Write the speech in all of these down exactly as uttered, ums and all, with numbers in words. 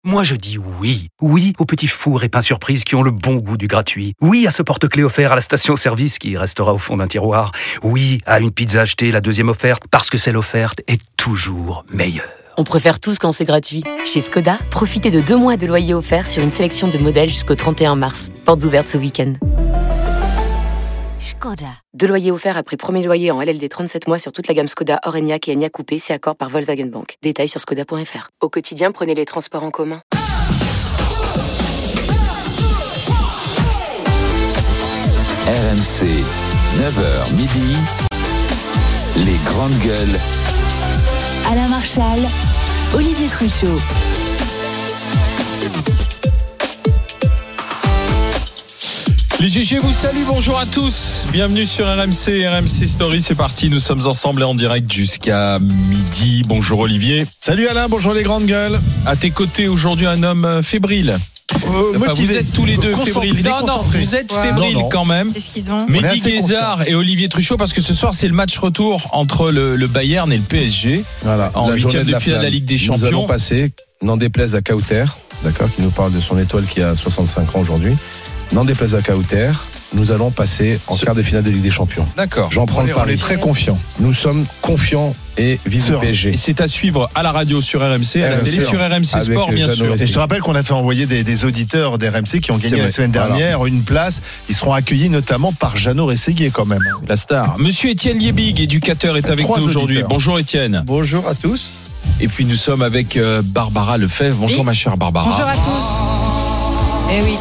Moi je dis oui. Oui aux petits fours et pains surprises qui ont le bon goût du gratuit. Oui à ce porte-clés offert à la station-service qui restera au fond d'un tiroir. Oui à une pizza achetée, la deuxième offerte, parce que celle offerte est toujours meilleure. On préfère tous quand c'est gratuit. Chez Skoda, profitez de deux mois de loyer offert sur une sélection de modèles jusqu'au trente et un mars. Portes ouvertes ce week-end. Skoda. Deux loyers offerts après premier loyer en L L D trente-sept mois sur toute la gamme Skoda, Orenia et Enyaq Coupé, c'est accord par Volkswagen Bank. Détails sur skoda point f r. Au quotidien, prenez les transports en commun. R M C, neuf heures midi, les grandes gueules. Alain Marchal, Olivier Truchot. Les G G vous saluent, bonjour à tous. Bienvenue sur R M C, R M C Story, c'est parti. Nous sommes ensemble et en direct jusqu'à midi. Bonjour Olivier. Salut Alain, bonjour les grandes gueules. À tes côtés aujourd'hui un homme fébrile. Euh, enfin, vous êtes tous les deux fébriles. Non, non, vous êtes ouais. fébriles non, non. quand même. Qu'est-ce qu'ils ont Mehdi Guézard et Olivier Truchot, parce que ce soir c'est le match retour entre le, le Bayern et le P S G. Voilà, en huitième de, de finale de la Ligue des Champions. Nous allons passer, n'en déplaise à Kauter, d'accord, qui nous parle de son étoile qui a soixante-cinq ans aujourd'hui. N'en déplaise à Kauter, nous allons passer en quart de finale de Ligue des Champions. D'accord. J'en prends le pari. On est très confiants. Nous sommes confiants et vive le P S G. Et c'est à suivre à la radio sur R M C, à la R M C, télé sur R M C Sport, bien Jeannot sûr. Et je te rappelle qu'on a fait envoyer des, des auditeurs d'R M C qui ont gagné la semaine dernière voilà. une place. Ils seront accueillis notamment par Jeannot Rességuier quand même. La star. Monsieur Étienne Liebig, éducateur, est avec Trois nous aujourd'hui. auditeurs. Bonjour Étienne. Bonjour à tous. Et puis nous sommes avec euh, Barbara Lefebvre. Bonjour oui. ma chère Barbara. Bonjour à tous. Eh oui.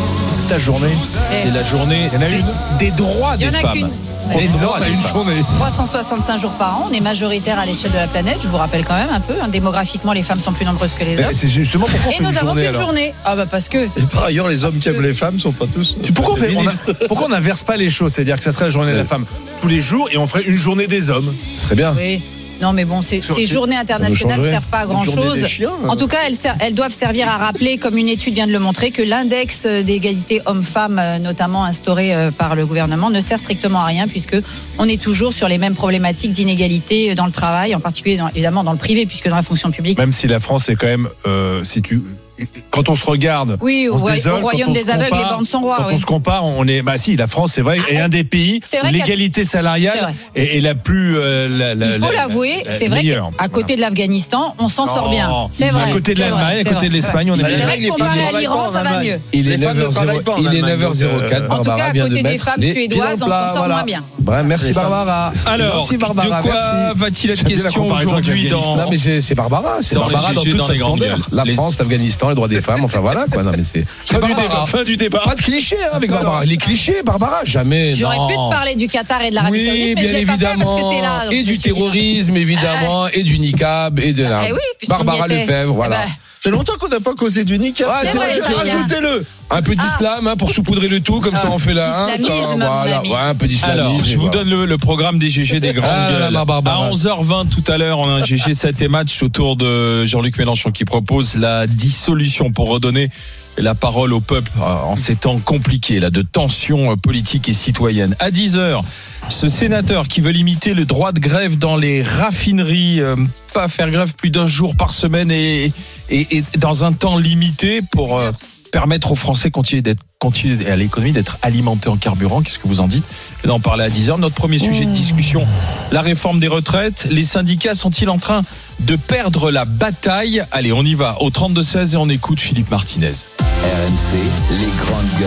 Ta journée, eh. c'est la journée des, des droits des femmes. Il y en a qu'une. une journée. trois cent soixante-cinq jours par an, on est majoritaire à l'échelle de la planète, je vous rappelle quand même un peu, hein, démographiquement les femmes sont plus nombreuses que les hommes. Et c'est justement pourquoi on Et fait nous une avons journée, qu'une alors. journée. Ah bah parce que. Et par ailleurs, les hommes qui aiment les femmes sont pas tous. Pourquoi on fait, on a, pourquoi on n'inverse pas les choses, c'est-à-dire que ça serait la journée de la femme tous les jours et on ferait une journée des hommes. Ce serait bien. Oui. Non mais bon, ces, ces journées internationales ne servent pas à grand chose. Chiens, en tout cas, elles, ser- elles doivent servir à rappeler, comme une étude vient de le montrer, que l'index d'égalité homme-femme, notamment instauré par le gouvernement, ne sert strictement à rien puisque on est toujours sur les mêmes problématiques d'inégalité dans le travail, en particulier dans, évidemment dans le privé, puisque dans la fonction publique. Même si la France est quand même, euh, si tu quand on se regarde, oui, on au, se désole, au royaume des aveugles, les bandes sont rois. Quand oui. on se compare, on est, bah si, la France, c'est vrai, est un des pays où l'égalité salariale est, est la plus. Euh, la, la, Il faut la, l'avouer, la, c'est vrai meilleure. qu'à côté voilà. de l'Afghanistan, on s'en sort bien. C'est vrai. À côté de l'Allemagne, à côté de l'Espagne, on est bien. C'est vrai que comparé à l'Iran, ça va mieux. Il est neuf heures zéro quatre. En tout cas, à côté des femmes suédoises, on s'en sort moins bien. Merci Barbara. Alors, de quoi va-t-il être question aujourd'hui dans. Non, mais c'est Barbara. C'est Barbara dans toute sa splendeur. La France, l'Afghanistan, les droits des femmes. Enfin voilà quoi. Non mais c'est fin du débat. Fin du débat. Pas de clichés hein, avec Barbara. Les clichés, Barbara, jamais. J'aurais non. pu te parler du Qatar et de l'Arabie oui, Saoudite, mais bien je l'ai évidemment. pas fait parce que t'es là. Et du terrorisme dit... évidemment, et du niqab et de la. Eh oui, Barbara Lefebvre, voilà. Eh ben... C'est longtemps qu'on n'a pas causé du niqab. Ouais, c'est vrai, rajoutez-le. Un peu d'islam hein, pour saupoudrer le tout, comme ah, ça on fait là. Islamisme, hein, voilà. Ouais, un peu d'islamisme. Alors, je vous donne le, le programme des G G des grandes ah, gueules. À onze heures vingt tout à l'heure, on a un G G sept et match autour de Jean-Luc Mélenchon qui propose la dissolution pour redonner la parole au peuple en ces temps compliqués là, de tensions politiques et citoyennes. À dix heures, ce sénateur qui veut limiter le droit de grève dans les raffineries, euh, pas faire grève plus d'un jour par semaine et, et, et dans un temps limité pour euh, permettre aux Français continuer d'être, continuer à l'économie d'être alimentés en carburant. Qu'est-ce que vous en dites? Je vais en parler à dix heures. Notre premier sujet de discussion, la réforme des retraites. Les syndicats sont-ils en train de perdre la bataille? Allez, on y va au trente-deux seize et on écoute Philippe Martinez. R M C, les grandes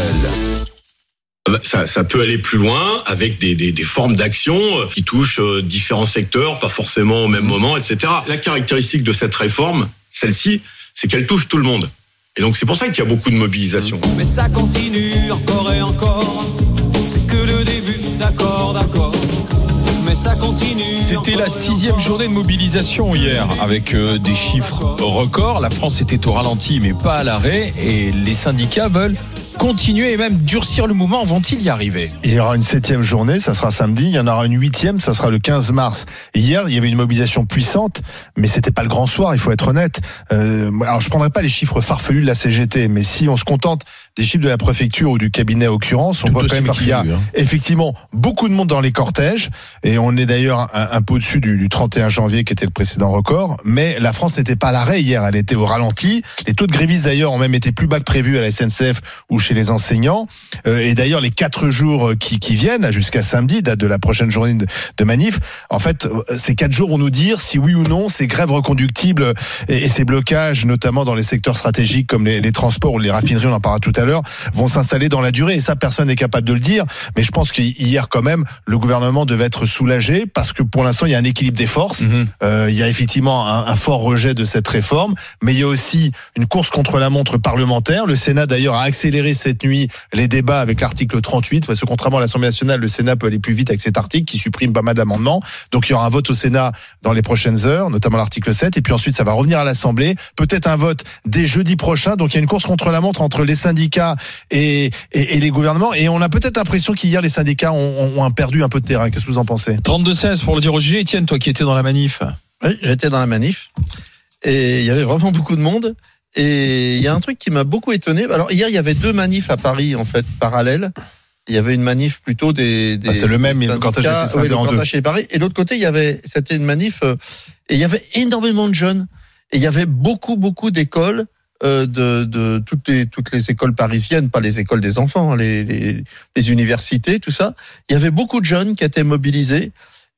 gueules. Ça, ça peut aller plus loin avec des, des, des formes d'action qui touchent différents secteurs, pas forcément au même moment, et cetera. La caractéristique de cette réforme, celle-ci, c'est qu'elle touche tout le monde. Et donc c'est pour ça qu'il y a beaucoup de mobilisation. Mais ça continue encore et encore. C'est que le début, d'accord, d'accord. Mais ça continue. C'était la sixième journée de mobilisation hier, avec euh, des chiffres records. La France était au ralenti, mais pas à l'arrêt. Et les syndicats veulent continuer et même durcir le mouvement. Vont-ils y arriver? Il y aura une septième journée, ça sera samedi. Il y en aura une huitième, ça sera le quinze mars. Hier, il y avait une mobilisation puissante, mais c'était pas le grand soir, il faut être honnête. Euh, alors, je prendrai pas les chiffres farfelus de la C G T, mais si on se contente des chiffres de la préfecture ou du cabinet à occurrence, on Tout voit quand même qu'il y a hein. effectivement beaucoup de monde dans les cortèges, et on est d'ailleurs un, un peu au-dessus du, du trente et un janvier qui était le précédent record, mais la France n'était pas à l'arrêt hier, elle était au ralenti. Les taux de grévistes d'ailleurs ont même été plus bas que prévu à la S N C F ou chez les enseignants, euh, et d'ailleurs les quatre jours qui, qui viennent, jusqu'à samedi, date de la prochaine journée de, de manif, en fait ces quatre jours vont nous dire si oui ou non ces grèves reconductibles et, et ces blocages, notamment dans les secteurs stratégiques comme les, les transports ou les raffineries, on en parlera tout à l'heure, vont s'installer dans la durée, et ça personne n'est capable de le dire, mais je pense qu'hier quand même le gouvernement devait être soulagé parce que pour l'instant il y a un équilibre des forces, mmh. euh, il y a effectivement un, un fort rejet de cette réforme, mais il y a aussi une course contre la montre parlementaire. Le Sénat d'ailleurs a accéléré cette nuit les débats avec l'article trente-huit, parce que contrairement à l'Assemblée nationale, le Sénat peut aller plus vite avec cet article qui supprime pas mal d'amendements, donc il y aura un vote au Sénat dans les prochaines heures, notamment l'article sept, et puis ensuite ça va revenir à l'Assemblée, peut-être un vote dès jeudi prochain, donc il y a une course contre la montre entre les syndicats et, et, et les gouvernements, et on a peut-être l'impression qu'hier les syndicats ont, ont, ont perdu un peu de terrain. Qu'est-ce que vous en pensez? trente-deux seize pour le dire au G G. Étienne, toi qui étais dans la manif. Oui, j'étais dans la manif et il y avait vraiment beaucoup de monde, et il y a un truc qui m'a beaucoup étonné. Alors hier il y avait deux manifs à Paris en fait parallèles. Il y avait une manif plutôt des, des ah, c'est le même, le cortège était scindé oui, le en deux. Cortège chez Paris, et l'autre côté il y avait, c'était une manif euh, et il y avait énormément de jeunes, et il y avait beaucoup beaucoup d'écoles, euh, de, de toutes les toutes les écoles parisiennes, pas les écoles des enfants, les, les les universités, tout ça. Il y avait beaucoup de jeunes qui étaient mobilisés,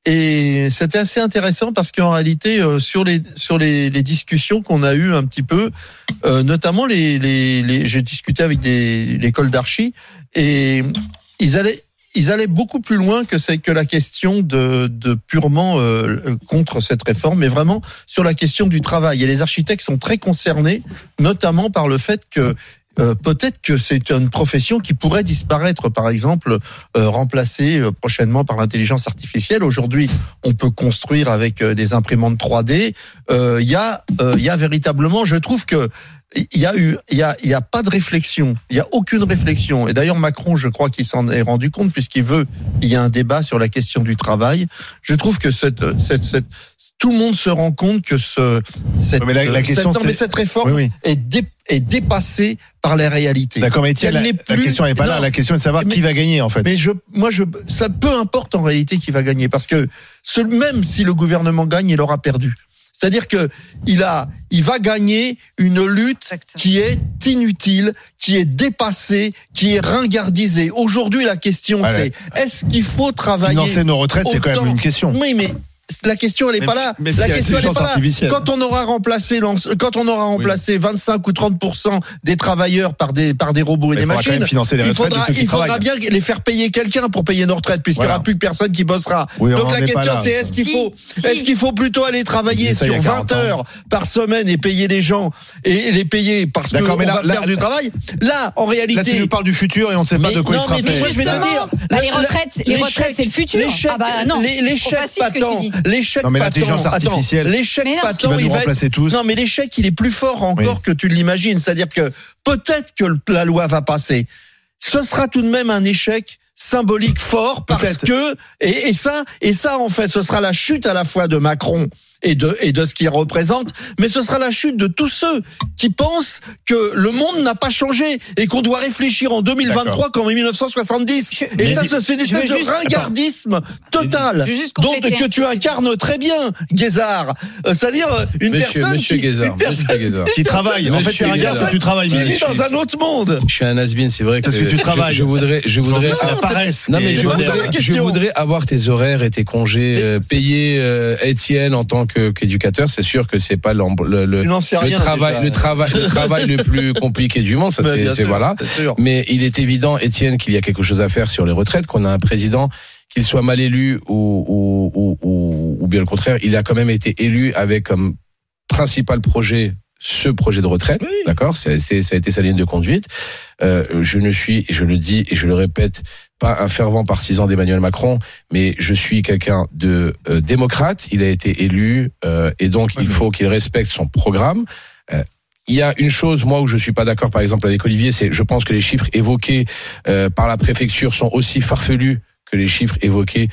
et c'était assez intéressant parce qu'en réalité euh, sur les sur les, les discussions qu'on a eues un petit peu, euh, notamment les les, les j'ai discuté avec des l'école d'archi, et ils allaient ils allaient beaucoup plus loin que c'est que la question de, de purement euh, contre cette réforme, mais vraiment sur la question du travail. Et les architectes sont très concernés, notamment par le fait que euh, peut-être que c'est une profession qui pourrait disparaître, par exemple, euh, remplacée euh, prochainement par l'intelligence artificielle. Aujourd'hui, on peut construire avec euh, des imprimantes trois D. Il euh, y a, il euh, y a véritablement, je trouve que il y a eu, il y a, il y a pas de réflexion. Il y a aucune réflexion. Et d'ailleurs, Macron, je crois qu'il s'en est rendu compte puisqu'il veut, il y a un débat sur la question du travail. Je trouve que cette, cette, cette, tout le monde se rend compte que ce, cette, mais la, la question, cette, c'est... mais cette réforme oui, oui. est dé, est dépassée par les réalités. D'accord, mais Étienne, la, plus... la question n'est pas non, là. La question est de savoir mais, qui va gagner, en fait. Mais je, moi, je, ça peu importe en réalité qui va gagner, parce que ce, même si le gouvernement gagne, il aura perdu. C'est-à-dire que il a, il va gagner une lutte qui est inutile, qui est dépassée, qui est ringardisée. Aujourd'hui, la question Allez. c'est est-ce qu'il faut travailler financer nos retraites, autant... c'est quand même une question. Oui, mais la question elle est pas là. La question elle est pas là. Quand on aura remplacé, quand on aura remplacé oui. vingt-cinq ou trente pour cent des travailleurs par des par des robots et mais des machines, les il faudra il faudra bien les faire payer quelqu'un pour payer nos retraites, puisqu'il voilà. n'y aura plus que personne qui bossera. Oui, donc la question c'est est-ce qu'il si, faut si. est-ce qu'il faut plutôt aller travailler ça, sur vingt heures par semaine et payer les gens et les payer parce qu'on va là, perdre là, du travail. Là, en réalité, là tu nous parles du futur et on ne sait pas de quoi il sera fait. Moi je vais te dire, les retraites, les retraites c'est le futur. Ah bah non, les chèques patents. L'échec non, mais l'intelligence artificielle, l'échec patent, il va remplacer tous. Non, mais l'échec, il est plus fort encore oui. que tu l'imagines. C'est-à-dire que peut-être que la loi va passer. Ce sera tout de même un échec symbolique fort parce peut-être. que et, et ça et ça en fait, ce sera la chute à la fois de Macron et de et de ce qu'il représente, mais ce sera la chute de tous ceux qui pensent que le monde n'a pas changé et qu'on doit réfléchir en deux mille vingt-trois D'accord. comme en mille neuf cent soixante-dix. Je, et ça, c'est une espèce de juste, ringardisme attends, total, donc que tu incarnes très bien, Guézard. Euh, c'est-à-dire une monsieur, personne, monsieur qui, Guézard, une personne Guézard. qui travaille. En fait, tu regardes, tu travailles, qui vit dans un autre monde. Je suis un has-been, c'est vrai que, Parce que tu travailles. Je, je voudrais, je voudrais. C'est la paresse. Non mais je voudrais, je voudrais avoir tes horaires et tes congés euh, payés, euh, Étienne, en tant que qu'éducateur. C'est sûr que c'est pas le, le, le, le travail, le travail, le travail le plus compliqué du monde. Ça, c'est, c'est sûr, voilà. C'est Mais il est évident, Étienne, qu'il y a quelque chose à faire sur les retraites, qu'on a un président, qu'il soit mal élu ou, ou, ou, ou, ou bien le contraire, il a quand même été élu avec comme principal projet ce projet de retraite, oui. D'accord, c'est, c'est, ça a été sa ligne de conduite. Euh, je ne suis, et je le dis et je le répète, pas un fervent partisan d'Emmanuel Macron, mais je suis quelqu'un de euh, démocrate. Il a été élu euh, et donc oui, il faut qu'il respecte son programme. Euh, il y a une chose, moi, où je suis pas d'accord, par exemple, avec Olivier, c'est, je pense que les chiffres évoqués euh, par la préfecture sont aussi farfelus que les chiffres évoqués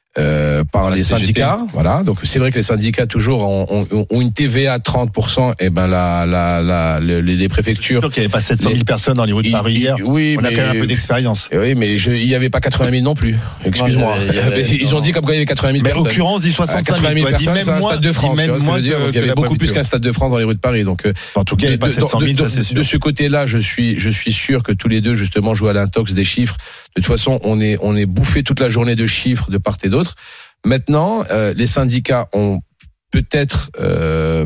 Euh, par la les C G T. Syndicats, voilà. Donc c'est vrai que les syndicats toujours ont, ont, ont une T V A trente pour cent. Et ben la, la, la, les, les préfectures. Donc il n'y avait pas sept cent mille les, personnes dans les rues de Paris hier. Oui, on mais, a quand même un peu d'expérience. Oui, mais je, il n'y avait pas quatre-vingt mille non plus. Excuse-moi. Ouais, avait, avait, ils non. ont dit comme quoi il y avait quatre-vingt mille mais personnes. Mais l'occurrence dit soixante-cinq mille personnes. C'est un stade de France. Même moins dire, il y avait beaucoup plus qu'un stade de France dans les rues de Paris. Donc en tout cas, il n'y avait pas sept cent mille. Ça c'est sûr. De ce côté-là, je suis, je suis sûr que tous les deux justement jouent à l'intox des chiffres. De toute façon, on est, on est bouffé toute la journée de chiffres de part et d'autre. Maintenant, euh, les syndicats ont peut-être euh,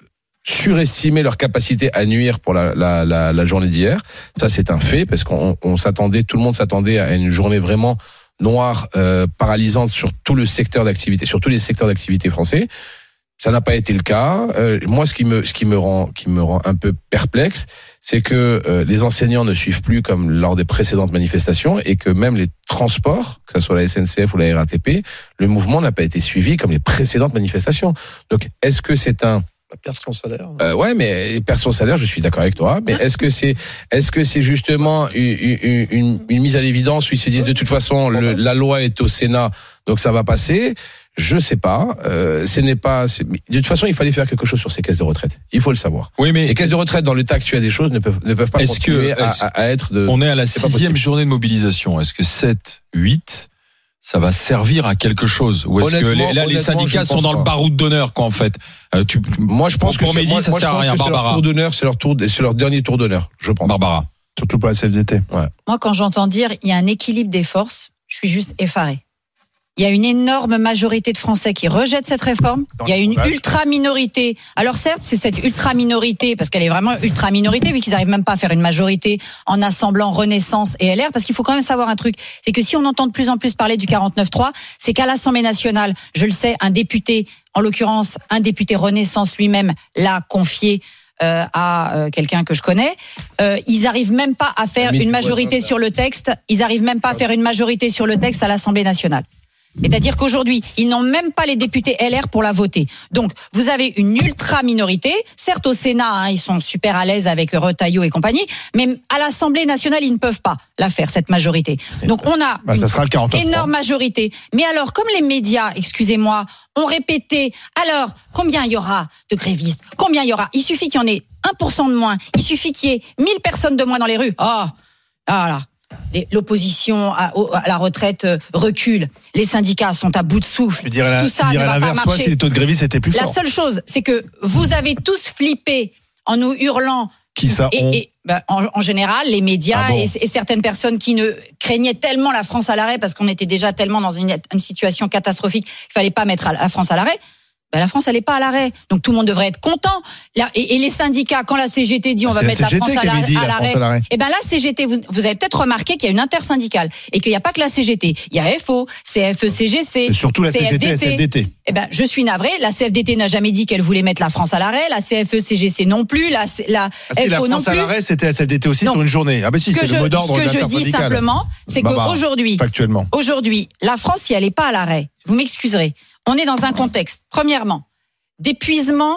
surestimé leur capacité à nuire pour la, la, la, la journée d'hier. Ça, c'est un fait, parce qu'on on s'attendait, tout le monde s'attendait à une journée vraiment noire, euh, paralysante sur tout le secteur d'activité, sur tous les secteurs d'activité français. Ça n'a pas été le cas. Euh, moi, ce qui me, ce qui me rend, qui me rend un peu perplexe, c'est que euh, les enseignants ne suivent plus comme lors des précédentes manifestations et que même les transports, que ce soit la S N C F ou la R A T P, le mouvement n'a pas été suivi comme les précédentes manifestations. Donc, est-ce que c'est un perd son salaire. Euh, ouais, mais perd son salaire, je suis d'accord avec toi. Mais est-ce que c'est, est-ce que c'est justement une, une, une, une mise à l'évidence où ils se disent de toute façon le, la loi est au Sénat, donc ça va passer? Je sais pas. Euh, ce n'est pas. De toute façon, il fallait faire quelque chose sur ces caisses de retraite. Il faut le savoir. Oui, mais les caisses de retraite dans l'état actuel des choses ne peuvent ne peuvent pas continuer que, à, à, à être de. On est à la sixième journée de mobilisation. Est-ce que sept, huit, ça va servir à quelque chose, ou est-ce que les, là les syndicats sont dans pas. le baroud d'honneur, quoi, en fait? Euh, tu, moi, je pense que pour Mehdi, ça moi, sert à rien. Barbara. Leur tour d'honneur, c'est leur tour, c'est leur dernier tour d'honneur, je pense. Barbara. Surtout pour la C F D T. Ouais. Moi, quand j'entends dire il y a un équilibre des forces, je suis juste effaré. Il y a une énorme majorité de Français qui rejettent cette réforme. Il y a une ultra-minorité. Alors certes, c'est cette ultra-minorité, parce qu'elle est vraiment ultra-minorité, vu qu'ils n'arrivent même pas à faire une majorité en assemblant Renaissance et L R, parce qu'il faut quand même savoir un truc, c'est que si on entend de plus en plus parler du quarante-neuf trois, c'est qu'à l'Assemblée nationale, je le sais, un député, en l'occurrence un député Renaissance lui-même, l'a confié Euh, à euh, quelqu'un que je connais, euh, ils arrivent même pas à faire une majorité sur le texte, ils arrivent même pas à faire une majorité sur le texte à l'Assemblée nationale. C'est-à-dire qu'aujourd'hui, ils n'ont même pas les députés L R pour la voter. Donc, vous avez une ultra-minorité. Certes, au Sénat, hein, ils sont super à l'aise avec Retailleau et compagnie, mais à l'Assemblée nationale, ils ne peuvent pas la faire, cette majorité. Donc, on a bah, ça sera le quarante-neuf trois. Énorme majorité. Mais alors, comme les médias, excusez-moi, ont répété, alors, combien il y aura de grévistes? Combien il y aura? Il suffit qu'il y en ait un pour cent de moins. Il suffit qu'il y ait mille personnes de moins dans les rues. Oh, voilà. L'opposition à la retraite recule, les syndicats sont à bout de souffle. Je dirais, tout ça ne va pas marcher. Si les taux de grévistes étaient plus forts. La seule chose, c'est que vous avez tous flippé en nous hurlant. Qui ça et, et, ben, en, en général, les médias ah bon. et, et certaines personnes qui ne craignaient tellement la France à l'arrêt parce qu'on était déjà tellement dans une, une situation catastrophique qu'il fallait pas mettre la France à l'arrêt. Ben la France, elle n'est pas à l'arrêt. Donc tout le monde devrait être content. Et, et les syndicats, quand la C G T dit on va mettre la France à l'arrêt, à l'arrêt, et ben la C G T, vous, vous avez peut-être remarqué qu'il y a une intersyndicale et qu'il n'y a pas que la C G T. Il y a F O, C F E C G C, et surtout la C G T, la C F D T. Eh ben je suis navré. La C F D T n'a jamais dit qu'elle voulait mettre la France à l'arrêt. La C F E C G C non plus. La, la ah, si, F O la non plus. La France à l'arrêt, c'était la C F D T aussi non. sur une journée. Ah ben si, c'est je, le mot d'ordre de l'intersyndicale. Ce que je dis simplement, c'est bah, qu'aujourd'hui, factuellement, aujourd'hui, la France, si elle n'est pas à l'arrêt, vous m'excuserez, on est dans un contexte. Premièrement, d'épuisement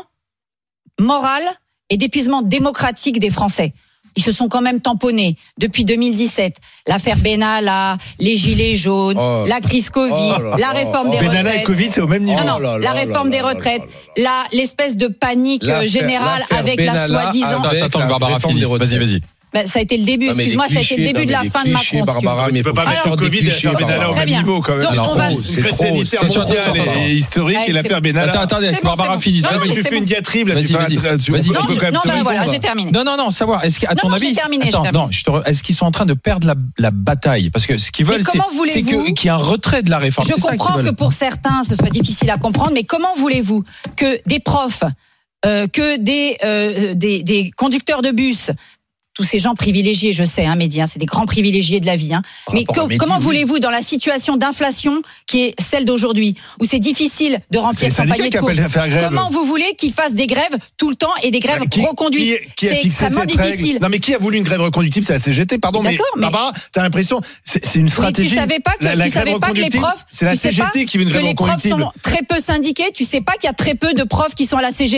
moral et d'épuisement démocratique des Français. Ils se sont quand même tamponnés depuis deux mille dix-sept. L'affaire Benalla, les gilets jaunes, oh, la crise Covid, oh là, la réforme oh, des Benalla retraites. et Covid, c'est au même niveau. Non, non, oh la réforme des retraites, la, l'espèce de panique générale avec Benalla, la soi-disant... Attends, attends, Barbara, finisse. Vas-y, vas-y. Ben, ça a été le début, excuse-moi, ça a été le début de la fin de Macron. Barbara, mais il ne peut pas mettre le Covid et l'affaire Benalla au même niveau, quand même. Donc, on va c'est très sanitaire mondial et historique et l'affaire Benalla. Attends, attendez, Barbara finisse. Tu fais une diatribe, là, tu fais un Non, ben voilà, j'ai terminé. Non, non, non, savoir, est-ce qu'à ton avis, attends, non, est-ce qu'ils sont en train de perdre la bataille? Parce que ce qu'ils veulent, c'est qu'il y ait un retrait de la réforme. Je comprends que pour certains, ce soit difficile à comprendre, mais comment voulez-vous que des profs, que des conducteurs de bus, tous ces gens privilégiés, je sais, hein, Mehdi, hein, c'est des grands privilégiés de la vie. Hein. Mais co- Mehdi, comment oui. voulez-vous, dans la situation d'inflation qui est celle d'aujourd'hui, où c'est difficile de remplir son panier de courses, comment vous voulez qu'ils fassent des grèves tout le temps et des grèves qui, reconduites? Qui, qui a c'est fixé extrêmement cette difficile. Règle? Non, mais qui a voulu une grève reconductible? C'est la C G T, pardon, mais, mais Barbara, t'as l'impression, c'est, c'est une stratégie. Mais tu savais pas que, la, la tu savais pas que les profs, c'est la C G T qui veut une grève reconductible. Que les profs sont très peu syndiqués, tu sais pas qu'il y a très peu de profs qui sont à la C G T?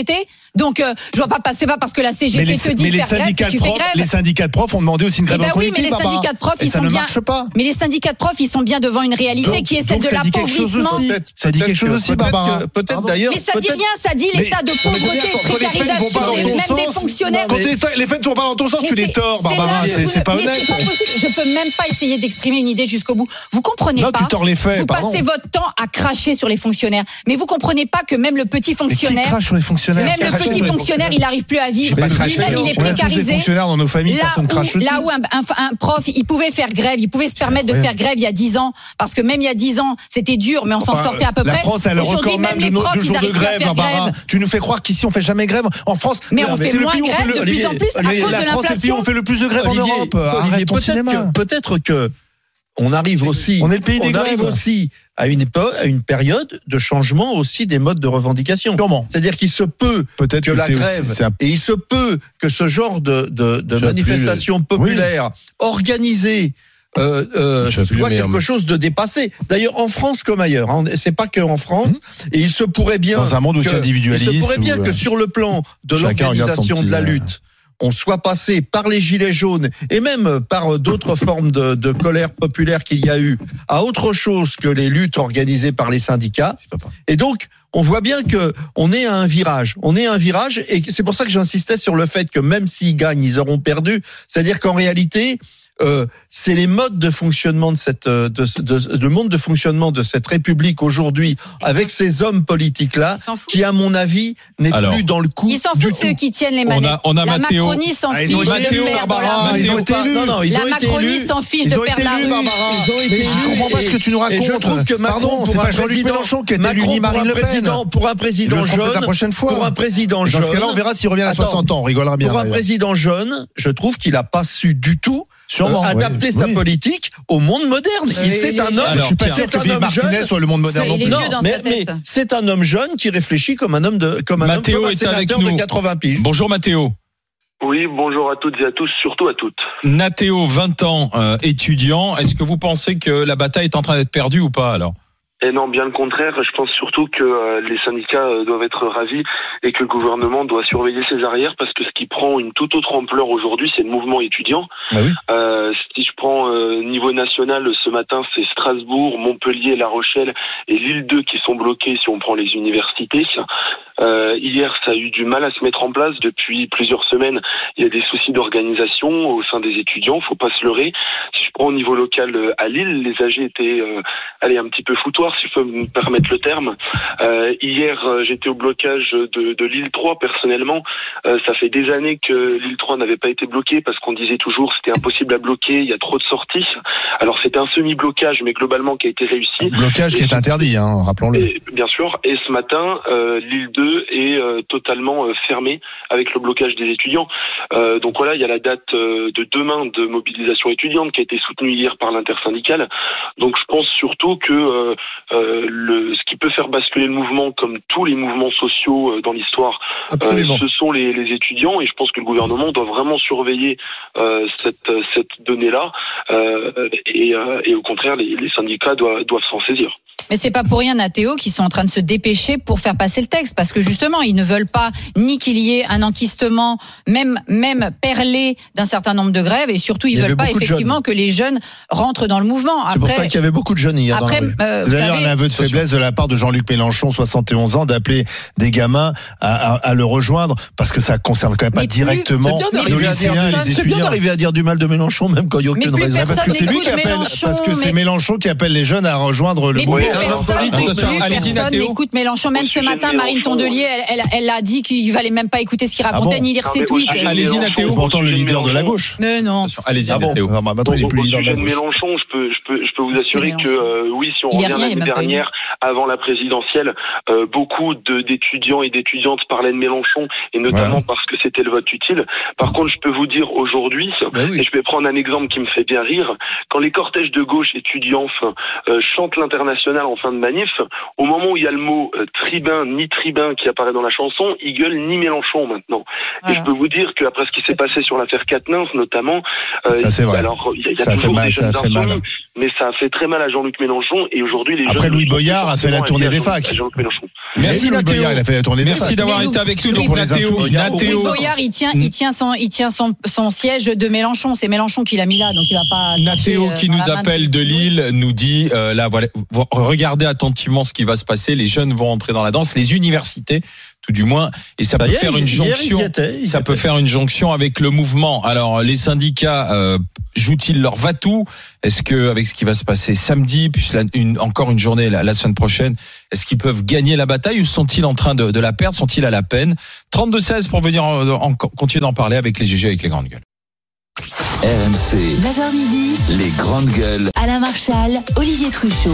Donc, euh, je vois pas passer pas parce que la C G T mais les, te dit mais les faire grève, que tu profs, fais grève. Les syndicats de profs ont demandé aussi une grève eh ben en collectif. Oui, mais les Barbara. syndicats de profs, et ils ça sont ne bien. marche pas. Mais les syndicats de profs, ils sont bien devant une réalité donc, qui est celle de ça l'appauvrissement. Ça dit quelque chose aussi, Barbara. Peut-être d'ailleurs. Mais ça dit rien, ça dit l'état de pauvreté, précarisation, même des fonctionnaires. Quand les faits ne vont pas dans ton sens, tu les tords, Barbara. C'est pas honnête. Je peux même pas essayer d'exprimer une idée jusqu'au bout. Vous comprenez pas. Tu tords les faits. Vous passez votre temps à cracher sur les fonctionnaires, mais vous comprenez pas que même le petit fonctionnaire, crache sur les fonctionnaires. Même le petit fonctionnaire, il n'arrive plus à vivre. Lui-même, il est précarisé. Des fonctionnaires dans nos familles, personne crache. Là où un, un, un prof, il pouvait faire grève, il pouvait se permettre de faire grève il y a dix ans, parce que même il y a dix ans, c'était dur, mais on s'en sortait à peu près. La France a le record même de jours de grève, Barbara. Tu nous fais croire qu'ici on fait jamais grève. En France, mais on fait moins grève de plus en plus à cause de l'inflation. La France est le pays où on fait le plus de grève en Europe. Arrête ton cinéma. Peut-être que on arrive aussi, on est le pays des on arrive aussi à une époque, à une période de changement aussi des modes de revendication. Sûrement. C'est-à-dire qu'il se peut Peut-être que, que la grève un... et il se peut que ce genre de, de, de manifestation plus... populaire oui. organisée euh, euh, soit quelque chose de dépassé. D'ailleurs, en France comme ailleurs, hein, c'est pas que en France. Mmh. Et il se pourrait bien dans un monde aussi individualiste. Il se pourrait bien ou... que sur le plan de l'organisation de la lutte, on soit passé par les gilets jaunes et même par d'autres formes de, de colère populaire qu'il y a eu à autre chose que les luttes organisées par les syndicats. Et donc, on voit bien que on est à un virage. On est à un virage et c'est pour ça que j'insistais sur le fait que même s'ils gagnent, ils auront perdu. C'est-à-dire qu'en réalité, Euh, c'est les modes de fonctionnement de cette, de, de, de, le monde de fonctionnement de cette République aujourd'hui, avec ces hommes politiques-là, qui, à mon avis, n'est Alors, plus dans le coup. Ils s'en foutent ceux qui tiennent les manettes. On a, on a la Mathéo. Macronie s'en fiche ah, de Mathéo, perdre Barbara, la ils ont été élus. Non, non, ils la ont Macronie été s'en fiche ils de perdre la rue. Barbara. Ils ont été élus. Je comprends pas ce que tu nous racontes. Et je trouve que Macron, Pardon, c'est pas Jean-Luc Mélenchon qui est élu ni Marine Le Pen. Pour un président jeune, la prochaine fois. Pour un président jeune. Dans ce cas-là, on verra s'il revient à soixante ans. On rigolera bien. Pour un président jeune, je trouve qu'il a pas su du tout Sûrement, adapter oui, sa oui. politique au monde moderne. Il c'est un homme. Alors, je suis pas sûr que Philippe Martinez soit le monde moderne non plus. Non, mais, mais c'est un homme jeune qui réfléchit comme un homme de, comme un Mathéo homme, comme un sénateur de quatre-vingts piges. Bonjour Mathéo. Oui, bonjour à toutes et à tous, surtout à toutes. Mathéo, vingt ans, euh, étudiant. Est-ce que vous pensez que la bataille est en train d'être perdue ou pas alors? Et non, bien le contraire. Je pense surtout que euh, les syndicats euh, doivent être ravis et que le gouvernement doit surveiller ses arrières parce que ce qui prend une toute autre ampleur aujourd'hui, c'est le mouvement étudiant. Ah oui. Euh, si je prends euh, niveau national, ce matin, c'est Strasbourg, Montpellier, La Rochelle et Lille deux qui sont bloqués si on prend les universités. Euh, hier, ça a eu du mal à se mettre en place. Depuis plusieurs semaines, il y a des soucis d'organisation au sein des étudiants. Faut pas se leurrer. Si je prends au niveau local euh, à Lille, les A G étaient, euh, allez, un petit peu foutoirs, si je peux me permettre le terme. Euh, hier, euh, j'étais au blocage de, de Lille trois personnellement. Euh, ça fait des années que Lille trois n'avait pas été bloqué parce qu'on disait toujours c'était impossible à bloquer, il y a trop de sorties. Alors c'était un semi-blocage, mais globalement qui a été réussi. Un blocage et qui est interdit, hein, rappelons-le. Et, bien sûr. Et ce matin, euh, Lille deux est euh, totalement euh, fermé avec le blocage des étudiants. Euh, donc voilà, il y a la date euh, de demain de mobilisation étudiante qui a été soutenue hier par l'intersyndicale. Donc je pense surtout que euh, euh, le, ce qui peut faire basculer le mouvement, comme tous les mouvements sociaux euh, dans l'histoire, euh, ce sont les, les étudiants. Et je pense que le gouvernement doit vraiment surveiller euh, cette, cette donnée-là. Euh, et, euh, et au contraire, les, les syndicats doivent, doivent s'en saisir. Mais c'est pas pour rien, Nathéo, qu'ils sont en train de se dépêcher pour faire passer le texte, parce que justement, ils ne veulent pas ni qu'il y ait un enquistement, même même perlé d'un certain nombre de grèves, et surtout, ils veulent pas effectivement que les jeunes rentrent dans le mouvement. Après, c'est pour ça qu'il y avait beaucoup de jeunes hier. Après, dans la rue. Euh, c'est d'ailleurs savez, un aveu de faiblesse de la part de Jean-Luc Mélenchon, soixante et onze ans, d'appeler des gamins à, à, à le rejoindre, parce que ça concerne quand même pas mais directement les lycéens, les étudiants. C'est bien d'arriver à dire du mal de Mélenchon, même quand il n'y a aucune mais raison. Parce que c'est lui qui appelle, parce que c'est Mélenchon qui appelle les jeunes à rejoindre le mouvement. Plus personne n'écoute Mélenchon. Même ce matin, Marine Tondelier, elle, elle, elle a dit qu'il valait même pas écouter ce qu'il racontait, ah bon ni lire ses tweets. Allez-y, Nathéo. C'est pourtant le leader de la gauche. Mais non. Allez-y, ah bon. Nathéo. Ah, maintenant, il est plus leader de la gauche. Mélenchon, je peux, je peux, je peux vous assurer que euh, oui, si on il revient rien, l'année dernière, avant la présidentielle, euh, beaucoup de, d'étudiants et d'étudiantes parlaient de Mélenchon, et notamment ouais. parce que c'était le vote utile. Par contre, je peux vous dire aujourd'hui, bah oui. et je vais prendre un exemple qui me fait bien rire, quand les cortèges de gauche étudiants euh, chantent l'international en fin de manif, au moment où il y a le mot euh, tribun ni tribun qui apparaît dans la chanson, ils gueulent ni Mélenchon maintenant. Voilà. Et je peux vous dire qu'après ce qui s'est passé sur l'affaire Quatennens notamment, euh, ça c'est vrai. alors il y a, y a ça toujours mal, des jeunes insoumis, mais ça a fait très mal à Jean-Luc Mélenchon et aujourd'hui les Après jeunes Louis Boyard a fait la tournée des facs. Merci Louis Boyard, il a fait la tournée des facs. Merci d'avoir été avec nous. Donc Nathéo, Louis Boyard, il tient, il tient son, il tient son, son siège de Mélenchon. C'est Mélenchon qui l'a mis là, donc il va pas. Nathéo qui nous appelle de Lille nous dit euh, là voilà, regardez attentivement ce qui va se passer. Les jeunes vont entrer dans la danse, les universités tout du moins, et ça bah peut faire une jonction. Était, ça peut faire une jonction avec le mouvement. Alors les syndicats euh, jouent-ils leur va-tout? Est-ce que avec ce qui va se passer samedi, puis la, une, encore une journée la, la semaine prochaine, est-ce qu'ils peuvent gagner la bataille ou sont-ils en train de, de la perdre? Sont-ils à la peine? trente-deux seize pour venir en, en, continuer d'en parler avec les G G, avec les grandes gueules. R M C. neuf heures midi. Les grandes gueules. Alain Marchal, Olivier Truchot.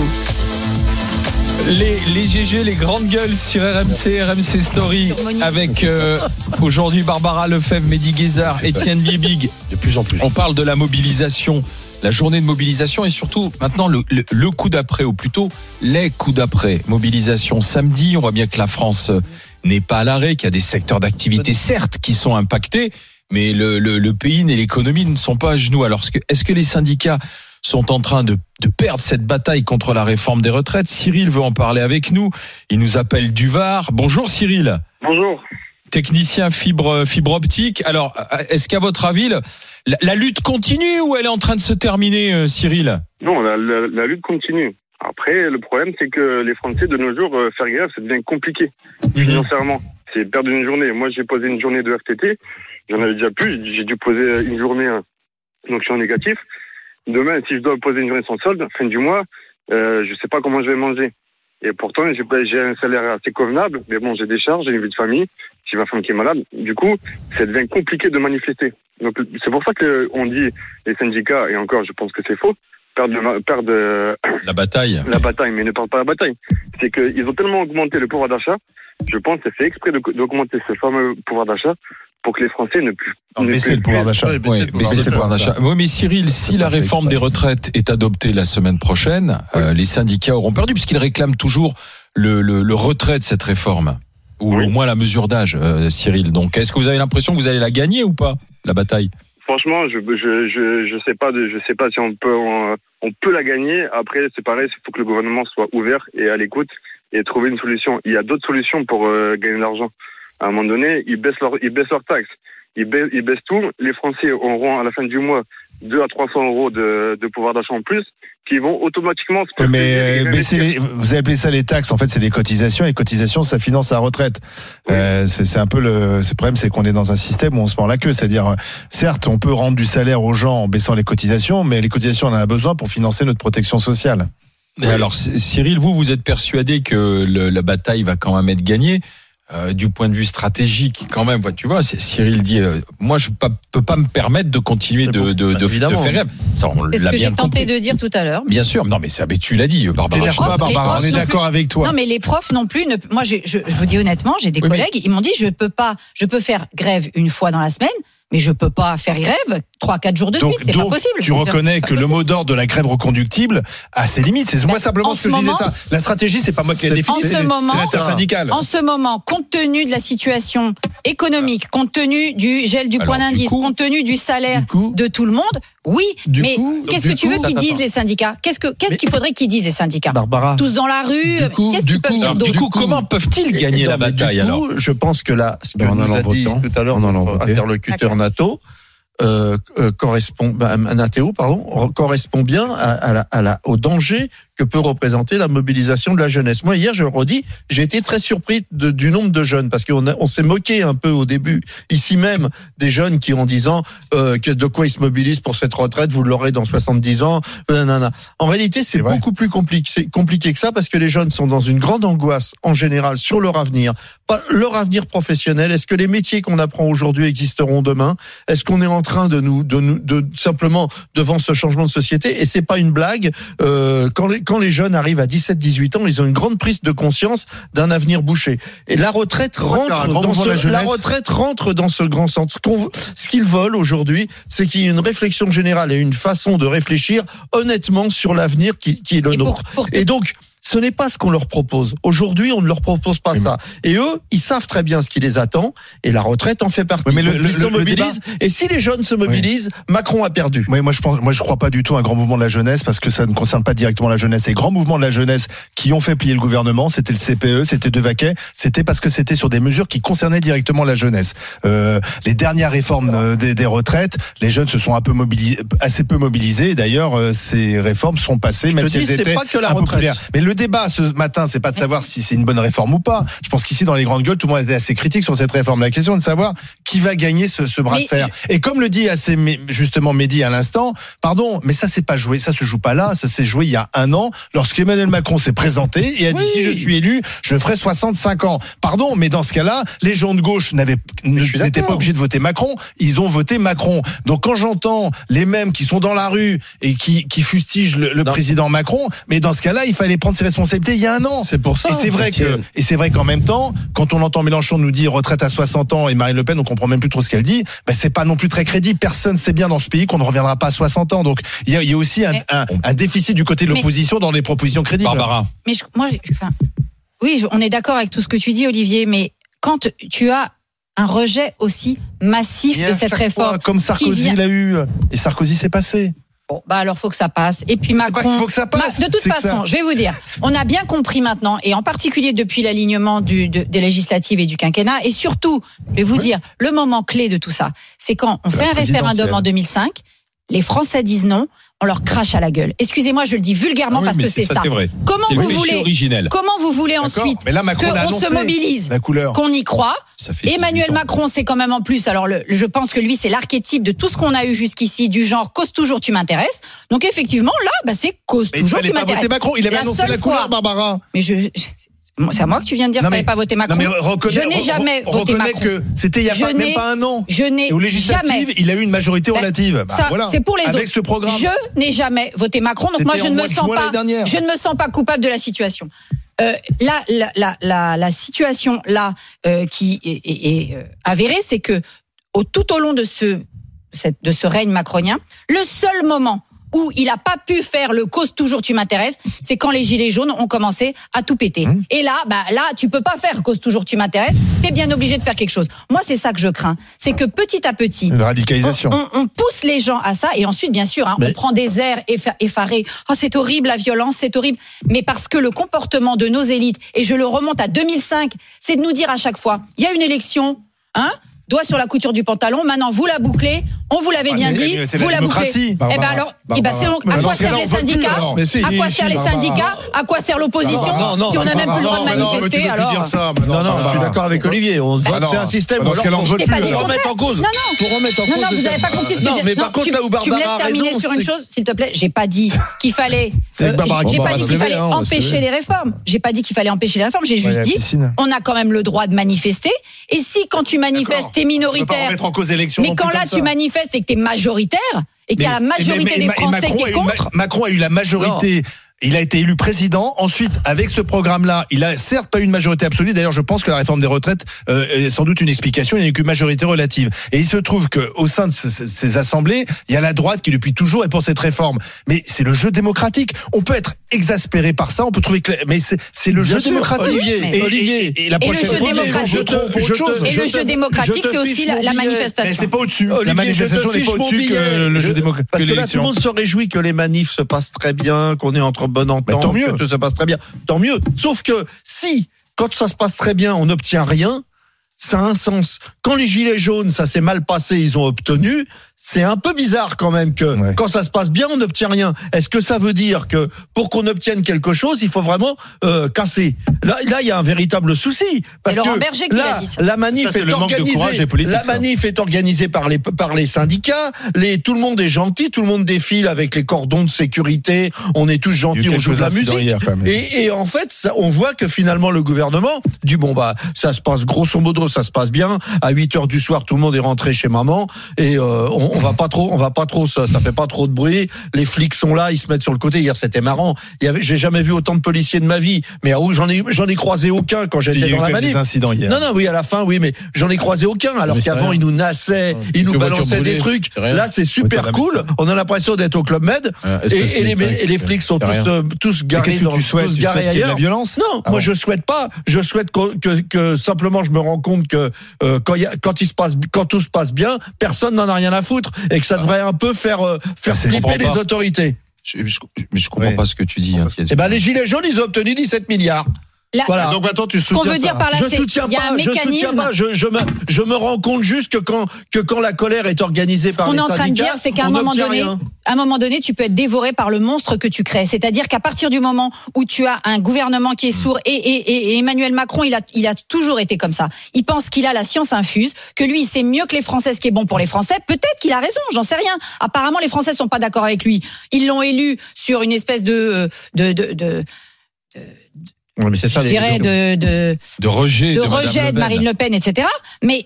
Les, les G G, les grandes gueules sur R M C, R M C Story, avec euh, aujourd'hui Barbara Lefebvre, Mehdi Guézard, Étienne Biebig. De plus en plus. On parle de la mobilisation, la journée de mobilisation et surtout maintenant le, le, le coup d'après, ou plutôt les coups d'après. Mobilisation samedi, on voit bien que la France n'est pas à l'arrêt, qu'il y a des secteurs d'activité certes qui sont impactés, mais le, le, le pays et l'économie ne sont pas à genoux. Alors est-ce que les syndicats sont en train de, de perdre cette bataille contre la réforme des retraites? Cyril veut en parler avec nous. Il nous appelle du Var. Bonjour Cyril. Bonjour. Technicien fibre, fibre optique. Alors, est-ce qu'à votre avis, la, la lutte continue ou elle est en train de se terminer, Cyril? Non, la, la, la lutte continue. Après, le problème, c'est que les Français, de nos jours, faire grève, ça devient compliqué, mmh. financièrement. C'est perdre une journée. Moi, j'ai posé une journée de R T T. J'en avais déjà plus. J'ai dû poser une journée, donc je suis en négatif. Demain, si je dois poser une journée sans solde, fin du mois, euh, je sais pas comment je vais manger. Et pourtant, j'ai, j'ai un salaire assez convenable, mais bon, j'ai des charges, j'ai une vie de famille, j'ai ma femme qui est malade. Du coup, ça devient compliqué de manifester. Donc, c'est pour ça qu'on dit, les syndicats, et encore, je pense que c'est faux, perdent, le, perdent euh, la bataille. La bataille, mais ne perdent pas la bataille. C'est qu'ils ont tellement augmenté le pouvoir d'achat, je pense que c'est fait exprès de, d'augmenter ce fameux pouvoir d'achat pour que les Français ne puissent non, baisser le pouvoir d'achat. Oui, baisser, oui, baisser le pouvoir d'achat. Oui, mais Cyril, si la réforme des retraites est adoptée la semaine prochaine, oui. euh, les syndicats auront perdu puisqu'ils réclament toujours le, le, le retrait de cette réforme, ou oui. au moins la mesure d'âge, euh, Cyril. Donc, est-ce que vous avez l'impression que vous allez la gagner ou pas, la bataille? Franchement, je je je je sais pas de, je sais pas si on peut on, on peut la gagner. Après, c'est pareil, il faut que le gouvernement soit ouvert et à l'écoute et trouver une solution. Il y a d'autres solutions pour euh, gagner de l'argent. À un moment donné, ils baissent leurs ils baissent leurs taxes, ils baissent, ils baissent tout. Les Français auront à la fin du mois deux à trois cents euros de, de pouvoir d'achat en plus, qui vont automatiquement se oui, mais les baisser les, vous avez appelé ça les taxes, en fait c'est des cotisations, et les cotisations ça finance la retraite. Oui. Euh, c'est, c'est un peu le, le problème, c'est qu'on est dans un système où on se mord la queue, c'est-à-dire certes on peut rendre du salaire aux gens en baissant les cotisations, mais les cotisations on en a besoin pour financer notre protection sociale. Et oui. Alors Cyril, vous vous êtes persuadé que le, la bataille va quand même être gagnée? Euh, du point de vue stratégique, quand même, tu vois, Cyril dit, euh, moi, je ne peux pas me permettre de continuer de, bon, de, de, de faire grève. Ça, on c'est l'a ce que bien j'ai tenté compris. de dire tout à l'heure. Bien sûr, non, mais ça, mais tu l'as dit, Barbara. Profs, pas, Barbara, on est d'accord plus, avec toi. Non, mais les profs non plus. Ne, moi, je, je, je vous dis honnêtement, j'ai des oui, collègues, mais... ils m'ont dit, je peux pas, je peux faire grève une fois dans la semaine. Mais je peux pas faire grève trois quatre jours de suite, c'est donc, pas possible. Tu reconnais que le mot d'ordre de la grève reconductible a ses limites. C'est ben, moi simplement ce que moment, je disais ça. La stratégie, c'est pas moi qui la définis, c'est, c'est l'intersyndicale. En ce moment, compte tenu de la situation économique, compte tenu du gel du Alors, point d'indice, coup, compte tenu du salaire du coup, de tout le monde, oui. Du mais coup, qu'est-ce que tu coup, veux qu'ils disent les syndicats? Qu'est-ce que qu'est-ce mais, qu'il faudrait qu'ils disent les syndicats? Barbara, tous dans la rue. Coup, qu'est-ce qu'ils peuvent dire d'autre? Du coup, comment peuvent-ils gagner la bataille alors? Je pense que là, ce que nous a dit tout à l'heure notre interlocuteur NATO. Euh, euh, correspond, bah, Nathéo, pardon, correspond bien à, à la, à la, au danger que peut représenter la mobilisation de la jeunesse. Moi, hier, je le redis, j'ai été très surpris de, du nombre de jeunes, parce qu'on a, on s'est moqué un peu au début, ici même, des jeunes qui, en disant euh, que de quoi ils se mobilisent pour cette retraite, vous l'aurez dans soixante-dix ans. Nanana. En réalité, c'est, c'est beaucoup plus compliqué, compliqué que ça, parce que les jeunes sont dans une grande angoisse, en général, sur leur avenir. Pas leur avenir professionnel. Est-ce que les métiers qu'on apprend aujourd'hui existeront demain? Est-ce qu'on est en train de nous, de nous, de simplement devant ce changement de société? Et c'est pas une blague. Euh, quand les, quand les jeunes arrivent à dix-sept dix-huit ans, ils ont une grande prise de conscience d'un avenir bouché. Et la retraite rentre dans ce, la, la retraite rentre dans ce grand centre. Ce qu'ils veulent aujourd'hui, c'est qu'il y ait une réflexion générale et une façon de réfléchir honnêtement sur l'avenir qui, qui est le et nôtre. Pour, pour... Et donc, ce n'est pas ce qu'on leur propose. Aujourd'hui, on ne leur propose pas oui, ça. Mais... Et eux, ils savent très bien ce qui les attend. Et la retraite en fait partie. Oui, mais le, le, ils se mobilisent. Et si les jeunes se mobilisent, oui. Macron a perdu. Oui, moi je pense, moi je crois pas du tout à un grand mouvement de la jeunesse parce que ça ne concerne pas directement la jeunesse. Les grands mouvements de la jeunesse qui ont fait plier le gouvernement, c'était le C P E, c'était Devaquet, c'était parce que c'était sur des mesures qui concernaient directement la jeunesse. Euh, les dernières réformes euh, des, des retraites, les jeunes se sont un peu mobilisés, assez peu mobilisés. D'ailleurs, euh, ces réformes sont passées, je même si elles étaient pas que la retraite. Mais le débat ce matin, c'est pas de savoir si c'est une bonne réforme ou pas. Je pense qu'ici, dans les grandes gueules, tout le monde était assez critique sur cette réforme. La question est de savoir qui va gagner ce, ce bras mais de fer. Je... Et comme le dit assez justement Mehdi à l'instant, pardon, mais ça c'est pas joué, ça se joue pas là, ça s'est joué il y a un an, lorsque Emmanuel Macron s'est présenté et a dit oui. si je suis élu, je ferai soixante-cinq ans. Pardon, mais dans ce cas-là, les gens de gauche n'avaient, n'étaient pas obligés de voter Macron, ils ont voté Macron. Donc quand j'entends les mêmes qui sont dans la rue et qui, qui fustigent le, le président Macron, mais dans ce cas-là, il fallait prendre ses responsabilités il y a un an. C'est pour ça. Et c'est vrai que, et c'est vrai qu'en même temps, quand on entend Mélenchon nous dire retraite à soixante ans et Marine Le Pen, on comprend même plus trop ce qu'elle dit, ben c'est pas non plus très crédible. Personne sait bien dans ce pays qu'on ne reviendra pas à soixante ans. Donc il y a, il y a aussi un, mais, un, un déficit du côté de l'opposition mais, dans les propositions crédibles. Barbara. Mais je, moi, enfin, oui, on est d'accord avec tout ce que tu dis, Olivier, mais quand tu as un rejet aussi massif de cette réforme, fois, comme Sarkozy vient... l'a eu, et Sarkozy s'est passé. Bon, bah alors faut que ça passe. Et puis Macron. C'est pas qu'il faut que ça passe. Ma... De toute c'est façon, ça... je vais vous dire, on a bien compris maintenant, et en particulier depuis l'alignement du, de, des législatives et du quinquennat, et surtout, je vais vous oui. dire, le moment clé de tout ça, c'est quand on de fait un référendum en deux mille cinq, les Français disent non, on leur crache à la gueule. Excusez-moi, je le dis vulgairement ah oui, parce que c'est, c'est ça. C'est vrai. Comment c'est vous voulez originel. Comment vous voulez D'accord. ensuite qu'on se mobilise, qu'on y croit. Emmanuel Macron, c'est quand même en plus. Alors, le, je pense que lui, c'est l'archétype de tout ce qu'on a eu jusqu'ici, du genre cause toujours, tu m'intéresses. Donc effectivement, là, bah c'est cause mais toujours, tu m'intéresses. Voter Macron, il avait la annoncé la couleur, fois, Barbara. Mais je. je C'est à moi que tu viens de dire qu'il ne fallait pas voter Macron. Non mais reconnais, je n'ai jamais re, voté Macron. Que c'était il y a pas, même pas un an. Je n'ai Et aux législatives, jamais. il a eu une majorité relative. Bah, ça, voilà. C'est pour les Avec autres. ce programme. Je n'ai jamais voté Macron, donc c'était moi je ne me sens pas. Je ne me sens pas coupable de la situation. Euh, là, la, la, la, la situation là euh, qui est, est, est avérée, c'est que au, tout au long de ce, cette, de ce règne macronien, le seul moment où il n'a pas pu faire le cause toujours tu m'intéresses, c'est quand les gilets jaunes ont commencé à tout péter. Mmh. Et là, bah là, tu peux pas faire cause toujours tu m'intéresses. T'es bien obligé de faire quelque chose. Moi, c'est ça que je crains, c'est que petit à petit, une radicalisation. On, on, on pousse les gens à ça, et ensuite, bien sûr, hein, mais... on prend des airs effarés. Oh, c'est horrible la violence, c'est horrible. Mais parce que le comportement de nos élites, et je le remonte à deux mille cinq, c'est de nous dire à chaque fois, il y a une élection, hein. Doigt sur la couture du pantalon. Maintenant, vous la bouclez. On vous l'avait bien ah, dit. Vous la, la bouclez. Barbara, eh ben alors, eh ben c'est donc, à quoi servent les syndicats? À quoi servent les syndicats? À quoi sert l'opposition? Non, non, si on n'a même plus le droit de manifester, alors. Non, non, je suis d'accord avec Olivier. On vote, c'est un système. Pour remettre en cause. Non, non. Pour remettre en cause. Non, non, vous n'avez pas compris ce que je dis. Non, mais par contre, là où Barbara a raison. Tu me laisses terminer sur une chose, s'il te plaît. J'ai pas dit qu'il fallait. J'ai pas dit qu'il fallait empêcher les réformes. J'ai pas dit qu'il fallait empêcher les réformes. J'ai juste dit, on a quand même le droit de manifester. Et si quand tu manifestes, t'es minoritaire. En cause élection mais quand là tu manifestes et que t'es majoritaire et qu'il y a la majorité mais, mais, des Français qui est contre. Macron a eu la majorité. Non. Il a été élu président. Ensuite, avec ce programme-là, il a certes pas eu une majorité absolue. D'ailleurs, je pense que la réforme des retraites euh, est sans doute une explication. Il n'y a eu qu'une majorité relative. Et il se trouve que au sein de ce, ces assemblées, il y a la droite qui depuis toujours est pour cette réforme. Mais c'est le jeu démocratique. On peut être exaspéré par ça. On peut trouver que, mais c'est, c'est le Bien jeu sûr, démocratique. Olivier, et, Olivier. Et, et, et la prochaine et le jeu démocratique. Te, je te, et le jeu démocratique, c'est aussi la, la manifestation. Mais c'est pas au-dessus. Olivier, la manifestation n'est pas au-dessus que le jeu démocratique. Parce que là, tout le monde se réjouit que les manifs se passent très bien, qu'on est entre bonne entente. Tant mieux. Que tout se passe très bien. Tant mieux. Sauf que si, quand ça se passe très bien, on n'obtient rien, ça a un sens. Quand les gilets jaunes, ça s'est mal passé, ils ont obtenu, c'est un peu bizarre quand même que ouais. quand ça se passe bien, on n'obtient rien. Est-ce que ça veut dire que pour qu'on obtienne quelque chose, il faut vraiment euh, casser? Là, là, il y a un véritable souci. Parce c'est que Laurent Berger qui là, l'a dit ça. La manif ça, est, est organisée. Politique, la manif ça. est organisée par les par les syndicats. Les tout le monde est gentil, tout le monde défile avec les cordons de sécurité. On est tous gentils, on joue de la musique. Hier, et, et en fait, ça, on voit que finalement le gouvernement dit bon bah ça se passe grosso modo boulot, ça se passe bien. À huit heures du soir, tout le monde est rentré chez maman et euh, on, on va pas trop, on va pas trop, ça, ça fait pas trop de bruit. Les flics sont là, ils se mettent sur le côté. Hier, c'était marrant. Il y avait, j'ai jamais vu autant de policiers de ma vie. Mais ah, j'en ai, j'en ai croisé aucun quand j'étais dans la manif. Des incidents hier. Non, non, oui, à la fin, oui, mais j'en ai croisé aucun. Alors qu'avant, ils nous nassaient, ils nous balançaient des trucs. Là, c'est super cool. On a l'impression d'être au Club Med. Et, et, les, et les flics sont tous, euh, tous garés, dans, tous garés ailleurs. La violence? Non, ah moi bon. je souhaite pas. Je souhaite que, que, que simplement je me rends compte que euh, quand, y a, quand il se passe, quand tout se passe bien, personne n'en a rien à foutre et que ça devrait un peu faire euh, faire ça, flipper les autorités. Je, je, mais je comprends ouais. pas ce que tu dis. Hein, eh ben les gilets jaunes, ils ont obtenu dix-sept milliards. La, voilà. Donc maintenant tu soutiens qu'on veut ça. dire par là, je c'est soutiens il y a pas, un mécanisme. Je soutiens pas. Je, je, me, je me rends compte juste que quand que quand la colère est organisée ce par les syndicats, on est en train de dire, c'est qu'à un moment donné, rien. à un moment donné, tu peux être dévoré par le monstre que tu crées. C'est-à-dire qu'à partir du moment où tu as un gouvernement qui est sourd et, et, et, et Emmanuel Macron, il a il a toujours été comme ça. Il pense qu'il a la science infuse, que lui il sait mieux que les Français ce qui est bon pour les Français. Peut-être qu'il a raison, j'en sais rien. Apparemment, les Français sont pas d'accord avec lui. Ils l'ont élu sur une espèce de de de, de, de Ouais, mais c'est ça, je dirais de, de, de rejet de, de, rejet de Marine Le Pen, et cetera. Mais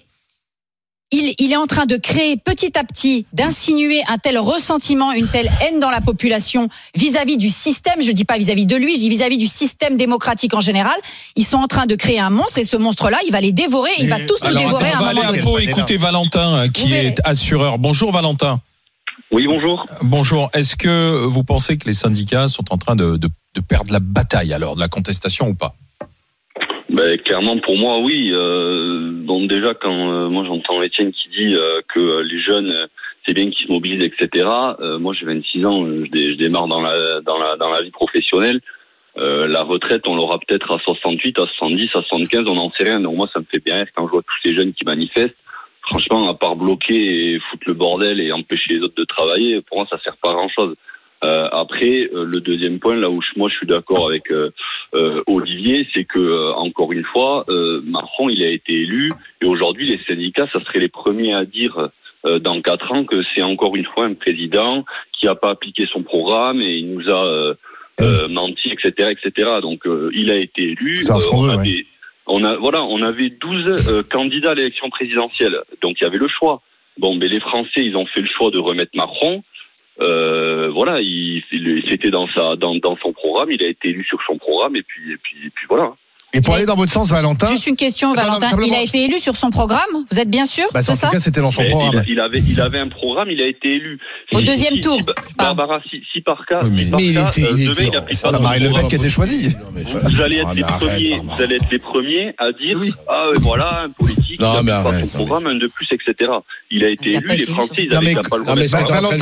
il, il est en train de créer petit à petit, d'insinuer un tel ressentiment, une telle haine dans la population vis-à-vis du système. Je dis pas vis-à-vis de lui, je dis vis-à-vis du système démocratique en général. Ils sont en train de créer un monstre et ce monstre-là, il va les dévorer, il va tous nous alors, dévorer attends, à un moment donné. On va écouter Valentin, qui est assureur. Bonjour Valentin. Oui, bonjour. Bonjour. Est-ce que vous pensez que les syndicats sont en train de, de, de perdre la bataille, alors, de la contestation ou pas? Ben, clairement, pour moi, oui. Euh, donc déjà, quand euh, moi j'entends Étienne qui dit euh, que euh, les jeunes, euh, c'est bien qu'ils se mobilisent, et cetera. Euh, moi, j'ai vingt-six ans, je, dé, je démarre dans la dans la dans la vie professionnelle. Euh, la retraite, on l'aura peut-être à soixante-huit, à soixante-dix, à soixante-quinze, on n'en sait rien. Donc moi, ça me fait bien rire quand je vois tous ces jeunes qui manifestent. Franchement, à part bloquer et foutre le bordel et empêcher les autres de travailler, pour moi, ça sert pas à grand-chose. Euh, après, euh, le deuxième point, là où je, moi je suis d'accord avec euh, euh, Olivier, c'est que euh, encore une fois, euh, Macron, il a été élu et aujourd'hui, les syndicats, ça serait les premiers à dire euh, dans quatre ans que c'est encore une fois un président qui a pas appliqué son programme et il nous a euh, euh, menti, et cetera, et cetera. Donc, euh, il a été élu. C'est euh, on, veut, avait, ouais. on a, voilà, on avait douze euh, candidats à l'élection présidentielle, donc il y avait le choix. Bon, mais les Français, ils ont fait le choix de remettre Macron. Euh, voilà, il, il c'était dans sa, dans, dans son programme, il a été élu sur son programme et puis, et puis, et puis voilà. Et pour aller dans votre sens, Valentin. Juste une question, Valentin. Il a été élu sur son programme. Vous êtes bien sûr bah, de en ça? En tout cas, c'était dans son mais programme. Il, il avait, il avait un programme. Il a été élu. Au si, deuxième si, tour. Si, Barbara, si, si par cas, oui, mais, si par mais cas, il était, euh, il demain, était, il a pris ça. Marine Le Pen qui était choisie. Vous allez être ah, les premiers. Arrête, vous allez être les premiers à dire oui. Ah voilà, un politique. Non, il mais a arrête, pas son programme, un de plus, et cetera. Il a été élu. Les Français, ils avaient pas le droit. Valentin,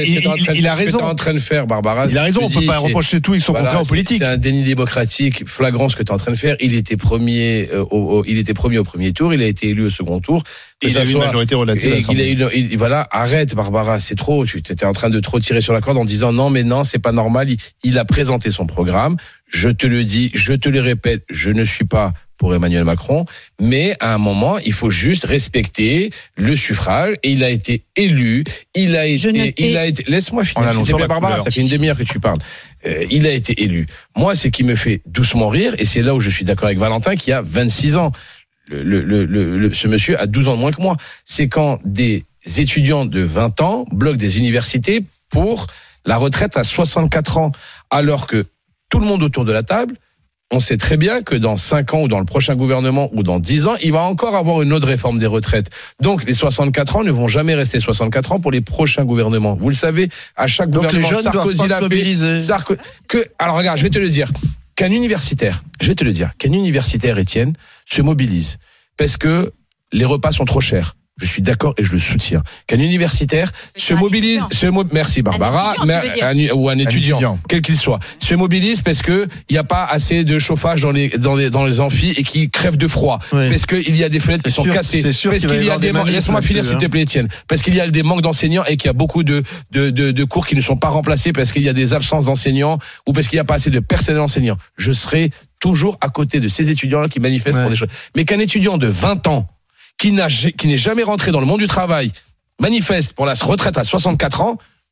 il a raison. Ce que tu es en train de faire, Barbara. Il a raison. On peut pas reprocher tout. Ils sont contraires aux politiques. C'est un déni démocratique flagrant ce que tu es en train de faire. Il était premier au il était premier au premier tour, il a été élu au second tour. Que il a eu une majorité relative. Il a eu, il, voilà, arrête Barbara, c'est trop. Tu étais en train de trop tirer sur la corde en disant non mais non, c'est pas normal. Il, il a présenté son programme. Je te le dis, je te le répète, je ne suis pas pour Emmanuel Macron, mais à un moment, il faut juste respecter le suffrage. Et il a été élu. Il a été, il a été. Laisse-moi finir. S'il te plaît, Barbara, ça fait une demi-heure que tu parles. Euh, il a été élu. Moi, c'est qui me fait doucement rire, et c'est là où je suis d'accord avec Valentin, qui a vingt-six ans. Le, le, le, le, ce monsieur a douze ans de moins que moi. C'est quand des étudiants de vingt ans bloquent des universités pour la retraite à soixante-quatre ans, alors que tout le monde autour de la table, on sait très bien que dans cinq ans ou dans le prochain gouvernement ou dans dix ans, il va encore avoir une autre réforme des retraites. Donc les soixante-quatre ans ne vont jamais rester soixante-quatre ans pour les prochains gouvernements. Vous le savez, à chaque Donc gouvernement, les jeunes Sarkozy l'a fait. Sarko... Que... Alors regarde, je vais te le dire. Qu'un universitaire, je vais te le dire, qu'un universitaire, Étienne, se mobilise parce que les repas sont trop chers. Je suis d'accord et je le soutiens. Qu'un universitaire se mobilise, se mo- merci Barbara, un mais, un, ou un étudiant, un étudiant. Quel qu'il soit, se mobilise parce que il y a pas assez de chauffage dans les dans les dans les amphis et qui crèvent de froid, oui. Parce que il y a des fenêtres qui sont sûr, cassées, parce qu'il, qu'il y a des, des laisse-moi finir s'il te plaît Étienne, parce qu'il y a des manques d'enseignants et qu'il y a beaucoup de de de, de cours qui ne sont pas remplacés parce qu'il y a des absences d'enseignants ou parce qu'il n'y a pas assez de personnel enseignant. Je serai toujours à côté de ces étudiants-là qui manifestent ouais. pour des choses. Mais qu'un étudiant de vingt ans qui n'a qui n'est jamais rentré dans le monde du travail manifeste pour la retraite à soixante-quatre ans,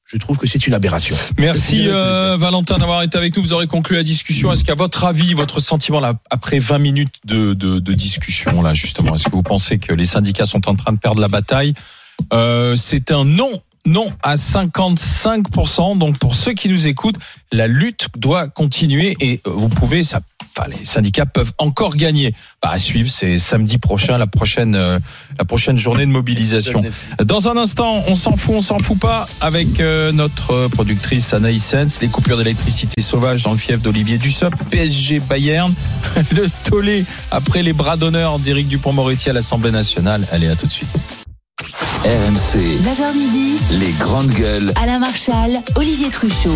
je trouve que c'est une aberration. Merci euh, Valentin d'avoir été avec nous. Vous aurez conclu la discussion. Est-ce qu'à votre avis, votre sentiment là, après vingt minutes de, de, de discussion là justement, est-ce que vous pensez que les syndicats sont en train de perdre la bataille? euh, C'est un non. Non à cinquante-cinq pour cent. Donc pour ceux qui nous écoutent, la lutte doit continuer et vous pouvez, ça, enfin les syndicats peuvent encore gagner. Bah, à suivre, c'est samedi prochain, la prochaine, euh, la prochaine journée de mobilisation. Dans un instant, on s'en fout, on s'en fout pas avec euh, notre productrice Anaïs Sens. Les coupures d'électricité sauvages dans le fief d'Olivier Dussopt, P S G Bayern, le tollé après les bras d'honneur d'Éric Dupond-Moretti à l'Assemblée nationale. Allez, à tout de suite. R M C, neuf heures midi, les grandes gueules. Alain Marchal, Olivier Truchot.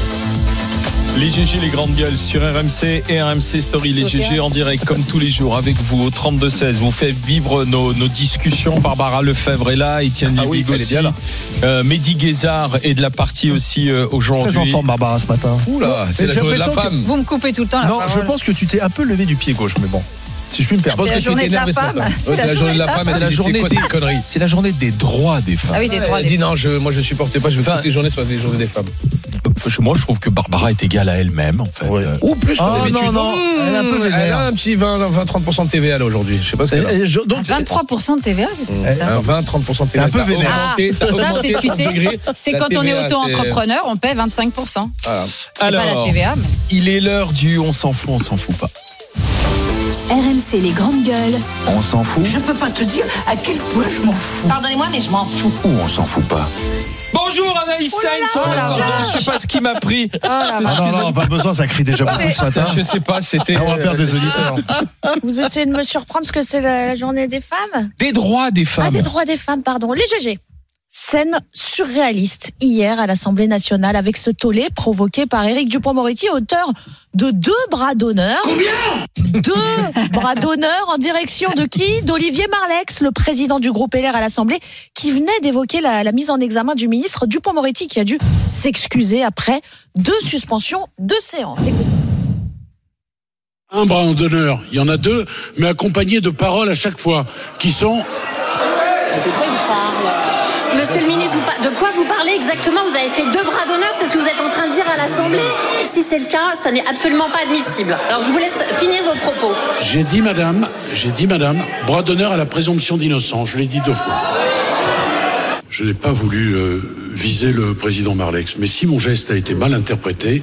Les G G, les grandes gueules sur R M C et R M C Story. Les G G en direct comme tous les jours avec vous au trente-deux seize. Vous faites vivre nos, nos discussions. Barbara Lefebvre est là, Étienne ah Liebig oui, aussi, euh, Mehdi Guézard est de la partie aussi euh, aujourd'hui. Très en forme Barbara ce matin. Oula, c'est la journée de la femme. Vous me coupez tout le temps la Non, parole. Je pense que tu t'es un peu levé du pied gauche, mais bon. Si je puis me permettre. C'est la journée de la femme. C'est la journée de la femme. C'est la journée des conneries. C'est la journée des droits des femmes. Ah oui, des droits. Elle dit non, je, moi je supportais pas. Je veux que les journées soient des journées des femmes. Moi, je trouve que Barbara est égale à elle-même, en fait. Ouais. Ou plus. Oh non, non. Elle, est un peu elle a un petit vingt à trente pour cent de T V A là aujourd'hui. Je sais pas ce qu'elle a. Et je, donc, vingt-trois pour cent de T V A, qu'est-ce que c'est ça? Un vingt à trente pour cent de T V A. Un peu vénère. Ah, ça, c'est, tu sais, c'est quand on est auto-entrepreneur, on paie vingt-cinq pour cent. Voilà. Alors, pas la T V A, mais... il est l'heure du on s'en fout, on s'en fout pas. R M C, les grandes gueules. On s'en fout Je peux pas te dire à quel point je m'en fous. Pardonnez-moi, mais je m'en fous. ou on s'en fout pas? Bonjour Anaïs Sens. Oh oh pardon, je sais pas ce qui m'a pris. Oh là, ah non, non, pas besoin, ça crie déjà beaucoup ce matin. Je sais pas, c'était. On va perdre des auditeurs. Vous essayez de me surprendre parce que c'est la, la journée des femmes? Des droits des femmes. Ah, des droits des femmes, pardon. Les G G. Scène surréaliste hier à l'Assemblée nationale avec ce tollé provoqué par Éric Dupond-Moretti, auteur de deux bras d'honneur. Combien? Deux bras d'honneur en direction de qui? D'Olivier Marleix, le président du groupe L R à l'Assemblée, qui venait d'évoquer la, la mise en examen du ministre Dupond-Moretti, qui a dû s'excuser après deux suspensions de séance. Écoutez. Un bras d'honneur, il y en a deux, mais accompagnés de paroles à chaque fois, qui sont... Monsieur le ministre, de quoi vous parlez exactement? Vous avez fait deux bras d'honneur, c'est ce que vous êtes en train de dire à l'Assemblée? Si c'est le cas, ça n'est absolument pas admissible. Alors je vous laisse finir vos propos. J'ai dit madame, j'ai dit madame, bras d'honneur à la présomption d'innocence, je l'ai dit deux fois. Je n'ai pas voulu euh, viser le président Marleix, mais si mon geste a été mal interprété,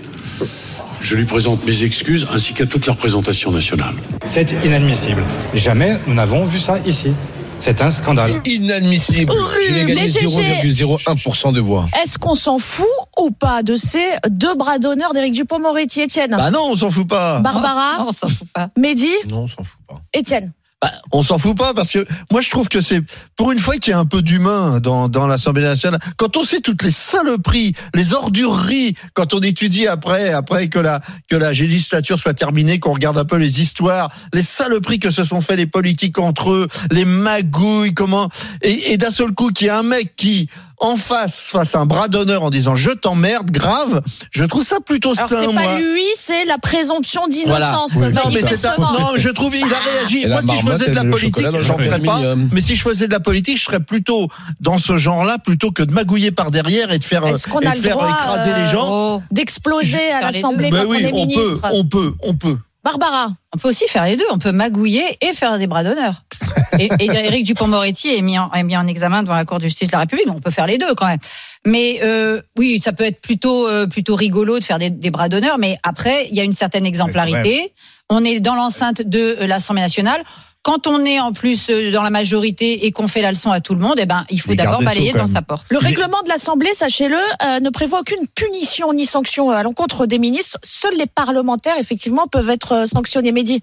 je lui présente mes excuses ainsi qu'à toute la représentation nationale. C'est inadmissible. Jamais nous n'avons vu ça ici. C'est un scandale. Inadmissible. Je vais gagner zéro virgule zéro un pour cent de voix. Est-ce qu'on s'en fout ou pas de ces deux bras d'honneur d'Éric Dupond-Moretti? Étienne? Bah non, on s'en fout pas. Barbara? Non, on s'en fout pas. Mehdi? Non, on s'en fout pas. Étienne? Bah, on s'en fout pas parce que moi je trouve que c'est pour une fois qu'il y a un peu d'humain dans dans l'Assemblée nationale. Quand on sait toutes les saloperies, les ordureries, quand on étudie après après que la que la législature soit terminée, qu'on regarde un peu les histoires, les saloperies que se sont fait les politiques entre eux, les magouilles, comment et, et d'un seul coup qu'il y a un mec qui en face fasse un bras d'honneur en disant je t'emmerde grave, je trouve ça plutôt Alors sain. c'est moi. pas lui, c'est la présomption d'innocence. Voilà. Oui. Non mais c'est ça. Non, je trouve il a réagi. Et moi si je faisais de la politique, j'en ferais pas. Minimum. Mais si je faisais de la politique, je serais plutôt dans ce genre-là plutôt que de magouiller par derrière et de faire, Est-ce qu'on et a de le faire droit, écraser euh, les gens. Oh. D'exploser à l'Assemblée Ben quand oui, on est on ministre? peut, on peut, on peut. Barbara? On peut aussi faire les deux. On peut magouiller et faire des bras d'honneur. Et, et Éric Dupond-Moretti est mis, en, est mis en examen devant la Cour de justice de la République. Donc on peut faire les deux quand même. Mais euh, oui, ça peut être plutôt euh, plutôt rigolo de faire des, des bras d'honneur. Mais après, il y a une certaine exemplarité. On est dans l'enceinte de l'Assemblée nationale. Quand on est en plus dans la majorité et qu'on fait la leçon à tout le monde, eh ben, il faut d'abord balayer dans sa porte. Le règlement de l'Assemblée, sachez-le, euh, ne prévoit aucune punition ni sanction à l'encontre des ministres. Seuls les parlementaires, effectivement, peuvent être sanctionnés. Mehdi?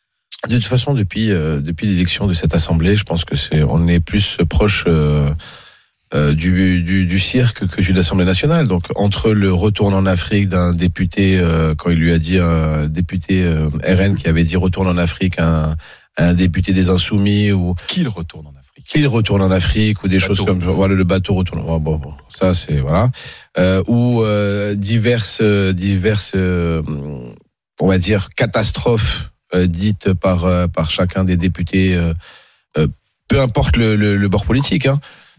De toute façon, depuis euh, depuis l'élection de cette Assemblée, je pense que c'est on est plus proche euh, euh, du, du du cirque que de l'Assemblée nationale. Donc entre le retour en Afrique d'un député euh, quand il lui a dit un député euh, R N qui avait dit retourne en Afrique un un député des Insoumis ou qu'il retourne en Afrique, qu'il retourne en Afrique ou des choses comme voilà le bateau retourne. Bon, bon, bon ça c'est voilà euh, ou euh, diverses diverses euh, on va dire catastrophes euh, dites par euh, par chacun des députés, euh, euh, peu importe le, le, le bord politique. Hein.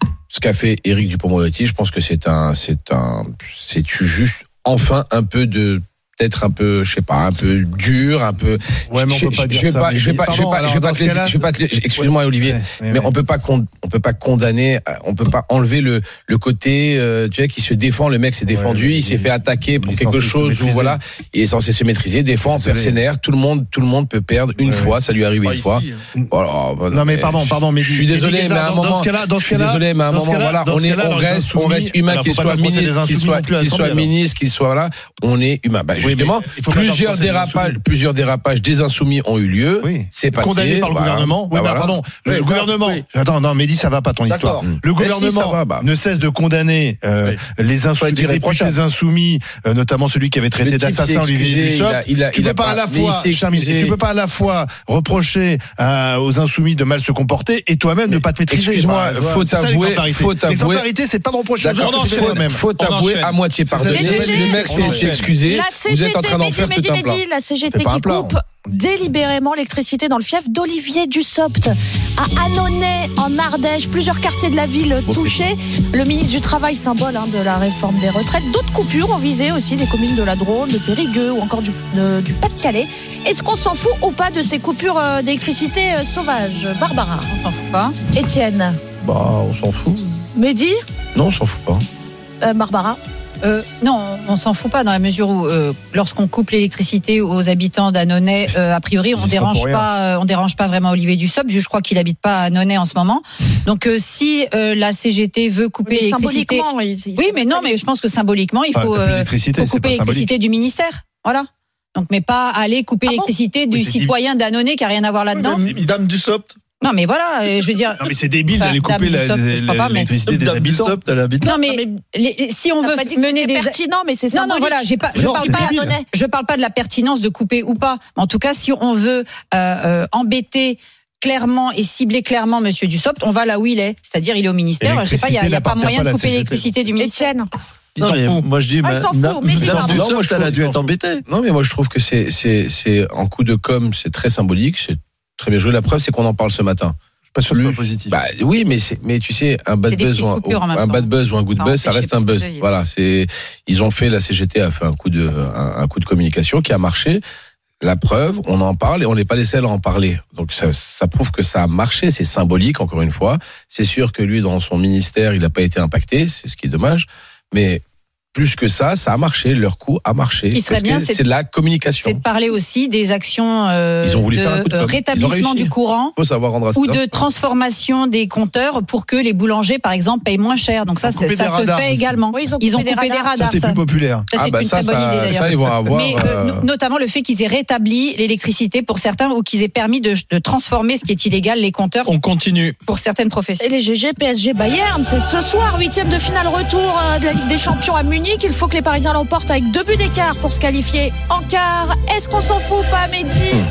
ce qu'a fait Éric Dupond-Moretti, je pense que c'est un, c'est un, c'est juste enfin un peu de peut-être un peu, je sais pas, un peu dur, un peu. Ouais, mais on je, peut pas je, dire je vais ça. pas, je vais pas, je vais pas, je vais pas, te le- je vais pas te le- excuse-moi Ouais, Olivier, ouais, ouais, mais ouais. on peut pas, con- on peut pas condamner, on peut pas enlever le le côté, euh, tu vois, qui se défend. Le mec s'est défendu, Ouais, il s'est fait attaquer pour il est quelque censé se chose où maîtriser. voilà, il est censé se maîtriser. Des fois en Désolé. mercenaire, tout le monde, tout le monde peut perdre une Ouais, fois, ouais. ça lui arrive Pas une fois. ici, hein. Voilà, bah, Non mais pardon, pardon, mais je suis désolé, mais à un moment, dans ce cas-là, dans je ce suis cas-là, désolé, mais à un dans ce moment, cas-là, voilà, dans on ce est, cas-là, on dans les reste, on insoumis, reste humain, alors, qu'il faut pas soit faire le procès des ministre, qu'il insoumis soit, non plus à qu'il soit l'Assemblée, alors. ministre, qu'il soit là, on est humain. Bah, Oui, justement, mais il faut pas faire plusieurs le procès des dérapages, insoumis. plusieurs dérapages des insoumis ont eu lieu. Oui. C'est passé. Condamné par le voilà. gouvernement. Oui, Bah, mais voilà. pardon. Oui, Le bah, gouvernement. oui. Attends, non, Mehdi, ça va pas ton histoire. D'accord. Le Mais si, gouvernement ça va, bah. ne cesse de condamner euh, les insoumis, être les irréprochable. députés insoumis, euh, notamment celui qui avait traité Le type d'assassin s'est Olivier excusé, Dussopt. il a- il a- Tu il peux a pas pas- à la mais il fois, s'est je termine, excusé. tu peux pas à la fois reprocher euh, aux insoumis de mal se comporter et toi-même ne pas te maîtriser. Excuse-moi, Enfin, faut c'est ça, avouer, l'exemplarité. faut avouer- L'exemplarité, c'est pas de reprocher aux D'accord, autres, c'est faut, toi-même. faut On avouer enchaîne. à moitié pardonner. C'est ça, Le mec on s'est enchaîne. s'est excusé. La Vous C G êtes en T, train d'en Mehdi, faire Mehdi, tout un plat. Mehdi, la C G T C'est pas un qui plat. coupe délibérément l'électricité dans le fief d'Olivier Dussopt à Annonay en Ardèche, plusieurs quartiers de la ville touchés. Le ministre du Travail, symbole hein, de la réforme des retraites. D'autres coupures ont visé aussi des communes de la Drôme, de Périgueux ou encore du, de- du Pas-de-Calais. Est-ce qu'on s'en fout ou pas de ces coupures euh, d'électricité euh, sauvages, Barbara? On s'en fout pas. Étienne? Bah, on s'en fout. Mehdi? Non, on s'en fout pas. Euh, Barbara? Euh, non, on s'en fout pas dans la mesure où euh, lorsqu'on coupe l'électricité aux habitants d'Annonay, euh, a priori on Ils y sont dérange pour rien. pas, euh, on dérange pas vraiment Olivier Dussopt. Je crois qu'il habite pas à Annonay en ce moment. Donc euh, si euh, la C G T veut couper Mais l'électricité, symboliquement, il- il- oui, mais non, mais je pense que symboliquement il Enfin, faut, couper euh, l'électricité, faut c'est couper pas l'électricité du ministère. Voilà. Donc mais pas aller couper Ah bon l'électricité du Oui, c'est citoyen d'Annonay qui a rien à voir là-dedans. Dame Dussopt. Non mais voilà, euh, je veux dire. Non mais c'est débile Enfin, d'aller couper Dame la- Dussopt, je crois pas, mais- l'électricité des Dame habitants. Dussopt, elle habite là. Non mais, les- les- si on T'as veut pas dit que mener c'était des pertinent, mais c'est non, symbolique. non, voilà, j'ai pas, je Non, parle c'est pas, débile. je parle pas de la pertinence de couper ou pas. Mais en tout cas, si on veut euh, euh, embêter clairement et cibler clairement Monsieur Dussopt, on va là où il est, c'est-à-dire il est au ministère. Je sais pas, il y a, il y a pas L'électricité moyen de n'appartient couper pas à la l'électricité du ministère. Étienne? Ils Non, s'en mais foutent. moi je dis, Ah, mais ils s'en foutent, Dame mais dis Dame pardon. Non, moi, Dussopt, je elle a trouve dû qu'ils être s'en embêtée. Non, mais moi je trouve que c'est c'est c'est en coup de com, c'est très symbolique, c'est très bien joué. La preuve, c'est qu'on en parle ce matin. Pas sûr que ce Plus- soit positif. Bah oui, mais c'est mais tu sais un bad C'est des buzz petites ou un, coupures en même un temps. bad buzz ou un good Ça buzz, ça empêche reste les un buzz. petits yeux. Voilà, c'est ils ont fait la C G T a fait un coup de un, un coup de communication qui a marché. La preuve, on en parle et on n'est pas les seuls à en parler. Donc ça, ça prouve que ça a marché, c'est symbolique encore une fois. C'est sûr que lui dans son ministère, il n'a pas été impacté, c'est ce qui est dommage, mais plus que ça, ça a marché, leur coup a marché. Ce qui serait Parce bien, que c'est- c'est de la communication. C'est de parler aussi des actions euh, Ils ont voulu de faire un coup de euh, com. Ils ont rétablissement réussi. du courant. Faut savoir rendre à Ou cela. de transformation des compteurs pour que les boulangers, par exemple, payent moins cher. Donc ça, Ils ont c'est- coupé ça des se radars fait aussi. également. Oui, ils ont Ils ont coupé coupé des des radars. radars. Ça c'est plus populaire. Ça, c'est Ah bah une ça, très bonne ça- idée d'ailleurs. ça, ils vont avoir, Mais euh, euh, no- notamment le fait qu'ils aient rétabli l'électricité pour certains ou qu'ils aient permis de, de transformer ce qui est illégal, les compteurs, On continue. pour certaines professions. Et les G G, P S G, Bayern, c'est ce soir, huitième de finale retour euh, de la Ligue des Champions à Munich. Il faut que les Parisiens l'emportent avec deux buts d'écart pour se qualifier en quart. Est-ce qu'on s'en fout ou pas, Mehdi?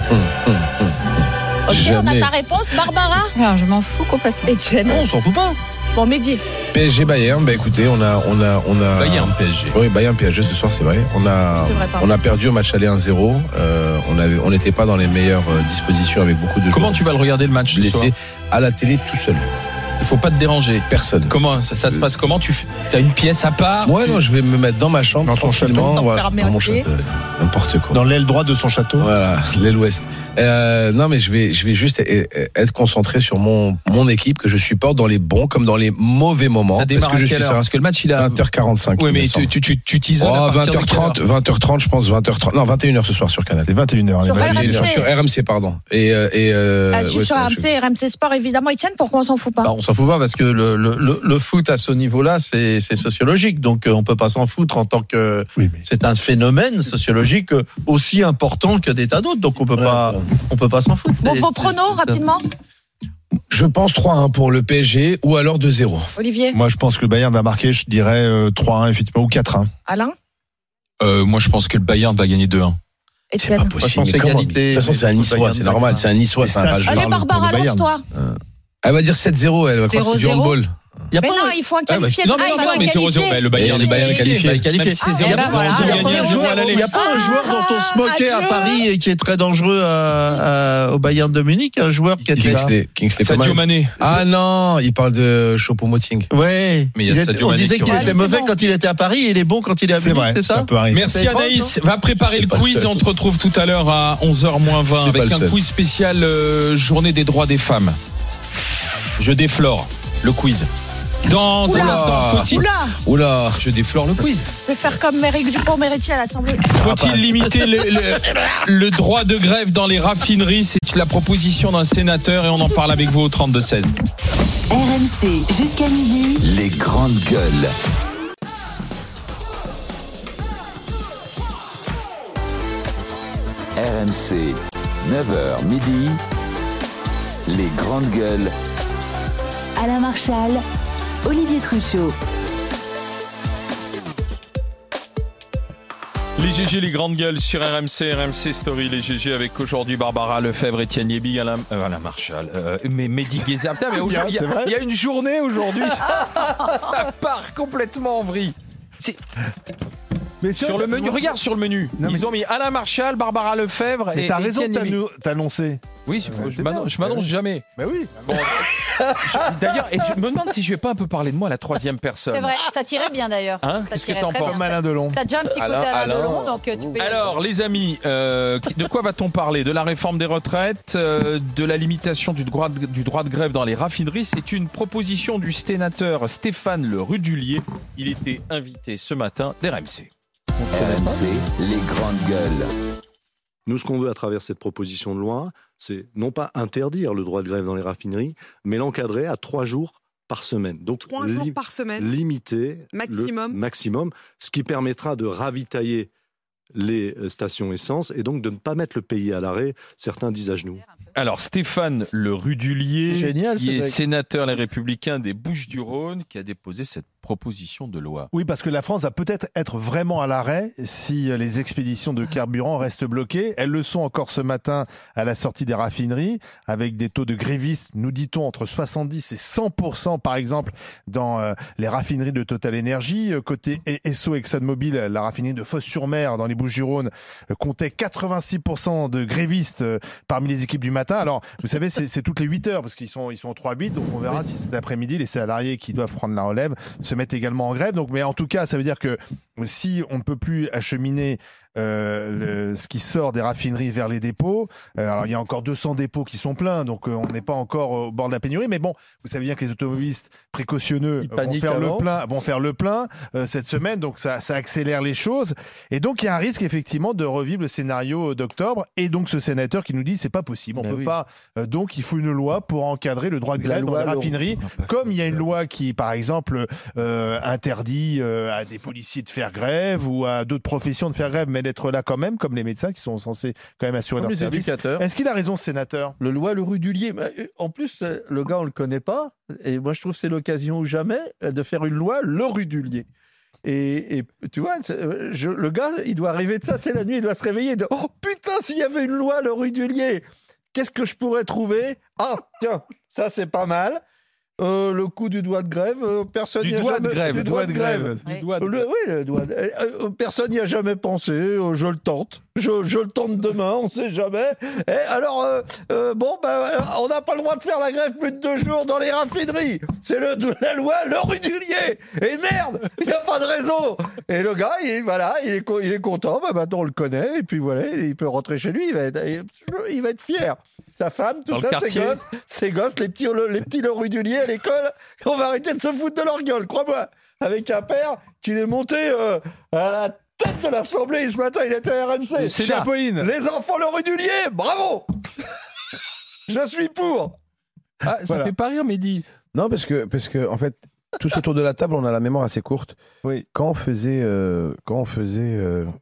Ok, on a Jamais. ta réponse, Barbara? Alors, je m'en fous complètement. Étienne. Non, on s'en fout pas. Bon, Mehdi. P S G Bayern, bah écoutez, on a on a on a Bayern P S G. Oui, Bayern P S G ce soir, c'est vrai. On a C'est vrai, pardon. on a perdu au match aller un zéro. Euh, on avait on n'était pas dans les meilleures euh, dispositions avec beaucoup de Comment joueurs tu vas le regarder le match ce soir? blessés à la télé tout seul. Il faut pas te déranger. Personne. Comment ça, ça se passe? Comment tu as une pièce à part? Ouais, Tu- non, je vais me mettre dans ma chambre, Dans son tranquillement, château. voilà, T'enfermer dans mon au pied. château, n'importe quoi. Dans l'aile droite de son château. Voilà, l'aile ouest. Euh, non, mais je vais, je vais juste e- e- être concentré sur mon, mon équipe que je supporte dans les bons comme dans les mauvais moments. Ça démarre parce que je à suis quelle heure? ça. Parce que le match il a vingt heures quarante-cinq. Oui, il mais me tu semble. tu tu, tu t'isoles Oh, à partir vingt heures de quelle trente, heure? vingt heures trente, je pense, vingt heures trente. Non, vingt et une heures ce soir sur Canal. C'est vingt et une heures. Sur les R M C. matchs. Sur R M C, pardon. Et, euh, et euh, À suivre ouais, sur je- R M C, R M C Sport, évidemment. Étienne, pourquoi on s'en fout pas? Bah, on s'en fout pas parce que le, le, le, le foot à ce niveau-là, c'est c'est sociologique. Donc, euh, on peut pas s'en foutre en tant que. Oui, mais C'est un phénomène sociologique euh, aussi important que des tas d'autres. Donc, on peut pas, on peut pas s'en foutre. Bon, Mais vos c'est- pronos, c'est- rapidement. Je pense trois un pour le P S G ou alors deux zéro. Olivier, moi je pense que le Bayern va marquer, je dirais euh, trois un effectivement ou quatre un. Alain, Euh, moi je pense que le Bayern va gagner deux un. C'est pas Étienne. possible. je pense mais comment- égalité, De toute façon, mais c'est un le Niçois, Bayern c'est gagne. normal. C'est un Niçois, c'est un Les rageux. Allez, parle pour Barbara, le Bayern. lance-toi. Elle va dire sept zéro, elle va croire que c'est du zéro zéro. handball. Y a mais pas non, un... il faut un qualifié. Ah, bah, non, ah, mais non, il faut mais un c'est zéro zéro. qualifié. Le Bayern le Bayern est qualifié. Même qualifié. si c'est zéro ben voilà. zéro, Il n'y a, gagné, a pas un joueur dont on se moquait à Paris et qui est très dangereux à, à, au Bayern de Munich, un joueur qui était Kingsley, Kingsley Sadio Mané. Ah non, il parle de Choupo-Moting. Ouais, mais il y a Sadio on Mané disait qui qu'il aurait- était Ah, mauvais c'est bon. quand il était à Paris et il est bon quand il est à C'est Munich, vrai, c'est ça, ça peut arriver. Merci C'est pas Anaïs. Va préparer le pas le quiz seul. et on te retrouve tout à l'heure à onze heures moins vingt C'est pas avec le un seul. quiz spécial euh, journée des droits des femmes. Je déflore le quiz. Dans Oula. un instant, faut-il Oula, Oula, je déflore le quiz. je vais faire comme Éric Dupond-Moretti à l'Assemblée. Faut-il limiter le, le, le droit de grève dans les raffineries? C'est la proposition d'un sénateur et on en parle avec vous au trente-deux seize. R M C jusqu'à midi. Les grandes gueules. R M C, neuf heures midi. Les grandes gueules. Alain Marchal, Olivier Truchot. Les G G, les grandes gueules sur R M C, R M C Story, les G G avec aujourd'hui Barbara Lefebvre, Étienne Yébi, Alain, euh, Alain Marchal, euh, mais Mehdi Guézard. Putain, mais aujourd'hui, il y, a- il y a une journée aujourd'hui, ça part complètement en vrille. C'est- Mais Sur le menu, regarde sur le menu. Non, mais- Ils ont mis Alain Marchal, Barbara Lefebvre Mais et t'as raison Étienne de Yébi. t'annou- t'annoncer. Oui, je, Ouais, je c'est m'annon- bien. je m'annonce Ouais. jamais. Bah oui. Bon, je- d'ailleurs, et je me demande si je vais pas un peu parler de moi à la troisième personne. C'est vrai, ça tirait bien d'ailleurs. Hein Ça Qu'est-ce que tirait t'en très penses bien. Comme Alain Delon. T'as déjà un petit côté Alain, Alain, Alain. Delon, donc euh, tu peux y aller. Alors, les amis, euh, de quoi va-t-on parler? De la réforme des retraites, euh, de la limitation du droit, de, du droit de grève dans les raffineries. C'est une proposition du sénateur Stéphane Le Rudulier. Il était invité ce matin d'R M C. R M C, les grandes gueules. Nous, ce qu'on veut à travers cette proposition de loi, c'est non pas interdire le droit de grève dans les raffineries, mais l'encadrer à trois jours par semaine. Donc, Trois jours li- par semaine. limiter Maximum. le maximum, ce qui permettra de ravitailler les euh, stations essence et donc de ne pas mettre le pays à l'arrêt. Certains disent à genoux. Alors, Stéphane Le Rudulier, Génial, qui ce est mec. sénateur Les Républicains des Bouches-du-Rhône, qui a déposé cette proposition de loi. Oui, parce que la France va peut-être être vraiment à l'arrêt si les expéditions de carburant restent bloquées. Elles le sont encore ce matin à la sortie des raffineries, avec des taux de grévistes, nous dit-on, entre soixante-dix et cent pour cent par exemple dans euh, les raffineries de Total Energy. Euh, Côté Esso ExxonMobil, la raffinerie de Fos-sur-Mer dans les Bouches-du-Rhône euh, comptait quatre-vingt-six pour cent de grévistes euh, parmi les équipes du matin. Alors, vous savez, c'est c'est toutes les huit heures parce qu'ils sont, ils sont en trois bits, donc on verra si cet après-midi, les salariés qui doivent prendre la relève se mettent également en grève. Donc, mais en tout cas, ça veut dire que si on ne peut plus acheminer euh, le, ce qui sort des raffineries vers les dépôts, euh, alors il y a encore deux cents dépôts qui sont pleins, donc euh, on n'est pas encore au bord de la pénurie. Mais bon, vous savez bien que les automobilistes précautionneux Ils vont paniquent faire avant. le plein, vont faire le plein euh, cette semaine, donc ça, ça accélère les choses. Et donc il y a un risque effectivement de revivre le scénario d'octobre. Et donc ce sénateur qui nous dit c'est pas possible, on Ben peut oui. pas. euh, donc il faut une loi pour encadrer le droit de La grève dans loi les Laurent. raffineries, comme il y a une loi qui, par exemple, euh, interdit euh, à des policiers de faire grève ou à d'autres professions de faire grève, mais d'être là quand même, comme les médecins qui sont censés quand même assurer Comme leur les service. éducateurs. Est-ce qu'il a raison, ce sénateur? Le loi Le Rudulier. Mais, euh, En plus, euh, le gars, on le connaît pas. Et moi, je trouve que c'est l'occasion ou jamais euh, de faire une loi Le Rudulier. Et, et tu vois, c'est, euh, je- le gars, il doit arriver de ça, tu sais, la nuit, il doit se réveiller. De, oh putain, s'il y avait une loi Le Rudulier, qu'est-ce que je pourrais trouver? Ah, tiens, ça c'est pas mal. Euh, le coup du doigt de grève, euh, personne Du n'y a doigt de jamais... grève, Du doigt de grève. Du doigt de- Le- oui, le doigt de- euh, euh, personne n'y a jamais pensé. euh, je le tente. Je, je le tente demain, on sait jamais. Et alors, euh, euh, bon, ben, euh, on n'a pas le droit de faire la grève plus de deux jours dans les raffineries. C'est le, de la loi Le Rudulier. Et merde, il n'y a pas de raison. Et le gars, il, voilà, il est, co- il est content. Ben, maintenant, on le connaît. Et puis voilà, il peut rentrer chez lui. Il va être, il va être fier. Sa femme, tout Dans le ça, ses quartier. gosses, ses gosses, les petits, les petits Le Rudulier à l'école, on va arrêter de se foutre de leur gueule, crois-moi. Avec un père qui est monté euh, à la tête de l'Assemblée ce matin, il était à R M C. C'est Chapoline. Les enfants Le Rudulier, bravo. Je suis pour. Ah, ça Voilà. fait pas rire, Mehdi. Non, parce que, parce que, en fait, tous autour de la table, on a la mémoire assez courte. Oui. Quand on faisait, euh, quand on faisait euh,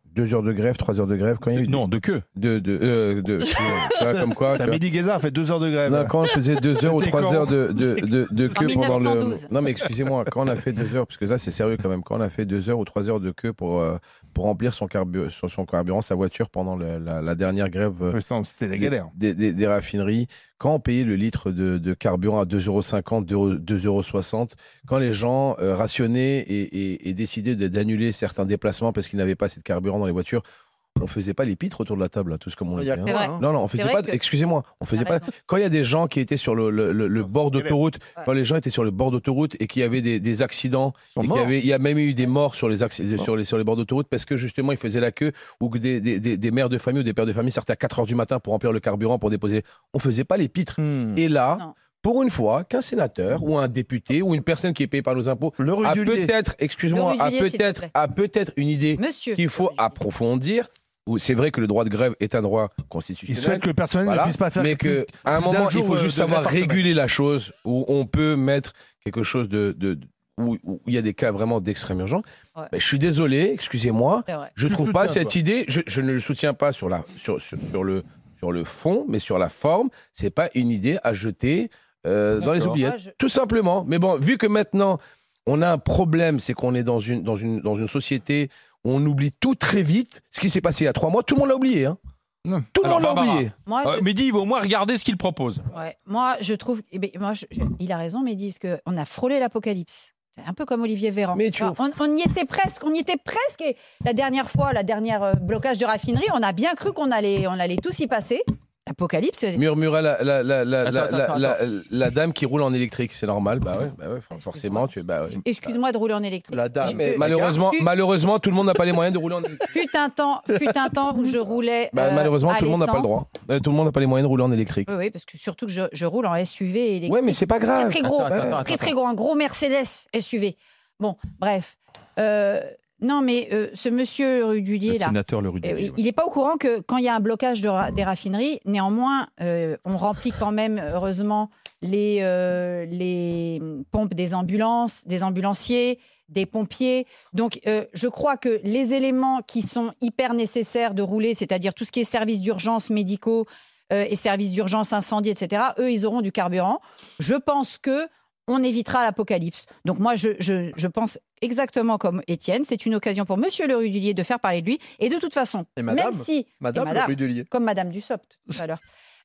Deux heures de grève, trois heures de grève. Quand il y a eu non, de queue. De, de, euh, de, de comme quoi. T'as Mehdi Guéza a fait deux heures de grève. Non, quand on faisait deux heures ou trois quand heures de, de, de, de queue pendant le. mille neuf cent douze. Non, mais excusez-moi, quand on a fait deux heures, parce que là, c'est sérieux quand même, quand on a fait deux heures ou trois heures de queue pour, euh, pour remplir son, carbu... son carburant, sa voiture pendant le, la, la dernière grève euh, ouais, c'était la galère. Des, des, des raffineries, quand on payait le litre de, de carburant à deux euros cinquante, deux euros soixante, quand les gens euh, rationnaient et, et, et décidaient de, d'annuler certains déplacements parce qu'ils n'avaient pas assez de carburant dans les voitures, on faisait pas les pitres autour de la table, là, tous comme on Il y a était. que Hein. moi, hein. Non, non, on faisait pas. que... Excusez-moi, on faisait pas. raison. Quand il y a des gens qui étaient sur le, le, le, le bord d'autoroute, Ouais. quand les gens étaient sur le bord d'autoroute et qu'il y avait des, des accidents, Ils sont et qu'il y morts. avait, il y a même eu des morts sur les, acc- sur les, sur les bords d'autoroute parce que justement ils faisaient la queue ou que des, des, des, des mères de famille ou des pères de famille sortaient à quatre heures du matin pour remplir le carburant pour déposer. On faisait pas les pitres. Hmm. Et là. Non. Pour une fois, qu'un sénateur ou un député ou une personne qui est payée par nos impôts Le a Rudulier. peut-être, excuse-moi, Le a Rudulier, s'il te peut-être, plaît. a peut-être une idée Monsieur. qu'il faut Le Rudulier. approfondir. Ou c'est vrai que le droit de grève est un droit Il constitutionnel. souhaite que le personnel Voilà. ne puisse pas faire mais plus- qu'à un plus d'un moment, il jour, faut euh, juste de grève savoir par semaine. réguler la chose, où on peut mettre quelque chose de, de, de- où, où il y a des cas vraiment d'extrême urgence. Ouais. Ben, je suis désolé, excusez-moi, C'est vrai. je Tu trouve le pas soutiens, cette toi. idée. Je, je ne le soutiens pas sur la sur, sur, sur le sur le fond, mais sur la forme, c'est pas une idée à jeter euh, dans les D'accord. oubliettes, Moi, je- tout simplement. Mais bon, vu que maintenant on a un problème, c'est qu'on est dans une dans une dans une société où on oublie tout très vite. Ce qui s'est passé il y a trois mois, tout le monde l'a oublié. Hein. Non. Tout le Alors, monde l'a Barbara, oublié. Moi, Euh, je- Mehdi, il va au moins regarder ce qu'il propose. Ouais. Moi, je trouve. eh ben, moi, je- je- il a raison, Mehdi, parce qu'on a frôlé l'apocalypse. C'est un peu comme Olivier Véran. Mais tu- Enfin, on, on y était presque. On y était presque. Et la dernière fois, la dernière euh, blocage de raffinerie, on a bien cru qu'on allait, on allait tous y passer. L'apocalypse. Murmurait la, la, la, la, Attends, la, attends, la, attends, la, la dame qui roule en électrique, c'est normal. Bah ouais, bah ouais forcément. Tu, bah ouais. Excuse-moi de rouler en électrique. La dame. Mais Je- malheureusement, fut- malheureusement, tout le monde n'a pas les moyens de rouler en électrique. Fut un temps, fut un temps où je roulais. Bah, euh, malheureusement, à tout le monde n'a pas le l'essence. droit. Euh, Tout le monde n'a pas les moyens de rouler en électrique. Oui, oui, parce que surtout que je, je roule en S U V électrique. Ouais, mais c'est pas grave. Très, très gros, Attends, attends, attends, très, très attends. gros, un gros Mercedes S U V. Bon, bref. Euh, non, mais euh, ce monsieur Rudulier, Le là, sénateur Le euh, Rudulier. ouais. il n'est pas au courant que quand il y a un blocage de ra- des raffineries, néanmoins, euh, on remplit quand même, heureusement, les, euh, les pompes des ambulances, des ambulanciers, des pompiers. Donc, euh, je crois que les éléments qui sont hyper nécessaires de rouler, c'est-à-dire tout ce qui est services d'urgence médicaux euh, et services d'urgence incendie, et cetera, eux, ils auront du carburant. Je pense que on évitera l'apocalypse. Donc moi, je, je, je pense exactement comme Étienne, c'est une occasion pour Monsieur Le Rudulier de faire parler de lui. Et de toute façon, Et madame, même si... Madame, et madame, Le Rudulier. comme Madame Dussopt tout à l'heure.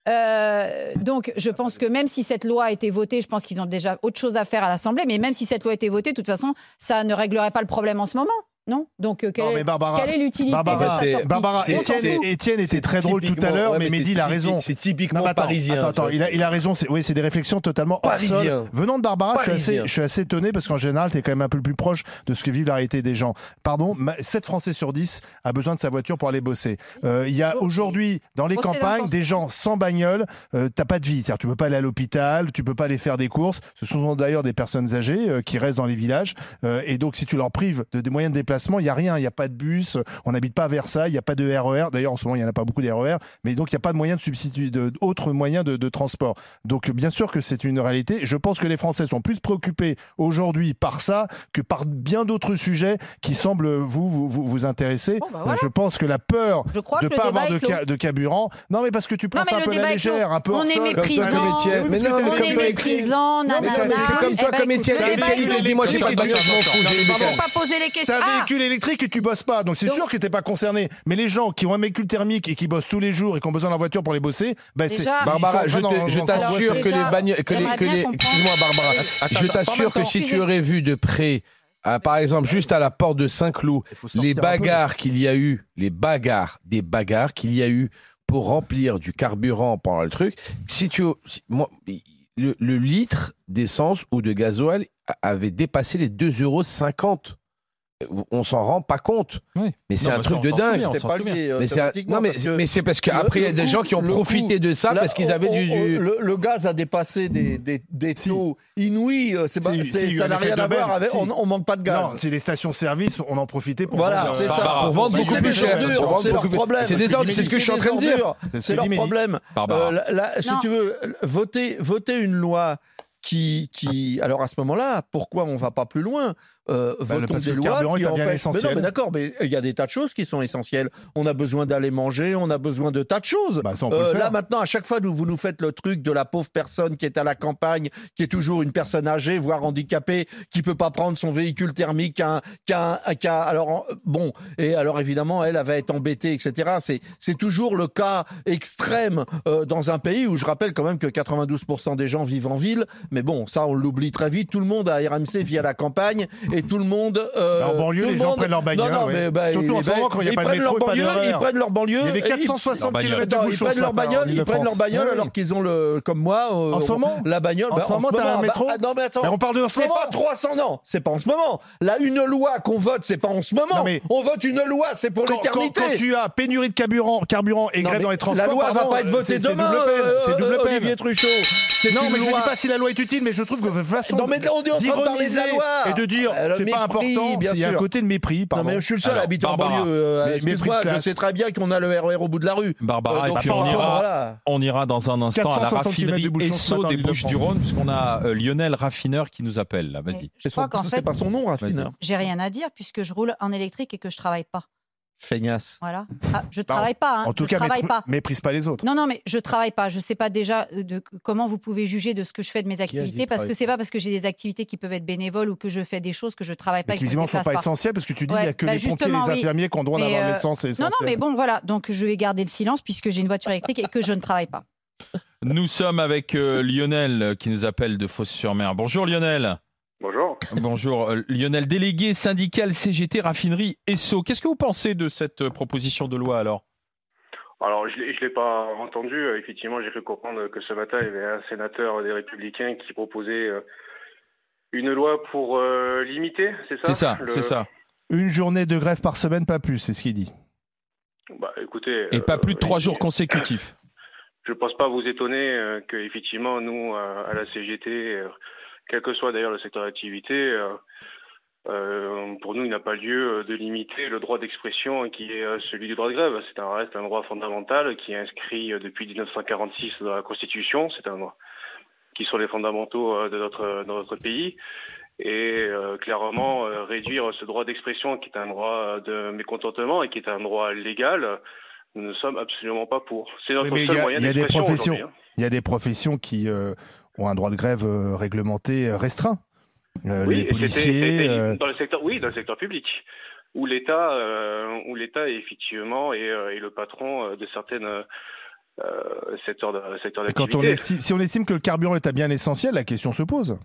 Euh, donc, je pense que même si cette loi a été votée, je pense qu'ils ont déjà autre chose à faire à l'Assemblée, mais même si cette loi a été votée, de toute façon, ça ne réglerait pas le problème en ce moment, non? Donc, euh, quelle, Non, est, mais Barbara, quelle est l'utilité Barbara, de c'est- sa sortie? Barbara, C'est- On s'en Étienne, fout. Étienne était très drôle tout à Typiquement- l'heure, ouais, mais c'est Mehdi, il a typique- raison. C'est typiquement Non, mais attends, parisien. Attends, attends, il a, il a raison. C'est, oui, c'est des réflexions totalement hors sol. Parisien. Venant de Barbara, je suis, Parisien. assez, je suis assez étonné parce qu'en général, tu es quand même un peu plus proche de ce que vivent la réalité des gens. Pardon, ma- sept Français sur dix a besoin de sa voiture pour aller bosser. Euh, Il y a aujourd'hui, dans les Bosser dans le campagnes, sens. des gens sans bagnole. Euh, t'as pas de vie. C'est-à-dire, tu peux pas aller à l'hôpital, tu peux pas aller faire des courses. Ce sont d'ailleurs des personnes âgées euh, qui restent dans les villages. Euh, et donc, si tu leur prives de, des moyens de déplacement, il n'y a rien. Il n'y a pas de bus. On n'habite pas à Versailles. Il n'y a pas de R E R. D'ailleurs, en ce moment, il n'y en a pas beaucoup de R E R. Mais donc, il n'y a pas de moyens de substituer, d'autres moyens de, de transport. Donc, bien sûr que c'est une réalité. Je pense que les Français sont plus préoccupés aujourd'hui par ça que par bien d'autres sujets qui semblent vous, vous, vous, vous intéresser. Bon, bah voilà. Je pense que la peur Je crois de que ne le pas débat avoir de, est clos. ca- de carburant. Non, mais parce que tu prends Non, ça mais un le peu à la débat est clos. légère, un peu On hors est sol. méprisant. Comme toi, Étienne. Mais non, On mais est comme toi, méprisant, Mais ça, nanana. c'est- c'est comme Eh toi, ben, comme écoute, Étienne. le débat Étienne, est il clos. a dit, moi, j'ai pas de bagnole, je m'en fous, j'ai une On bécane. va pas poser les C'est questions. un Ah, véhicule électrique et tu bosses pas. Donc c'est Donc- sûr que t'es pas concerné. Mais les gens qui ont un véhicule thermique et qui bossent tous les jours et qui ont besoin de leur voiture pour les bosser, ben c'est. Déjà- ils Barbara, sont je, pas te- dans- je dans- t'assure Alors, que déjà, les bagnoles, que les, j'aimerais que bien les, comprendre. excuse-moi Barbara, Attends, je attends, t'assure que attends. si tu aurais vu de près, ah, par exemple, juste à la porte de Saint-Cloud, faut sortir les un peu. bagarres qu'il y a eu, les bagarres, des bagarres qu'il y a eu pour remplir du carburant pendant le truc, si tu, si- moi, le, le litre d'essence ou de gasoil avait dépassé les deux euros cinquante. On s'en rend pas compte. Oui. Mais c'est Non, un mais truc on de s'en dingue. souvient, on C'est s'en pas souvient. lié, euh, Mais c'est un- automatiquement, non mais parce que mais c'est parce le- qu'après il y a le des coût- gens qui ont le profité coût- de ça là, parce qu'ils on- avaient on- du, on- du- Le, le gaz a dépassé des, des, des taux inouïs. euh, C'est pas- Si, c'est- si, il y ça a n'a l'effet rien à d'aubaine. voir avec. Si. On, on manque pas de gaz. Non, c'est les stations-service, on en profitait pour Voilà, vendre, c'est euh, ça. Barbara, pour vendre C'est beaucoup des plus cher. ordures, Pour vendre c'est leur beaucoup plus- problème. C'est des ordures, c'est ce que je suis en train de dire. ordures, C'est ce que C'est dit leur Mehdi. problème. Barbara. Euh, la- la- si Non. tu veux, voter, voter une loi qui, qui. Alors à ce moment-là, pourquoi on va pas plus loin? Euh, bah, votons des lois qui empêchent. Mais non, mais d'accord, mais il y a des tas de choses qui sont essentielles. On a besoin d'aller manger, on a besoin de tas de choses. Bah, ça, on peut euh, le faire. Là maintenant, à chaque fois, vous nous faites le truc de la pauvre personne qui est à la campagne, qui est toujours une personne âgée, voire handicapée, qui peut pas prendre son véhicule thermique, qu'un, qu'un, qu'un, alors bon, et alors évidemment, elle, elle va être embêtée, et cetera. C'est, c'est toujours le cas extrême euh, dans un pays où je rappelle quand même que quatre-vingt-douze pour cent des gens vivent en ville. Mais bon, ça, on l'oublie très vite. Tout le monde à R M C vit à la campagne. Et tout le monde. Euh, bah en banlieue, les gens monde... prennent leur bagnole. Non, non, mais bah, surtout en ce moment, quand il n'y a pas de métro, banlieue, pas ils prennent leur banlieue. Il y avait quatre cent soixante kilomètres de bouchons. Ils prennent leur bagnole, ils prennent leur bagnole alors qu'ils ont le, comme moi, euh, en ce moment, la bagnole. En ce moment, t'as un métro. Non, mais attends. On parle de ce moment. C'est pas trois cents, non. C'est pas en ce moment. Là, une loi qu'on vote, c'est pas en ce moment. On vote une loi, c'est pour l'éternité. Quand tu as pénurie de carburant, carburant et grève dans les transports, la loi va pas être votée demain. C'est double peine. Olivier Truchot. Non, mais je ne dis pas si la loi est utile, mais je trouve que de façon d'ironiser et de dire c'est pas important, il y a un côté de mépris. Non, mais je suis le seul à habiter en banlieue. Excuse-moi, je sais très bien qu'on a le R E R au bout de la rue. Barbara, et puis on ira, on ira dans un instant à la raffinerie Esso des Bouches-du-Rhône, puisqu'on a Lionel Raffineur qui nous appelle. Là, vas-y. Je crois qu'en fait, c'est pas son nom, Raffineur. J'ai rien à dire puisque je roule en électrique et que je travaille pas. Feignasse. Voilà. Ah, je ne travaille pas. Hein. En tout je cas, travaille mépr- pas. méprise pas les autres. Non, non, mais je travaille pas. Je sais pas déjà de comment vous pouvez juger de ce que je fais de mes activités, parce que c'est pas parce que j'ai des activités qui peuvent être bénévoles ou que je fais des choses que je travaille pas. Mais qui visiblement sont pas, pas essentielles, parce que tu dis qu'il ouais, y a que bah les pompiers et les infirmiers oui. qui ont droit mais d'avoir euh, l'essence. C'est essentiel. Non, non, mais bon, voilà. Donc je vais garder le silence puisque j'ai une voiture électrique et que je ne travaille pas. Nous sommes avec euh, Lionel qui nous appelle de Fos-sur-Mer. Bonjour Lionel. Bonjour. Bonjour euh, Lionel, délégué syndical C G T Raffinerie Esso. Qu'est-ce que vous pensez de cette euh, proposition de loi alors ? Alors je ne l'ai pas entendu. Euh, effectivement, j'ai cru comprendre que ce matin, il y avait un sénateur des Républicains qui proposait euh, une loi pour euh, limiter, c'est ça ? C'est ça, le... c'est ça. Une journée de grève par semaine, pas plus, c'est ce qu'il dit. Bah, écoutez, Et pas plus de trois euh, jours consécutifs. Je ne pense pas vous étonner euh, que effectivement nous, euh, à la C G T, euh, quel que soit d'ailleurs le secteur d'activité, euh, euh, pour nous, il n'a pas lieu de limiter le droit d'expression qui est euh, celui du droit de grève. C'est un reste un droit fondamental qui est inscrit depuis dix-neuf cent quarante-six dans la Constitution. C'est un droit qui sont les fondamentaux euh, de notre de notre pays. Et euh, clairement, euh, réduire ce droit d'expression qui est un droit de mécontentement et qui est un droit légal, nous ne sommes absolument pas pour. C'est notre oui, seul a, moyen Il d'expression y aujourd'hui. Hein. Il y a des professions qui euh, ont un droit de grève euh, réglementé euh, restreint. Euh, oui, les policiers. c'était, c'était, euh... dans le secteur, oui, dans le secteur public, où l'État, euh, où l'État est effectivement est, euh, est le patron de certaines euh, secteurs, de, secteurs d'activité. Quand on estime, si on estime que le carburant est un bien essentiel, la question se pose.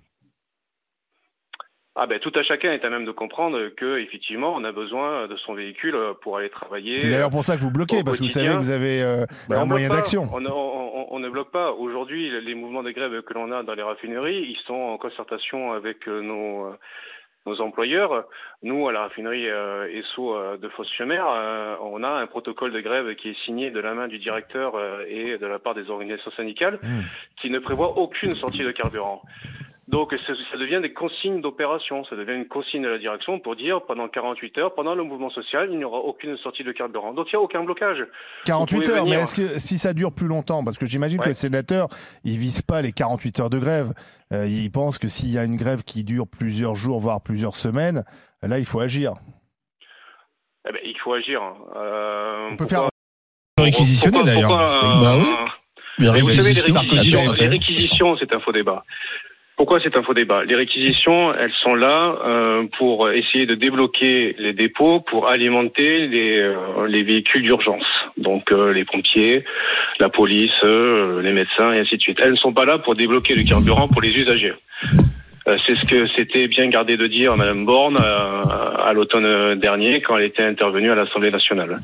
Ah ben tout à chacun est à même de comprendre que effectivement on a besoin de son véhicule pour aller travailler. C'est d'ailleurs pour ça que vous bloquez, parce que vous savez que vous avez euh, ben un moyen d'action. On, on, on ne bloque pas. Aujourd'hui, les mouvements de grève que l'on a dans les raffineries, ils sont en concertation avec nos, nos employeurs. Nous, à la raffinerie euh, Esso euh, de Fos-sur-Mer, euh, on a un protocole de grève qui est signé de la main du directeur euh, et de la part des organisations syndicales, mmh. qui ne prévoit aucune sortie de carburant. Donc ça devient des consignes d'opération, ça devient une consigne de la direction pour dire pendant quarante-huit heures, pendant le mouvement social, il n'y aura aucune sortie de carburant. Donc il n'y a aucun blocage. quarante-huit heures, venir... mais est-ce que si ça dure plus longtemps, parce que j'imagine ouais. que le sénateur, il vise pas les quarante-huit heures de grève, euh, il pense que s'il y a une grève qui dure plusieurs jours, voire plusieurs semaines, là il faut agir. Eh ben, il faut agir. Euh, On peut pourquoi... faire réquisitionner pourquoi, d'ailleurs. Pourquoi, bah oui. Euh... Vous savez, les réquisitions, les réquisitions, c'est un faux débat. Pourquoi c'est un faux débat ? Les réquisitions, elles sont là euh, pour essayer de débloquer les dépôts pour alimenter les, euh, les véhicules d'urgence. Donc euh, les pompiers, la police, euh, les médecins et ainsi de suite. Elles ne sont pas là pour débloquer le carburant pour les usagers. Euh, c'est ce que s'était bien gardé de dire Madame Borne euh, à l'automne dernier quand elle était intervenue à l'Assemblée nationale.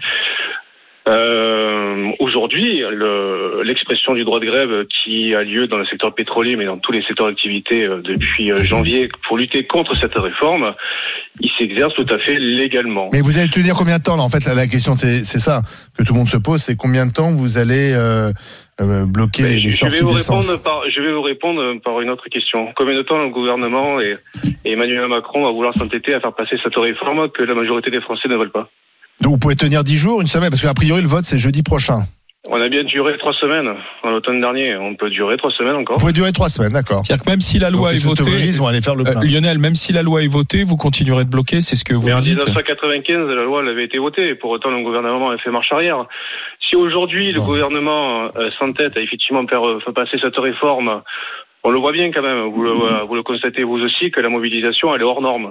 Euh, aujourd'hui, le, l'expression du droit de grève qui a lieu dans le secteur pétrolier, mais dans tous les secteurs d'activité euh, depuis euh, janvier, pour lutter contre cette réforme, il s'exerce tout à fait légalement. Mais vous allez tenir combien de temps là ? En fait, là, la question, c'est, c'est ça que tout le monde se pose, c'est combien de temps vous allez euh, euh, bloquer mais les, les sorties d'essence ? Par, je vais vous répondre par une autre question. Combien de temps le gouvernement et, et Emmanuel Macron va vouloir s'entêter à faire passer cette réforme que la majorité des Français ne veulent pas ? Donc vous pouvez tenir dix jours, une semaine, parce qu'a priori le vote c'est jeudi prochain. On a bien duré trois semaines en l'automne dernier. On peut durer trois semaines encore. Vous pouvez durer trois semaines, d'accord. C'est-à-dire que même si la loi Donc, est votée, vont aller faire le euh, Lionel, même si la loi est votée, vous continuerez de bloquer, c'est ce que vous Mais me en dites. dix-neuf cent quatre-vingt-quinze, la loi elle avait été votée. Pour autant, le gouvernement a fait marche arrière. Si aujourd'hui le gouvernement euh, s'entête à effectivement faire, faire passer cette réforme, on le voit bien quand même. Vous le, vous le constatez vous aussi que la mobilisation elle est hors norme.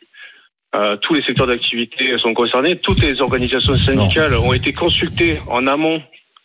Euh, tous les secteurs d'activité sont concernés. Toutes les organisations syndicales non. ont été consultées en amont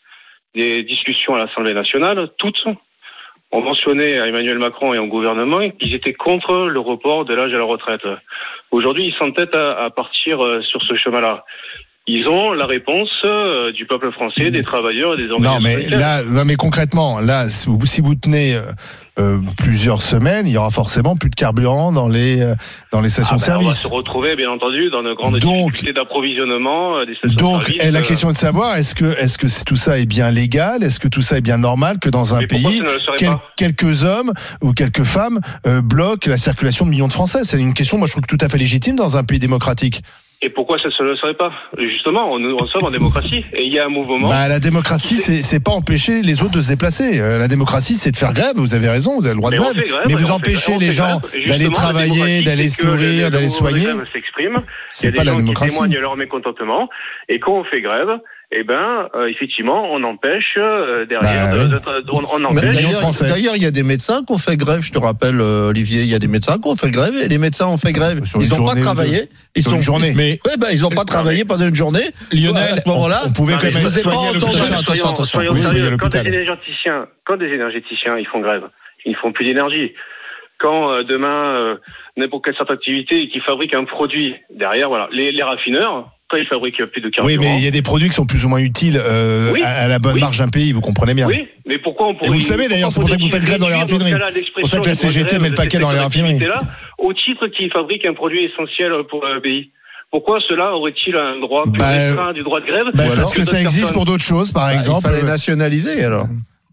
des discussions à l'Assemblée nationale. Toutes ont mentionné à Emmanuel Macron et au gouvernement qu'ils étaient contre le report de l'âge à la retraite. Aujourd'hui, ils s'entêtent à, à partir sur ce chemin-là. Ils ont la réponse euh, du peuple français, des travailleurs et des organisations. Non, mais là, non, mais concrètement, là, si vous, si vous tenez euh, plusieurs semaines, il y aura forcément plus de carburant dans les euh, dans les stations-service. Ah ben, on va se retrouver, bien entendu, dans de grandes donc, difficultés d'approvisionnement euh, des stations-service. Donc, la question est de savoir, est-ce que est-ce que tout ça est bien légal, est-ce que tout ça est bien normal que dans un mais pays, quel, quelques hommes ou quelques femmes euh, bloquent la circulation de millions de Français? C'est une question, moi, je trouve tout à fait légitime dans un pays démocratique. Et pourquoi ça ne le serait pas? Justement, on, on sommes en démocratie et il y a un mouvement. Bah, la démocratie, c'est, c'est pas empêcher les autres de se déplacer. Euh, la démocratie, c'est de faire grève. Vous avez raison, vous avez le droit mais de grève. grève. Mais vous on empêchez fait, les gens d'aller travailler, d'aller se nourrir, d'aller soigner. C'est pas la démocratie. Il y a des gens qui témoignent leur mécontentement. Et quand on fait grève, eh ben, euh, effectivement, on empêche euh, derrière. Bah, de, de, de, on, on empêche. D'ailleurs, d'ailleurs, il y a des médecins qui ont fait grève. Je te rappelle, euh, Olivier, il y a des médecins qui ont fait grève et les médecins ont fait grève. Sur ils n'ont pas travaillé. Ils sont une journée. Mais ouais, ben, ils n'ont pas travaillé pendant une journée. Lionel, à ce moment-là, on, on pouvait quand même vous ai pas entendu. Attention, attention. Soyons sérieux. Quand des énergéticiens, quand des énergéticiens, ils font grève, ils font plus d'énergie. Quand euh, demain euh, n'importe quelle certaine activité qui fabrique un produit derrière, voilà, les, les raffineurs. Quand ils fabriquent plus de carburant. Oui, mais il y a des produits qui sont plus ou moins utiles euh, oui, à, à la bonne oui. marge d'un pays, vous comprenez bien. Oui, mais pourquoi on pourrait... Et vous le savez d'ailleurs, c'est pour ça que vous faites grève dans les raffineries. C'est pour ça que la C G T met le paquet dans les raffineries. Là, au titre qu'ils fabriquent un produit essentiel pour le pays. Pourquoi cela aurait-il un droit plus bah, restreint du droit de grève bah, Parce que, que ça existe personnes. Pour d'autres choses, par bah, exemple. Il fallait nationaliser alors.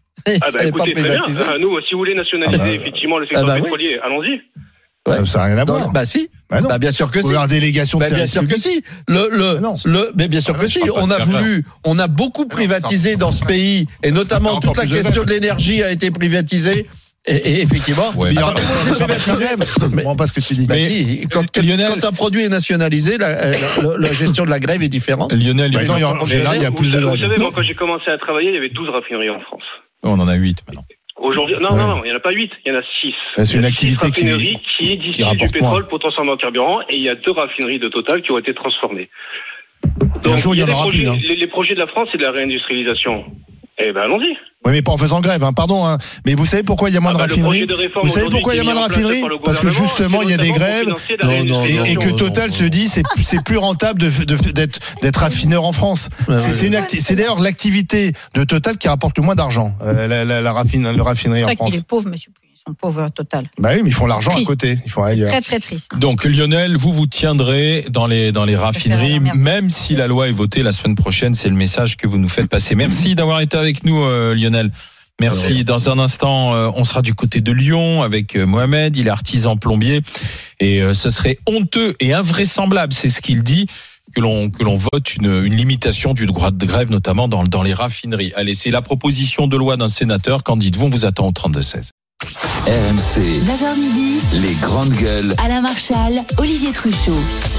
Ah bah écoutez, très bien. Ah, nous, si vous voulez nationaliser ah bah, effectivement le secteur ah bah, oui. pétrolier, allons-y. Ouais. Ça n'a rien à voir. Non, bah si. Bah, non. Bah bien sûr que si. La délégation de bah, bien sûr public. Que si. Le le non. le mais bien sûr ah, que si. On a voulu, on a beaucoup privatisé dans ce pays et notamment toute la question de l'énergie a été privatisée. Et, et effectivement, ouais, mais alors, c'est privatisé. Je comprends pas ce que tu dis. Bah si, quand, Lionel, quand un produit est nationalisé, la, la, la, la gestion de la grève est différente. Lionel, bah, non, il y a, là, il y a plus de. Vous savez, moi, quand j'ai commencé à travailler, il y avait douze raffineries en France. On en a huit maintenant. Aujourd'hui, non, ouais. non, non, il n'y en a pas huit, il y en a six. C'est une activité qui, qui distille du pétrole moins. Pour transformer en carburant, et il y a deux raffineries de Total qui ont été transformées. Donc, un jour, il y, y en aura projets, plus. Hein. Les, les projets de la France, c'est de la réindustrialisation. Eh ben, allons-y. Oui, mais pas en faisant grève, hein, pardon. Hein. Mais vous savez pourquoi il y a moins ah bah, de raffineries Vous savez pourquoi il y a moins de raffineries Parce que justement, il y a des grèves non, non, et, non, et que Total non, se dit c'est c'est plus rentable de, de, d'être d'être raffineur en France. Ouais, c'est, ouais. C'est, une acti- c'est d'ailleurs l'activité de Total qui rapporte le moins d'argent, euh, la, la, la, raffine, le raffinerie en France. C'est vrai qu'il est pauvre, monsieur. Pauvre Total. Bah oui, mais ils font l'argent triste. À côté. Ils font ailleurs. Très très triste. Donc Lionel, vous vous tiendrez dans les dans les raffineries, même si la loi est votée la semaine prochaine. C'est le message que vous nous faites passer. Merci d'avoir été avec nous, euh, Lionel. Merci. Dans un instant, euh, on sera du côté de Lyon avec euh, Mohamed. Il est artisan plombier et euh, ce serait honteux et invraisemblable, c'est ce qu'il dit, que l'on que l'on vote une une limitation du droit de grève, notamment dans dans les raffineries. Allez, c'est la proposition de loi d'un sénateur. Qu'en dites-vous ? On vous attend au trente-deux seize. R M C, neuf heures midi, les grandes gueules. Alain Marchal, Olivier Truchot.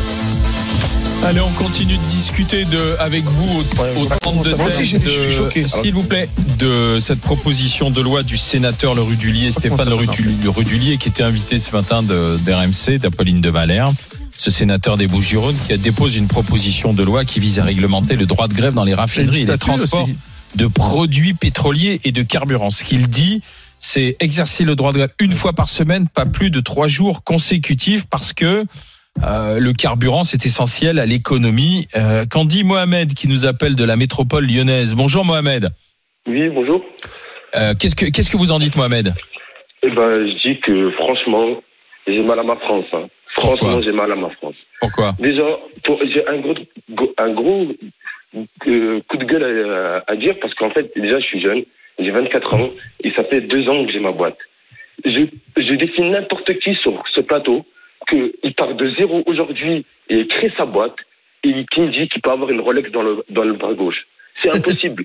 Allez, on continue de discuter de, avec vous au, au trente-deux seize, de, s'il vous plaît, de cette proposition de loi du sénateur Le Rudulier, Stéphane Le Rudulier, Le Rudulier, qui était invité ce matin de, d'R M C, d'Apolline de Valère. Ce sénateur des Bouches-du-Rhône qui a déposé une proposition de loi qui vise à réglementer le droit de grève dans les raffineries et les transports aussi de produits pétroliers et de carburant. Ce qu'il dit, c'est exercer le droit de grève une fois par semaine, pas plus de trois jours consécutifs, parce que euh, le carburant, c'est essentiel à l'économie. Euh, qu'en dit Mohamed, qui nous appelle de la métropole lyonnaise. Bonjour Mohamed. Oui, bonjour. Euh, qu'est-ce que qu'est-ce que vous en dites, Mohamed ? Eh ben, je dis que franchement, j'ai mal à ma France. Hein. Franchement, Pourquoi j'ai mal à ma France. Pourquoi ? Déjà, pour, j'ai un gros, un gros euh, coup de gueule à, à dire, parce qu'en fait, déjà, je suis jeune. J'ai vingt-quatre ans et ça fait deux ans que j'ai ma boîte. Je, je défie n'importe qui sur ce plateau qu'il part de zéro aujourd'hui et crée sa boîte et qui me dit qu'il peut avoir une Rolex dans le, dans le bras gauche. C'est impossible.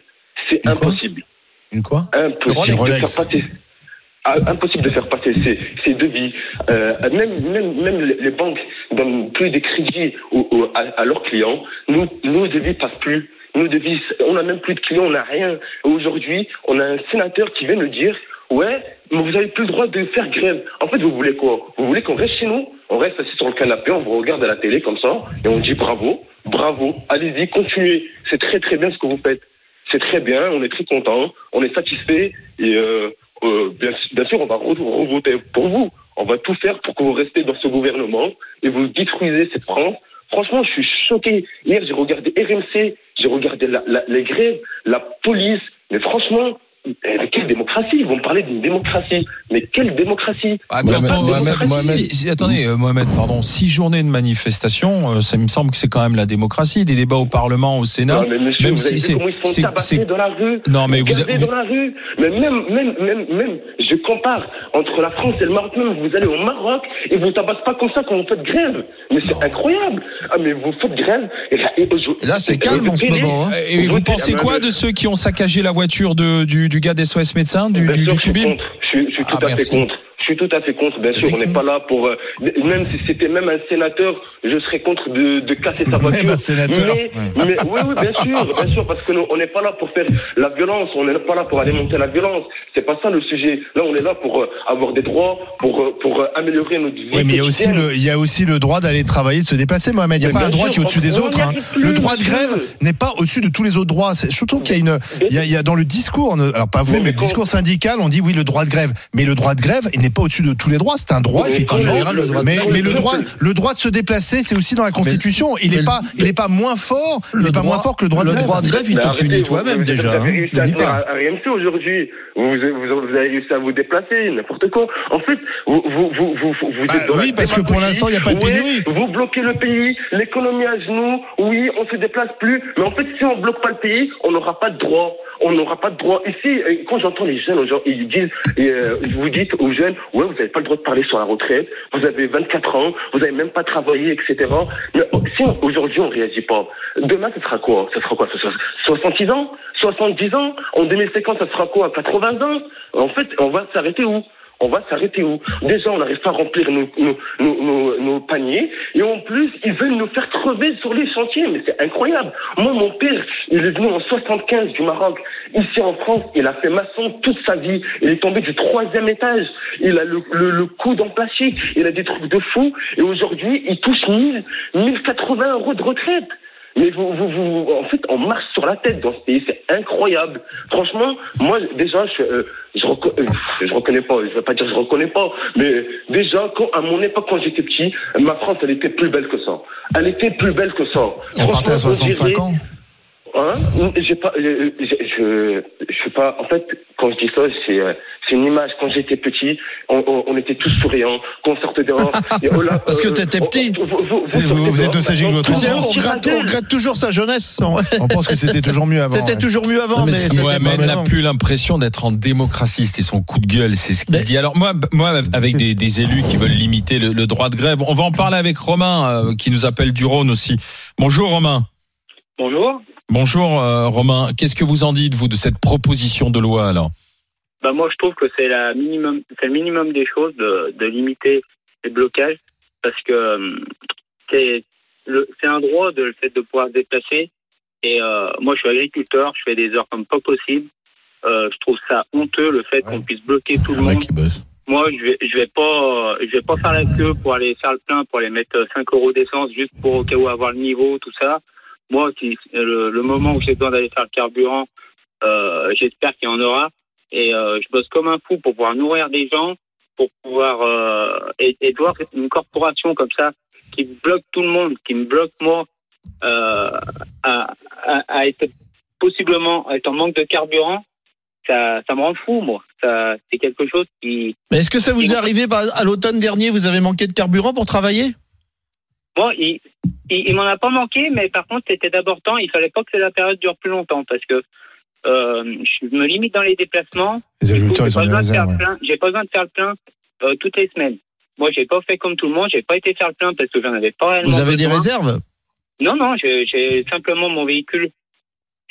C'est Une impossible. Une quoi Impossible de faire passer. Ah, impossible de faire passer ces, ces devis. Euh, même, même, même les banques donnent plus de crédits aux, aux, à, à leurs clients. Nous, nos devis passent plus. Nos devis, on n'a même plus de clients, on n'a rien. Aujourd'hui, on a un sénateur qui vient nous dire, ouais, mais vous avez plus le droit de faire grève. En fait, vous voulez quoi? Vous voulez qu'on reste chez nous? On reste assis sur le canapé, on vous regarde à la télé comme ça, et on dit bravo, bravo, allez-y, continuez. C'est très très bien ce que vous faites. C'est très bien, on est très content, on est satisfait, et euh, euh, bien, bien sûr, on va revoter pour vous. On va tout faire pour que vous restiez dans ce gouvernement et vous détruisez cette France. Franchement, je suis choqué. Hier, j'ai regardé R M C, j'ai regardé la, la, les grèves, la police, mais franchement, mais quelle démocratie? Ils vont me parler d'une démocratie. Mais quelle démocratie? ah, Mohamed, Mohamed, Mohamed, si, attendez, euh, Mohamed, pardon, six journées de manifestation, euh, ça me semble que c'est quand même la démocratie, des débats au Parlement, au Sénat. Non, mais monsieur, même vous avez si vu comment ils sont tabassés dans la rue? Non, mais vous, avez... dans la rue. Mais même, même, même, même, je compare entre la France et le Maroc. Même vous allez au Maroc et vous tabassez pas comme ça quand vous faites grève. Mais c'est non. incroyable. Ah, mais vous faites grève. Et là, et, et là c'est calme en ce moment. Hein. Et vous, vous pensez quoi de ceux qui ont saccagé la voiture de, du, du gars d'S O S Médecins, du, du, du Tubib? Je, je suis tout ah, à merci. fait contre. Je suis tout à fait contre, bien sûr. On n'est pas là pour. Euh, même si c'était même un sénateur, je serais contre de, de casser sa voiture. Même un sénateur. Mais, ouais. mais oui, oui, bien sûr, bien sûr, parce que nous, on n'est pas là pour faire la violence. On n'est pas là pour alimenter la violence. C'est pas ça le sujet. Là, on est là pour euh, avoir des droits, pour euh, pour euh, améliorer notre vie. Oui, mais il y a aussi le, il y a aussi le droit d'aller travailler, de se déplacer, Mohamed. Il n'y a mais pas un droit sûr, qui est au-dessus des autres. Hein. Le droit de grève n'est pas au-dessus de tous les autres droits. C'est, je trouve qu'il y a une, il y a, il y a dans le discours, alors pas vous, mais, mais le discours syndical, on dit oui, le droit de grève, mais le droit de grève, il n'est pas au-dessus de tous les droits. C'est un droit, effectivement. En général, le droit mais, mais le droit, le droit de se déplacer, c'est aussi dans la Constitution. Il n'est pas, il n'est pas moins fort. Il n'est pas moins fort que le droit de grève. Le droit de grève, il te punit toi-même déjà. Vous avez réussi à faire à R M C aujourd'hui. Vous, vous, vous avez réussi à vous déplacer, n'importe quoi. En fait, vous, vous, vous, vous, vous bah, êtes dans oui, la parce que pour l'instant, il n'y a pas de pénurie. Oui, vous bloquez le pays, l'économie à genoux. Oui, on se déplace plus. Mais en fait, si on bloque pas le pays, on n'aura pas de droit. On n'aura pas de droit. Ici, quand j'entends les jeunes, ils disent, et, euh, vous dites aux jeunes, ouais, vous n'avez pas le droit de parler sur la retraite, vous avez vingt-quatre ans, vous n'avez même pas travaillé, et cetera. Mais si on, aujourd'hui on ne réagit pas, demain ce sera quoi? Ce sera quoi? Ce sera soixante-six ans? soixante-dix ans? En deux mille cinquante, ça sera quoi? quatre-vingts ans? En fait, on va s'arrêter où? On va s'arrêter où? Déjà, on n'arrive pas à remplir nos, nos, nos, nos, nos paniers. Et en plus, ils veulent nous faire crever sur les chantiers. Mais c'est incroyable. Moi, mon père, il est venu en soixante-quinze du Maroc. Ici en France, il a fait maçon toute sa vie. Il est tombé du troisième étage. Il a le, le, le coude en plastique. Il a des trucs de fou. Et aujourd'hui, il touche mille, mille quatre-vingts euros de retraite. Mais vous, vous, vous, en fait, on marche sur la tête dans ce pays, c'est incroyable. Franchement, moi, déjà, je, euh, je, reco- euh, je reconnais pas, je vais pas dire je reconnais pas, mais déjà, quand, à mon époque, quand j'étais petit, ma France, elle était plus belle que ça. Elle était plus belle que ça. On partait à soixante-cinq ans. Hein? J'ai pas, je, je, je suis pas, en fait, quand je dis ça, c'est, c'est une image. Quand j'étais petit, on, on, on était tous souriants, qu'on sortait dehors. Et oh là, Parce que t'étais euh, petit. Vous, vous, vous, vous, vous êtes nostalgique de votre enfance. On gratte, on gratte toujours sa jeunesse. On pense que c'était toujours mieux avant. C'était ouais. toujours mieux avant, non, mais, mais c'était Mohamed n'a plus l'impression d'être en démocratie. C'était son coup de gueule, c'est ce qu'il mais... dit. Alors moi, moi, avec des, des élus qui veulent limiter le, le droit de grève, on va en parler avec Romain, euh, qui nous appelle du Rhône aussi. Bonjour Romain. Bonjour. Bonjour euh, Romain, qu'est-ce que vous en dites vous de cette proposition de loi alors? Bah moi je trouve que c'est la minimum, c'est le minimum des choses de, de limiter les blocages parce que c'est le, c'est un droit de le fait de pouvoir se déplacer et euh, moi je suis agriculteur, je fais des heures comme pas possible. Euh, je trouve ça honteux le fait ouais. qu'on puisse bloquer tout le monde. Moi je vais je vais pas je vais pas faire la queue pour aller faire le plein pour aller mettre cinq euros d'essence juste pour au cas où avoir le niveau tout ça. Moi, si, le, le moment où j'ai besoin d'aller faire le carburant, euh, j'espère qu'il y en aura. Et euh, je bosse comme un fou pour pouvoir nourrir des gens, pour pouvoir... Euh, et, et de voir une corporation comme ça qui bloque tout le monde, qui me bloque moi, euh, à, à, à être possiblement être en manque de carburant, ça, ça me rend fou, moi. Ça, c'est quelque chose qui... Mais est-ce que ça vous est arrivé à l'automne dernier, vous avez manqué de carburant pour travailler? Bon, il, il, il m'en a pas manqué, mais par contre, c'était d'abord temps. Il fallait pas que la période dure plus longtemps parce que euh, je me limite dans les déplacements. Les agriculteurs, ils ont des réserves. Ouais. Plein, j'ai pas besoin de faire le plein euh, toutes les semaines. Moi, j'ai pas fait comme tout le monde. J'ai pas été faire le plein parce que j'en avais pas réellement Vous avez besoin. Des réserves? Non, non. J'ai, j'ai simplement mon véhicule.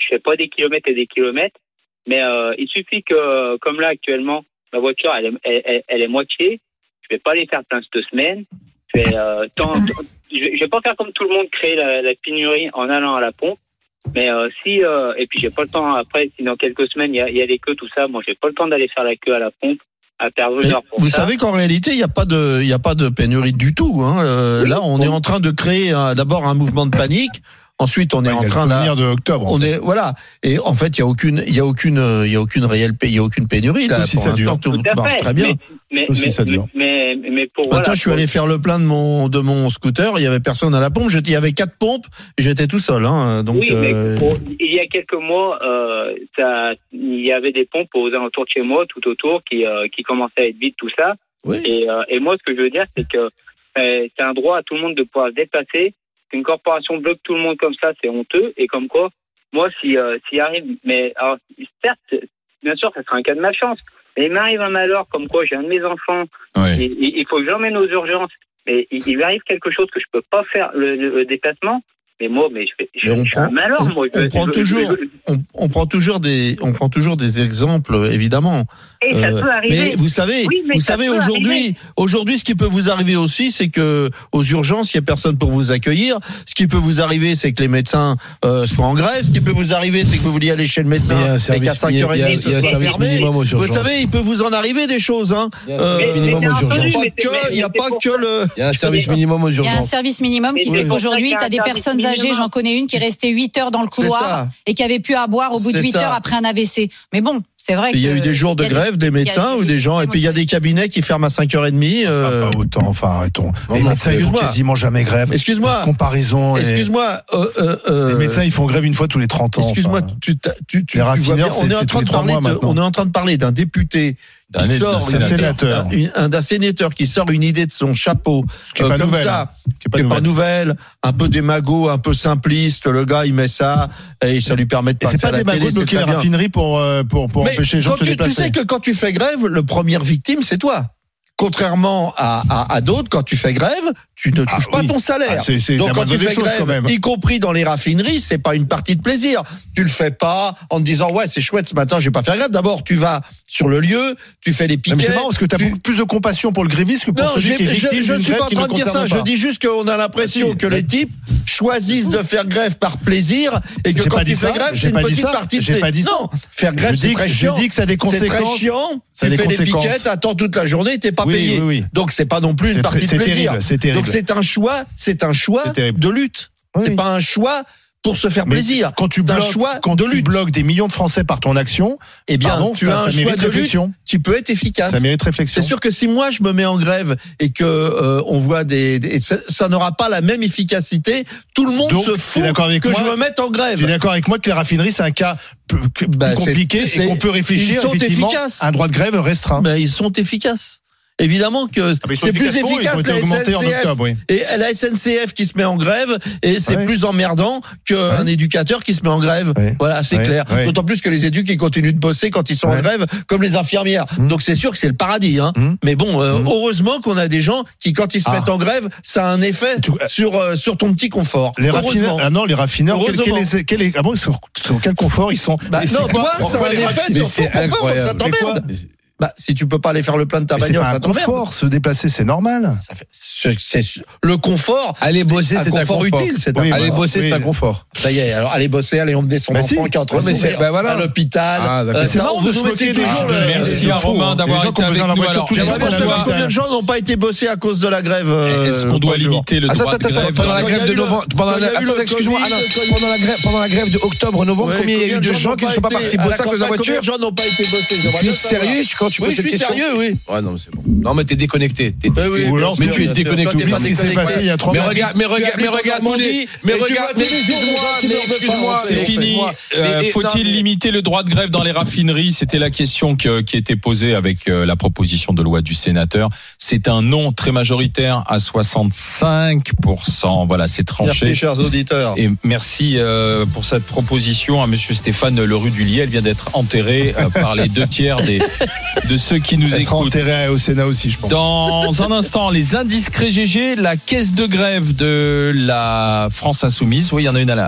je fais pas des kilomètres et des kilomètres, mais euh, il suffit que, comme là actuellement, ma voiture, elle est, elle, elle, elle est moitié. Je vais pas les faire plein cette semaine. Je vais, euh, tant, tant, je vais, je vais pas faire comme tout le monde, créer la, la pénurie en allant à la pompe. Mais euh, si euh, et puis j'ai pas le temps après, si dans quelques semaines il y a, il y a les queues, tout ça, moi j'ai pas le temps d'aller faire la queue à la pompe. Intervenir pour vous ça. savez qu'en réalité, il n'y a pas de, il y a pas de pénurie du tout. Hein. Euh, oui, là, on bon. est en train de créer un, d'abord un mouvement de panique. Ensuite, on est ouais, en train là. de octobre. On est voilà. Et en fait, il y a aucune, il y a aucune, il y a aucune réelle, il y a aucune pénurie là. Si pour ça dure. Tout, tout marche très bien. Mais, mais, si ça dure. mais, mais, mais pour. Maintenant, voilà, je suis allé faire le plein de mon de mon scooter. Il y avait personne à la pompe. J'étais, il y avait quatre pompes. Et j'étais tout seul. Hein. Donc. Oui, mais euh... pour, il y a quelques mois, euh, ça, il y avait des pompes aux alentours de chez moi, tout autour, qui euh, qui commençaient à être vides, tout ça. Oui. Et euh, et moi, ce que je veux dire, c'est que euh, c'est un droit à tout le monde de pouvoir se déplacer. Qu'une corporation bloque tout le monde comme ça, c'est honteux. Et comme quoi, moi, si euh, s'il arrive, mais alors, certes, bien sûr, ça sera un cas de malchance. Mais il m'arrive un malheur, comme quoi j'ai un de mes enfants. Ouais. Et, et, il faut que j'emmène aux urgences. Mais il, il m'arrive quelque chose que je peux pas faire le, le, le déplacement. Mais moi, mais je fais, je, mais on je prend, un malheur, on, moi. On, je, prend je, toujours, je, je, on, on prend toujours des, on prend toujours des exemples, évidemment. Et ça euh, peut arriver. Mais vous savez, oui, mais vous savez aujourd'hui, aujourd'hui, ce qui peut vous arriver aussi, c'est que aux urgences, il y a personne pour vous accueillir. Ce qui peut vous arriver, c'est que les médecins euh, soient en grève. Ce qui peut vous arriver, c'est que vous vouliez aller chez le médecin et qu'à cinq heures trente, ce soit fermé. Vous savez, il peut vous en arriver des choses. Hein. Il y a un service minimum aux urgences. Il n'y a pas que le. Il y a un service minimum aux urgences. Il y a un service minimum qui fait qu'aujourd'hui, tu as des personnes âgées. J'en connais une qui est restée huit heures dans le couloir et qui avait pu à boire au bout de huit heures après un A V C. Mais bon, c'est vrai. Il y a eu des jours de grève des médecins ou des gens, et puis il y a des cabinets qui ferment à cinq heures trente. Euh... Ah, pas autant, enfin arrêtons. Les médecins ils font quasiment jamais grève. Excuse-moi. Comparaison. Excuse-moi. Euh, euh, euh... Les médecins ils font grève une fois tous les trente ans. Excuse-moi. Enfin. Tu, tu, tu, les raffineurs, on est en train de parler. De, on est en train de parler d'un député. Qui d'un sort d'un sénateur. Une, un, d'un sénateur qui sort une idée de son chapeau qui est pas euh, comme nouvelle, ça, hein. qui est pas, qui est nouvelle. pas nouvelle, un peu démago, un peu simpliste. Le gars il met ça et ça lui permet de passer et c'est pas à la démago télé. De bloquer les raffineries pour pour pour Mais empêcher les gens de se tu, déplacer. Tu sais que quand tu fais grève, le première victime c'est toi. Contrairement à, à, à d'autres, quand tu fais grève, tu ne touches ah, pas oui. ton salaire. Ah, c'est, c'est Donc quand tu fais choses, grève, quand même. y compris dans les raffineries, c'est pas une partie de plaisir. Tu le fais pas en te disant ouais c'est chouette ce matin je vais pas faire grève. D'abord tu vas sur le lieu, tu fais les piquets. Mais c'est marrant parce que tu as tu... beaucoup plus de compassion pour le gréviste que pour non, celui qui est victime je, je ne suis pas en train de dire ça. Pas. Je dis juste qu'on a l'impression ah, si, que mais... les types choisissent de faire grève par plaisir et que j'ai quand tu fais grève c'est une petite partie de plaisir. Non, faire grève c'est très chiant. Je dis que ça a des conséquences. C'est très chiant. Tu fais les piquets, t'attends toute la journée, t'es pas payé. Donc c'est pas non plus une partie de plaisir. Donc c'est un choix, c'est un choix de lutte. C'est pas un choix pour se faire plaisir. Quand tu bloques, un choix quand de tu lutte. bloques des millions de Français par ton action, eh bien, pardon, tu ça, as un ça choix de réflexion. lutte qui peut être efficace. Ça mérite réflexion. C'est sûr que si moi je me mets en grève et que euh, on voit des, des ça, ça n'aura pas la même efficacité. Tout le monde Donc, se fout que moi, je me mette en grève. Tu es d'accord avec moi que les raffineries c'est un cas plus, plus bah, compliqué c'est, et qu'on peut réfléchir ils sont effectivement efficaces. à un droit de grève restreint. Ben, ils sont efficaces. Évidemment que ah c'est plus efficace la S N C F octobre, oui. Et la S N C F qui se met en grève et c'est ouais. plus emmerdant qu'un ouais. éducateur qui se met en grève. Ouais. Voilà, c'est ouais. clair. Ouais. D'autant plus que les éducs ils continuent de bosser quand ils sont ouais. en grève, comme les infirmières. Mmh. Donc c'est sûr que c'est le paradis. Hein. Mmh. Mais bon, euh, mmh. heureusement qu'on a des gens qui, quand ils se ah. mettent en grève, ça a un effet tout, sur euh, sur ton petit confort. Les raffineurs, ah non, les raffineurs, quel, quel est, quel est, ah bon, sur, sur quel confort ils sont bah, Non, toi, ça a un effet sur ton confort, donc ça t'emmerde. Bah, si tu peux pas aller faire le plein de ta bagnole, ça t'emmerde. C'est un confort, se déplacer, c'est normal. Ça fait, c'est, c'est, le confort. Aller bosser, c'est, c'est un confort, confort utile. C'est oui, un aller confort. bosser, oui. c'est un confort. Ça y est, alors aller bosser, aller emmener son bah enfant si. qui est en train de mourir bah voilà. à l'hôpital. Ah, euh, c'est marrant de se moquer des gens. Merci à Romain d'avoir été avec nous. Alors, j'aimerais bien savoir combien de gens n'ont pas été bossés à cause de la grève. Est-ce qu'on doit limiter le droit de grève pendant la grève de novembre? Excuse-moi, pendant la grève, pendant la grève de octobre-novembre, combien il y a eu de gens qui ne sont pas partis bosser à cause de la voiture? Combien de gens n'ont pas été bossés? Tu es sérieux quand tu poses cette question? Je suis sérieux, oui. Ouais, non, mais c'est bon. Non, mais t'es déconnecté. T'es bah oui, non, mais tu es déconnecté. Oublie ce qui s'est passé il y a trois mois. Mais regarde, mais regarde, mais regarde, mais regarde, mais excuse-moi, mais excuse-moi. C'est fini. Faut-il limiter le droit de grève dans les raffineries? C'était la question qui était posée avec la proposition de loi du sénateur. C'est un non très majoritaire à soixante-cinq pour cent. Voilà, c'est tranché. Merci, chers auditeurs. Et merci pour cette proposition à monsieur Stéphane Lerudulier. Elle vient d'être enterrée par les deux tiers des, de ceux qui nous écoutent. Enterrée au Sénat aussi, je pense. Dans un instant, les indiscrets G G, la caisse de grève de la France Insoumise. Oui, il y en a une à la, à la France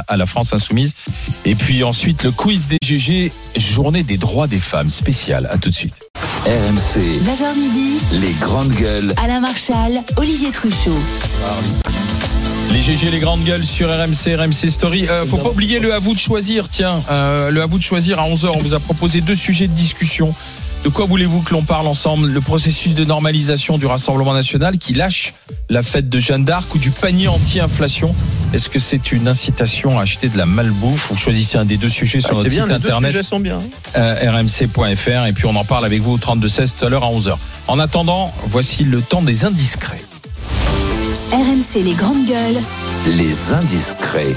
France Insoumise. Et puis ensuite, le quiz des G G, journée des droits des femmes spéciale. À tout de suite. R M C. neuf heures midi. Les grandes gueules. Alain Marchal, Olivier Truchot. Les G G, les grandes gueules sur R M C, R M C Story. Euh, faut pas oublier le à vous de choisir. Tiens, euh, le à vous de choisir à onze heures. On vous a proposé deux sujets de discussion. De quoi voulez-vous que l'on parle ensemble ? Le processus de normalisation du Rassemblement national qui lâche la fête de Jeanne d'Arc ou du panier anti-inflation ? Est-ce que c'est une incitation à acheter de la malbouffe ? Vous choisissez un des deux sujets sur ah, notre bien, site les internet. Deux sujets sont bien. Euh, R M C point F R et puis on en parle avec vous au trente-deux seize tout à l'heure à onze heures. En attendant, voici le temps des indiscrets. R M C les grandes gueules. Les indiscrets.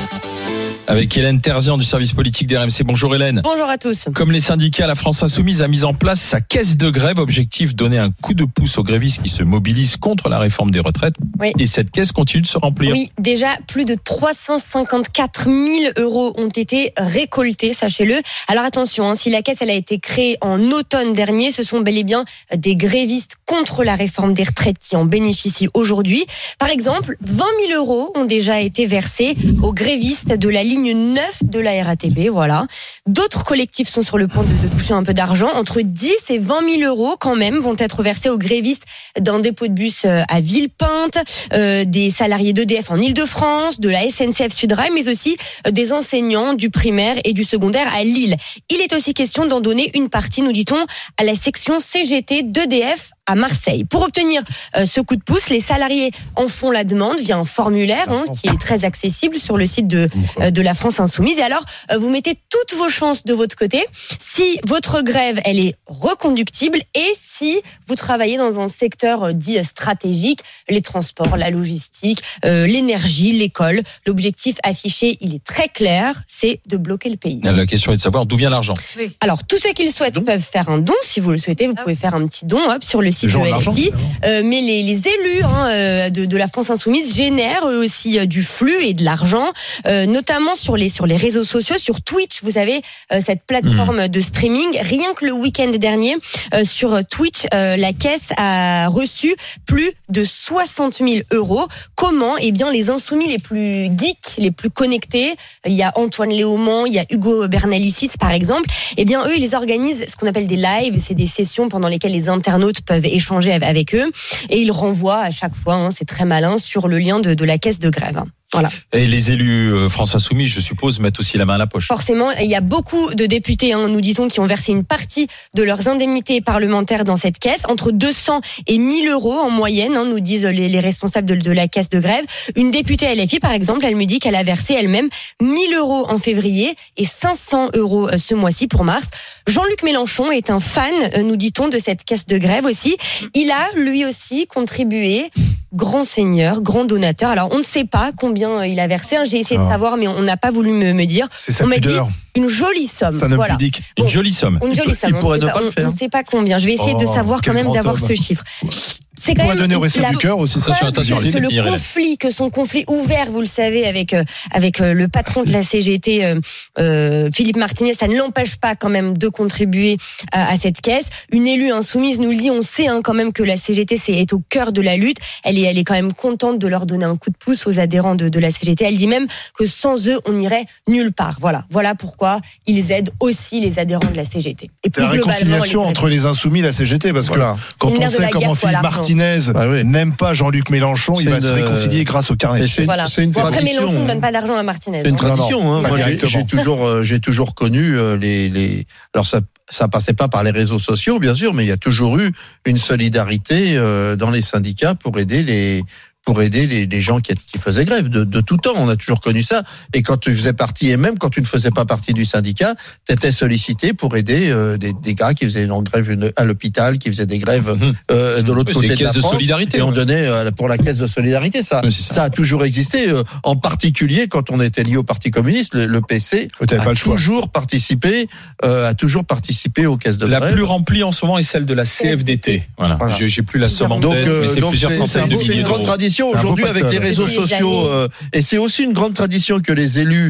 Avec Hélène Terzian du service politique d'R M C. Bonjour Hélène. Bonjour à tous. Comme les syndicats, la France Insoumise a mis en place sa caisse de grève. Objectif, donner un coup de pouce aux grévistes qui se mobilisent contre la réforme des retraites. Oui. Et cette caisse continue de se remplir. Oui, déjà plus de trois cent cinquante-quatre mille euros ont été récoltés, sachez-le. Alors attention, hein, si la caisse elle a été créée en automne dernier, ce sont bel et bien des grévistes contre la réforme des retraites qui en bénéficient aujourd'hui. Par exemple, vingt mille euros ont déjà été versés aux grévistes de la ligne neuf de la R A T B, voilà. D'autres collectifs sont sur le point de, de toucher un peu d'argent. Entre dix et vingt mille euros, quand même, vont être versés aux grévistes d'un dépôt de bus à Villepinte, euh, des salariés d'E D F en Ile-de-France, de la S N C F Sudrail, mais aussi des enseignants du primaire et du secondaire à Lille. Il est aussi question d'en donner une partie, nous dit-on, à la section C G T d'E D F à Marseille. Pour obtenir euh, ce coup de pouce, les salariés en font la demande via un formulaire hein, qui est très accessible sur le site de, euh, de la France Insoumise. Et alors, euh, vous mettez toutes vos chances de votre côté si votre grève, elle est reconductible et si vous travaillez dans un secteur euh, dit stratégique, les transports, la logistique, euh, l'énergie, l'école. L'objectif affiché, il est très clair, c'est de bloquer le pays. La question est de savoir d'où vient l'argent. Oui. Alors, tous ceux qui le souhaitent peuvent faire un don. Si vous le souhaitez, vous pouvez faire un petit don hop, sur le site de L F I. Euh, mais les, les élus hein, de, de la France Insoumise génèrent eux aussi euh, du flux et de l'argent, euh, notamment sur les, sur les réseaux sociaux, sur Twitch. Vous avez euh, cette plateforme mmh. de streaming. Rien que le week-end dernier, euh, sur Twitch, euh, la caisse a reçu plus de soixante mille euros. Comment ? Eh bien, les insoumis les plus geeks, les plus connectés, il y a Antoine Léaumont, il y a Hugo Bernalicis par exemple, eh bien, eux, ils organisent ce qu'on appelle des lives. C'est des sessions pendant lesquelles les internautes peuvent échanger avec eux et ils renvoient à chaque fois, hein, c'est très malin, sur le lien de, de la caisse de grève. Voilà. Et les élus euh, France Insoumise, je suppose, mettent aussi la main à la poche. Forcément, il y a beaucoup de députés, hein, nous dit-on, qui ont versé une partie de leurs indemnités parlementaires dans cette caisse, entre deux cents et mille euros en moyenne, hein, nous disent les, les responsables de, de la caisse de grève. Une députée L F I, par exemple, elle me dit qu'elle a versé elle-même mille euros en février et cinq cents euros ce mois-ci pour mars. Jean-Luc Mélenchon est un fan, nous dit-on, de cette caisse de grève aussi. Il a, lui aussi, contribué. Grand seigneur, grand donateur. Alors, on ne sait pas combien il a versé. J'ai essayé ah. de savoir, mais on n'a pas voulu me, me dire. C'est sa on m'a dit une jolie somme. C'est un homme voilà. pudique. Bon, une jolie somme. Une jolie somme. Il pourrait ne pas le faire. On ne sait pas combien. Je vais essayer oh, de savoir quand même d'avoir homme. ce chiffre. C'est quand même donner au Resto du Cœur aussi. Ça, attention, que le conflit, que son conflit ouvert, vous le savez, avec euh, avec euh, le patron de la C G T, euh, euh, Philippe Martinez, ça ne l'empêche pas quand même de contribuer à, à cette caisse. Une élue insoumise nous le dit. On sait hein, quand même que la C G T c'est, est au cœur de la lutte. Elle est elle est quand même contente de leur donner un coup de pouce aux adhérents de, de la C G T. Elle dit même que sans eux, on n'irait nulle part. Voilà, voilà pourquoi ils aident aussi les adhérents de la C G T. Et plus c'est la réconciliation les entre les insoumis et la C G T, parce voilà. que quand on sait comment Philippe Martinez bah oui. n'aime pas Jean-Luc Mélenchon, c'est il va une... se réconcilier grâce au carnet. C'est une, voilà. c'est une bon, tradition. Après, Mélenchon ne donne pas d'argent à Martinez. C'est une tradition. Hein. Moi, j'ai, j'ai toujours, j'ai toujours connu les, les. Alors ça. Ça passait pas par les réseaux sociaux, bien sûr, mais il y a toujours eu une solidarité euh, dans les syndicats pour aider les pour aider les, les gens qui, qui faisaient grève de, de tout temps. On a toujours connu ça. Et quand tu faisais partie, et même quand tu ne faisais pas partie du syndicat, tu étais sollicité pour aider euh, des, des gars qui faisaient une grève à l'hôpital, qui faisaient des grèves euh, de l'autre oui, côté de la de France. Solidarité, et on ouais. donnait euh, pour la caisse de solidarité. Ça, oui, ça. ça a toujours existé. Euh, en particulier quand on était lié au Parti communiste, le, le P C a pas toujours choix. participé, euh, a toujours participé aux caisses de la grève. La plus remplie en ce moment est celle de la C F D T. Voilà. voilà. J'ai, j'ai plus la somme en tête, euh, mais c'est donc plusieurs c'est, centaines c'est de milliers d'euros. C'est une grande tradition aujourd'hui avec les réseaux sociaux, euh, et c'est aussi une grande tradition que les élus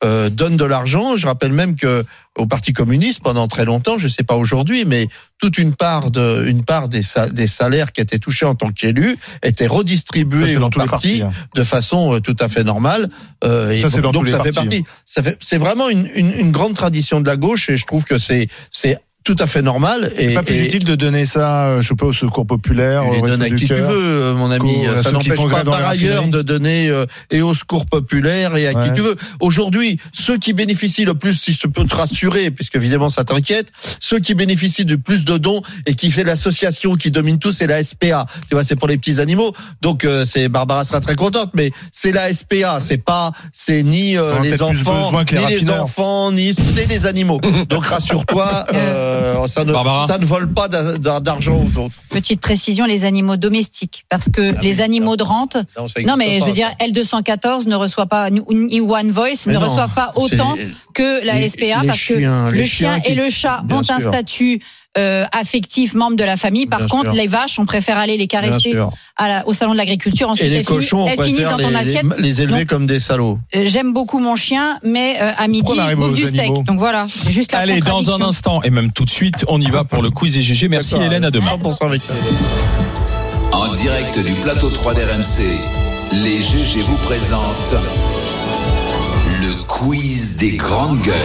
euh, donnent de l'argent. Je rappelle même que au Parti communiste, pendant très longtemps, je ne sais pas aujourd'hui, mais toute une part de, une part des, des salaires qui étaient touchés en tant qu'élus était redistribuée au parti partis, hein. de façon tout à fait normale. Euh, et ça, c'est donc, donc ça partis, fait partie. Hein. Ça fait, c'est vraiment une, une, une grande tradition de la gauche, et je trouve que c'est, c'est tout à fait normal. C'est et, pas plus et utile de donner ça, je sais pas, au Secours populaire. Tu les donnes à qui tu veux, mon ami. Ça n'empêche pas par ailleurs de donner euh, et au Secours populaire et à ouais. qui tu veux. Aujourd'hui, ceux qui bénéficient le plus, si je peux te rassurer, puisque évidemment ça t'inquiète, ceux qui bénéficient du plus de dons et qui fait l'association qui domine tout, c'est la S P A. Tu vois, c'est pour les petits animaux. Donc euh, c'est Barbara sera très contente, mais c'est la S P A. C'est pas, c'est ni euh, les enfants, ni les, les enfants, ni c'est les animaux. Donc rassure-toi. Euh, Euh, ça, ne, ça ne vole pas d'argent aux autres. Petite précision, les animaux domestiques, parce que ah les oui, animaux de rente, non, non mais pas, je veux dire, L deux cent quatorze ne reçoit pas, ni One Voice mais ne non, reçoivent pas autant que la les, S P A, parce chiens, que le chien et le chat ont sûr. un statut Euh, affectif, membre de la famille. Par Bien contre, sûr. les vaches, on préfère aller les caresser à la, au salon de l'agriculture. Ensuite, et les elles cochons, finissent, on elles finissent dans ton les, assiette. Les, les élever Donc, comme des salauds. Euh, j'aime beaucoup mon chien, mais euh, à midi, je bouffe du steak. Donc voilà, juste la Allez, dans un instant, et même tout de suite, on y va pour le quiz des G G. Merci D'accord, Hélène, à demain. En direct du plateau trois d'R M C, les G G vous présentent le quiz des grandes gueules.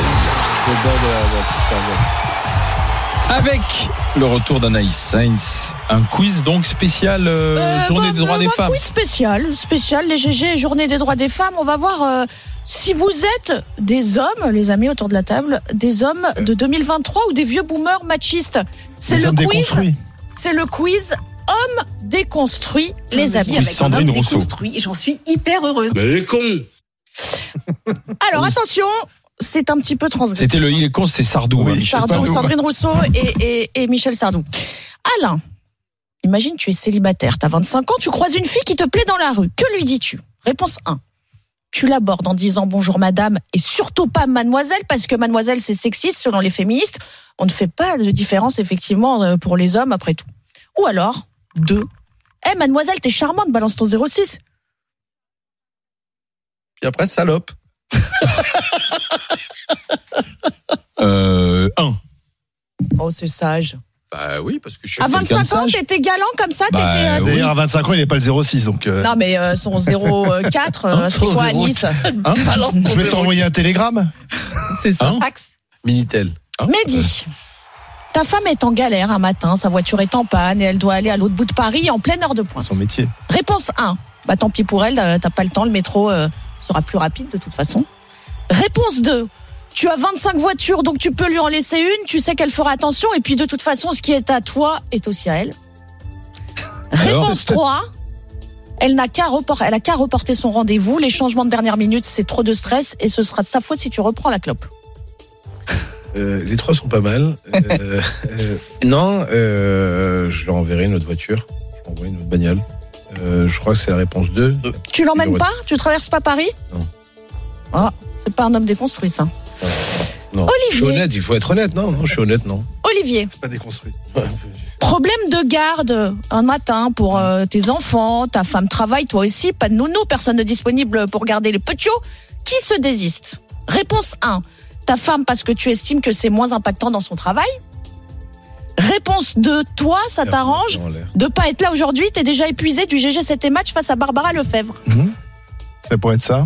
Avec le retour d'Anaïs Sainz, un quiz donc spécial euh, euh, Journée bah, des droits bah, des bah, femmes. Quiz spécial, spécial les G G, Journée des droits des femmes. On va voir euh, si vous êtes des hommes, les amis autour de la table, des hommes de deux mille vingt-trois ou des vieux boomers machistes. C'est le quiz. C'est le quiz homme déconstruit, Je les amis. Avec Sandrine un homme Rousseau. Et j'en suis hyper heureuse. Mais les cons. Alors attention. C'est un petit peu transgressif. C'était le il est con, c'était Sardou. Oui, Sardou, Sardou. Sandrine Rousseau et, et, et Michel Sardou. Alain, imagine tu es célibataire, tu as vingt-cinq ans, tu croises une fille qui te plaît dans la rue. Que lui dis-tu ? Réponse un. Tu l'abordes en disant bonjour madame et surtout pas mademoiselle, parce que mademoiselle c'est sexiste selon les féministes. On ne fait pas de différence effectivement pour les hommes après tout. Ou alors, deux. Eh hey, mademoiselle, t'es charmante, balance ton zéro six. Puis après, salope. euh, un. Oh, c'est sage. Bah oui, parce que je suis à vingt-cinq ans, t'étais galant comme ça. Bah, t'étais, euh, d'ailleurs, à vingt-cinq ans, il n'est pas le zéro six. Donc euh... Non, mais euh, son zéro quatre, euh, c'est quoi à Nice hein Je vais t'envoyer un télégramme. C'est ça. Hein Minitel. Hein Mehdi, ta femme est en galère un matin, sa voiture est en panne et elle doit aller à l'autre bout de Paris en pleine heure de pointe. Son métier. Réponse un. Bah tant pis pour elle, t'as pas le temps, le métro euh, sera plus rapide de toute façon. Réponse deux. Tu as vingt-cinq voitures, donc tu peux lui en laisser une, tu sais qu'elle fera attention, et puis de toute façon, ce qui est à toi est aussi à elle. Alors Réponse trois. Elle n'a qu'à reporter, elle a qu'à reporter son rendez-vous, les changements de dernière minute, c'est trop de stress, et ce sera de sa faute si tu reprends la clope. Euh, les trois sont pas mal. euh, euh, non, euh, je leur enverrai une autre voiture, je leur enverrai une autre bagnole. Euh, je crois que c'est la réponse deux. Tu l'emmènes pas ? Tu traverses pas Paris ? Non. Ah, c'est pas un homme déconstruit, ça. Non. Olivier. Je suis honnête, il faut être honnête, non, non, je suis honnête, non. Olivier. C'est pas déconstruit. Problème de garde un matin pour euh, tes enfants, ta femme travaille, toi aussi, pas de nounou, personne ne disponible pour garder les petits. Qui se désiste ? Réponse un. Ta femme parce que tu estimes que c'est moins impactant dans son travail. Réponse deux. Toi, ça t'arrange de pas être là aujourd'hui, t'es déjà épuisé du G G sept et match face à Barbara Lefebvre. Mmh. Ça pourrait être ça.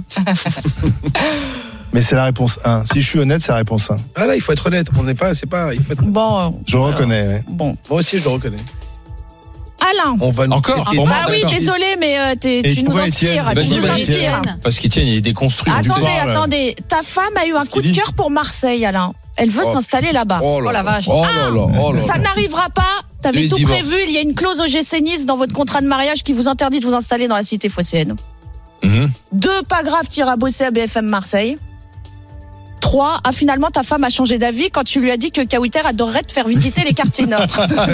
Mais c'est la réponse un. Si je suis honnête, c'est la réponse un. Ah là, il faut être honnête. On n'est pas, c'est pas. Il faut être... Bon. Je le reconnais. Ouais. Bon. Moi aussi, je le reconnais. Alain. On va encore. Ah, ah oui, désolé, mais euh, tu nous inspires. Vas-y, tu nous vas-y, inspires. Parce qu'Étienne, il est déconstruit. Attendez, attendez. Ta femme a eu un coup de cœur pour Marseille, Alain. Elle veut oh. s'installer là-bas. Oh, là, oh la vache. Oh là là, oh là ça là. n'arrivera pas. T'avais tout divorce. prévu. Il y a une clause au G C Nice dans votre contrat de mariage qui vous interdit de vous installer dans la cité phocéenne. Mm-hmm. Deux, pas grave, tu iras bosser à B F M Marseille. Trois, ah, finalement, ta femme a changé d'avis quand tu lui as dit que Kawiter adorerait te faire visiter les quartiers nord.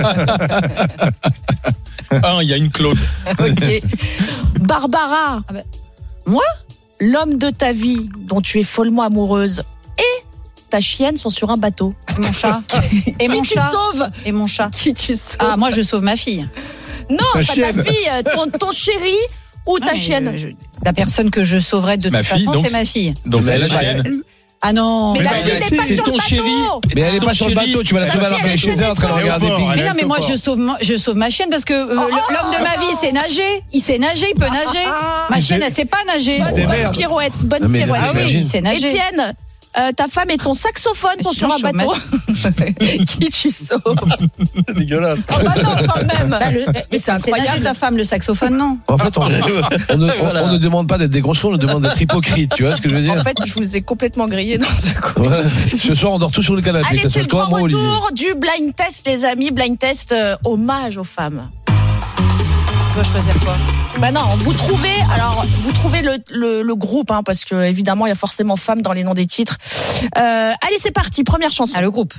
Un, il y a une clause. Ok. Barbara. Ah bah, moi ? L'homme de ta vie, dont tu es follement amoureuse, et ta chienne sont sur un bateau. Et mon chat. Et Qui mon tu chat. sauves ? Et mon chat. Qui tu sauves ? Ah, moi, je sauve ma fille. Non, ta pas chienne. ta fille, ton, ton chéri ou ta non, chienne. Je, la personne que je sauverais de ma toute fille, façon, donc, c'est ma fille. Donc c'est la chienne. Ah non. Mais, mais la fille n'est pas c'est sur ton le bateau. chéri. Mais elle est pas sur le bateau, tu vas la sauver alors qu'elle est chez elle en train de regarder des pingouins. Mais non, mais moi je sauve, je sauve ma chienne parce que euh, l'homme de ma vie sait nager. Il sait nager, il peut nager. Ma chienne, elle sait pas nager. Bonne pirouette, bonne pirouette. Ah oui, il sait nager. Étienne. Euh, ta femme et ton saxophone sont sur un bateau. Qui tu sauves? C'est dégueulasse. Oh bah non, quand même. Bah, le, mais c'est incroyable. Ta femme, le saxophone, non. En fait, on, on, ne, on, on ne demande pas d'être des gros on nous demande d'être hypocrite. Tu vois ce que je veux dire? En fait, je vous ai complètement grillé dans ce coup. Voilà. Ce soir, on dort tous sur le canapé. Allez, ça c'est le toi, grand moi, retour du blind test, les amis. Blind test euh, hommage aux femmes. Tu dois choisir quoi? Bah non, vous trouvez, alors vous trouvez le, le, le groupe, hein, parce que évidemment il y a forcément femmes dans les noms des titres. Euh, allez, c'est parti, première chanson. Ah, le groupe.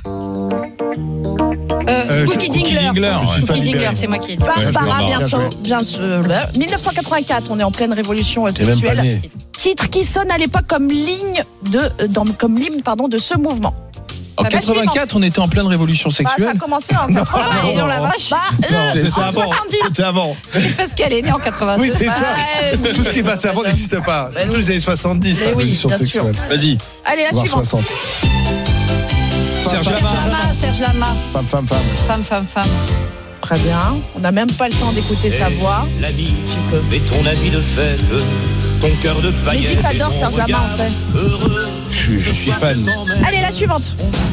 Euh, Cookie Dingler. Cookie Dingler, c'est moi qui ai dit. Barbara, bien sûr, bien sûr. dix-neuf cent quatre-vingt-quatre, on est en pleine révolution euh, sexuelle. Titre qui sonne à l'époque comme ligne de, dans, comme l'hymne, pardon, de ce mouvement. En quatre-vingt-quatre, on était en pleine révolution sexuelle. Bah, ça a commencé en quatre-vingts. Ah, et non, la vache. Bah, euh, C'était en avant. soixante-dix. C'était avant. C'est parce qu'elle est née en quatre-vingt-deux. Oui, c'est ça. Ouais. Tout ce qui est passé avant n'existe pas. C'est tous les années soixante-dix, la oui, révolution bien sexuelle. Vas-y. Allez, la Voire suivante. soixante. Serge Serge Lama. Lama, Serge Lama. Femme, femme, femme. Femme, femme, femme. Très bien. On n'a même pas le temps d'écouter sa voix. L'amitié et ton habit de fête, ton cœur de J'ai dit paillettes. que t'adores Serge Lama, en fait. Je, je suis fan. Allez, la suivante.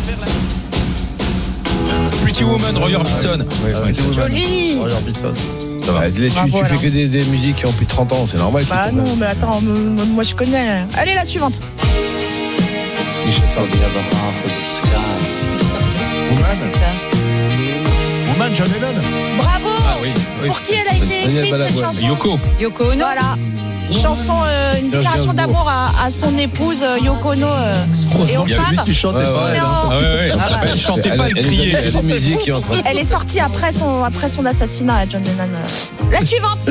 Pretty Woman, Roy Orbison. Joli. Ça va. Tu, Bravo, tu fais alors. que des, des musiques qui ont plus de trente ans, c'est normal. Bah non, mais attends, m- m- moi je connais. Allez, la suivante. Michel Sardou. C'est que ça. Woman, John Lennon. Bravo. Ah oui, oui. Pour qui elle a été Daniel écrite cette Balavoine. chanson? Yoko. Yoko Ono. Voilà. Chanson, euh, une Serge déclaration Gainsbourg. d'amour à, à son épouse euh, Yoko Ono euh, et aux Il y a lui femmes. qui chantait Ouais, pas. ouais, elle, hein. Non. Ah ouais, ouais. Ah bah. Elle chantait pas, elle elle criait. Elle a des musiques qui entrent. Elle est sortie après son, après son assassinat à John Lennon. euh. La suivante.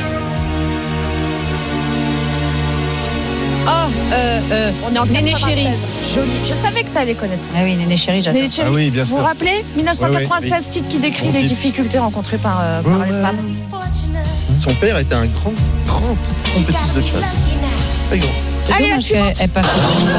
Oh, euh, euh, On est en Néné quatre-vingt-treize. Chéri. Joli. Je savais que t'allais connaître ça. Ah oui, Néné Chéri, j'adore. Néné Chéri. Ah oui, bien Vous vous sûr. rappelez dix-neuf cent quatre-vingt-seize, titre qui décrit Bon les titre. difficultés rencontrées par, euh, par les femmes. Son père était un grand, grand trompettiste de jazz. Très grand. Allez, la suivante. Elle part.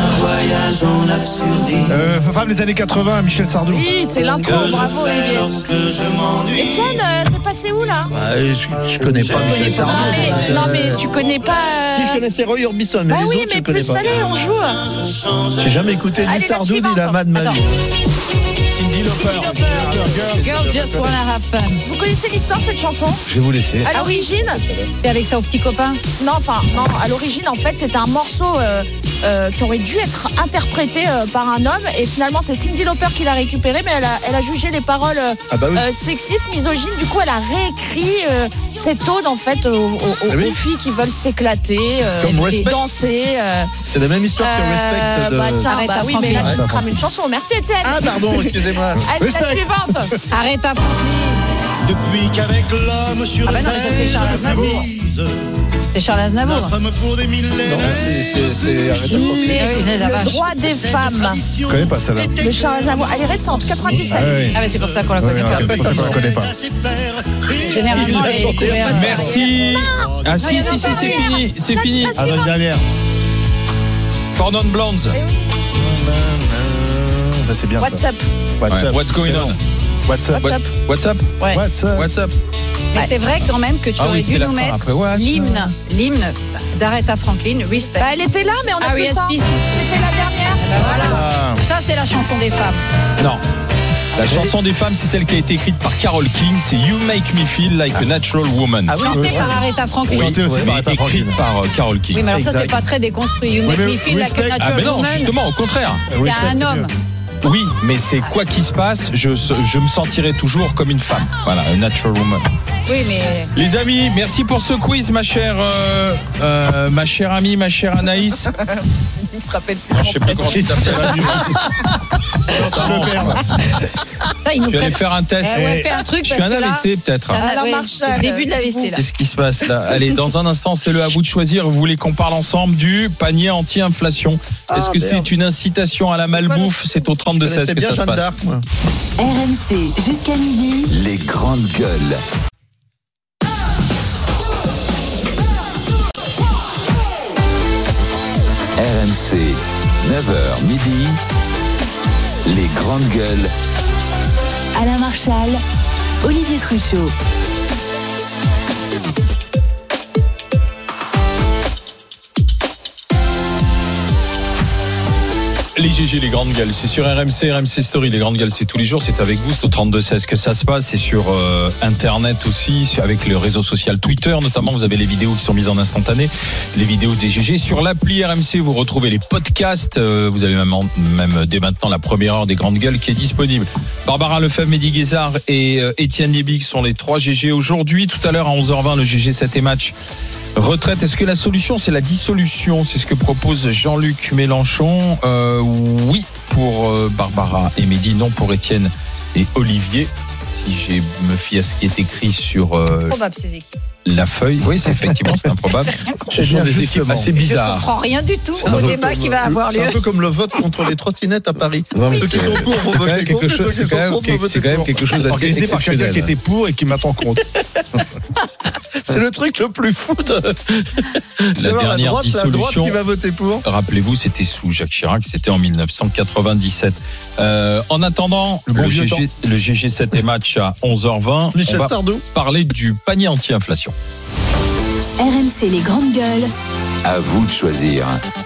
Euh, femme des années quatre-vingts, Michel Sardou. Oui, c'est l'intro. Bravo, Olivier. Etienne, euh, t'es passé où là? Bah, je, je connais pas Michel Sardou. Non, mais, non, mais tu connais pas. euh, Si je connaissais Roy Orbison, mais Bah les oui, autres je mais connais plus pas. allez, on joue. J'ai jamais écouté Allez, ni la Sardou ni suivante. la de ma Attends. vie. Cindy Lauper. Girls just wanna have fun. Vous connaissez l'histoire de cette chanson? Je vais vous laisser. À l'origine, T'es avec ça au petit copain? non, enfin, non, à l'origine, en fait, c'était un morceau euh, euh, qui aurait dû être interprété euh, par un homme, et finalement, c'est Cindy Lauper qui l'a récupéré, mais elle a, elle a jugé les paroles euh, Ah bah oui. euh, sexistes, misogynes. Du coup, elle a réécrit euh, cette ode en fait aux, aux- aux- Ah oui. aux filles qui veulent s'éclater, euh, Comme et Respect. danser. euh, C'est la même histoire que euh, Respect de. bah, tiens, Arrête bah à oui, mais là, Franklin. tu me crames une chanson. Merci, Étienne. Ah pardon, excusez-moi. Allez, la suivante. Arrête à Franklin. Depuis qu'avec l'homme sur Ah bah non, mais ça, c'est Charles Aznavour. C'est Charles Aznavour. femme pour des millénaires. Non, c'est- c'est- c'est- arrête de Les- Oui, la le vache. droit des femmes Je connais pas celle-là. de Charles Aznavour. Elle est récente, quatre-vingt-dix-sept. Ah oui. Ah mais c'est pour ça qu'on la Ouais, connaît ouais, pas. c'est pour ça qu'on la connaît pas. Généralement, les découvertes. Merci. Ah si, si, si, c'est fini. C'est fini. Ah, dans la dernière. For Non Blondes. Ça, c'est bien. ça. What's up? What's Ouais. up? What's going on? What's up? What's up? What's up? Ouais. What's up? What's up? Mais c'est vrai quand même que tu Ah oui, aurais c'était dû la nous fin. mettre Après, what? l'hymne, l'hymne d'Aretha Franklin, Respect. Bah, elle était là, mais on a plus le temps. R E S P C. C'était la dernière. Ben voilà. Ah. Ça c'est la chanson des femmes. Non. La chanson des femmes, c'est celle qui a été écrite par Carole King. C'est You Make Me Feel Like a Natural Woman. Ah oui, Chantée oui, par oui. Aretha Franklin. Oui, Chantée aussi mais par Aretha écrite Franklin. par euh, Carole King. Oui, mais alors ça c'est Exact. pas très déconstruit. You Oui, Make mais Me Feel Like a Respect- Ah Natural mais non, Woman. justement, au contraire. C'est un homme. Oui, mais c'est quoi qu'il se passe, je, je me sentirai toujours comme une femme. Voilà, a natural woman. Oui, mais Les amis, merci pour ce quiz, ma chère, euh, euh, ma chère amie, ma chère Anaïs. Il se rappelle plus. Non, je sais plus comment tu t'appelles. là, il nous Tu allais prête- faire un test. Eh ouais, fais un truc Je suis parce un que là- A V C peut-être. Ah, Alors, ouais, Marshall, c'est le début de l'A V C là. Qu'est-ce qui se passe là? Allez, dans un instant, c'est le à vous de choisir. Vous voulez qu'on parle ensemble du panier anti-inflation? Est-ce Ah, que merde. c'est une incitation à la malbouffe? C'est au trente-deux seize C'est que bien ça se Jeanne passe. d'Arc, moi. R M C jusqu'à midi. Les grandes gueules. R M C, neuf heures midi, les grandes gueules. Alain Marchal, Olivier Truchot. Les G G, les grandes gueules, c'est sur R M C, R M C Story. Les grandes gueules, c'est tous les jours, c'est avec vous, c'est au trente-deux seize que ça se passe. C'est sur euh, Internet aussi, avec le réseau social Twitter notamment. Vous avez les vidéos qui sont mises en instantané, les vidéos des G G. Sur l'appli R M C, vous retrouvez les podcasts. Euh, vous avez même, même dès maintenant la première heure des grandes gueules qui est disponible. Barbara Lefebvre, Mehdi Guézard et euh, Étienne Libic sont les trois G G aujourd'hui. Tout à l'heure à onze heures vingt, le G G sept et match. Retraite, est-ce que la solution c'est la dissolution? C'est ce que propose Jean-Luc Mélenchon. euh, Oui pour euh, Barbara et Mehdi, non pour Étienne et Olivier. Si je me fie à ce qui est écrit sur euh, probable, ces équipes. La feuille, oui, c'est effectivement c'est improbable. Ce sont des équipes assez bizarres. Je ne comprends rien du tout au débat qui va avoir lieu. C'est un peu comme le vote contre les trottinettes à Paris. Non, ceux qui sont pour vont voter contre, ceux qui sont contre vont voter C'est quand même quelque chose d'assez organisé par quelqu'un exceptionnel. qui était pour et qui maintenant contre. C'est le truc le plus fou de la la dernière droite, dissolution. La droite qui va voter pour. Rappelez-vous, c'était sous Jacques Chirac, c'était en dix-neuf cent quatre-vingt-dix-sept. Euh, en attendant, le, bon le, G G, le G G sept et match à onze heures vingt, Michel on va Sardou. parler du panier anti-inflation. R M C les grandes gueules. À vous de choisir.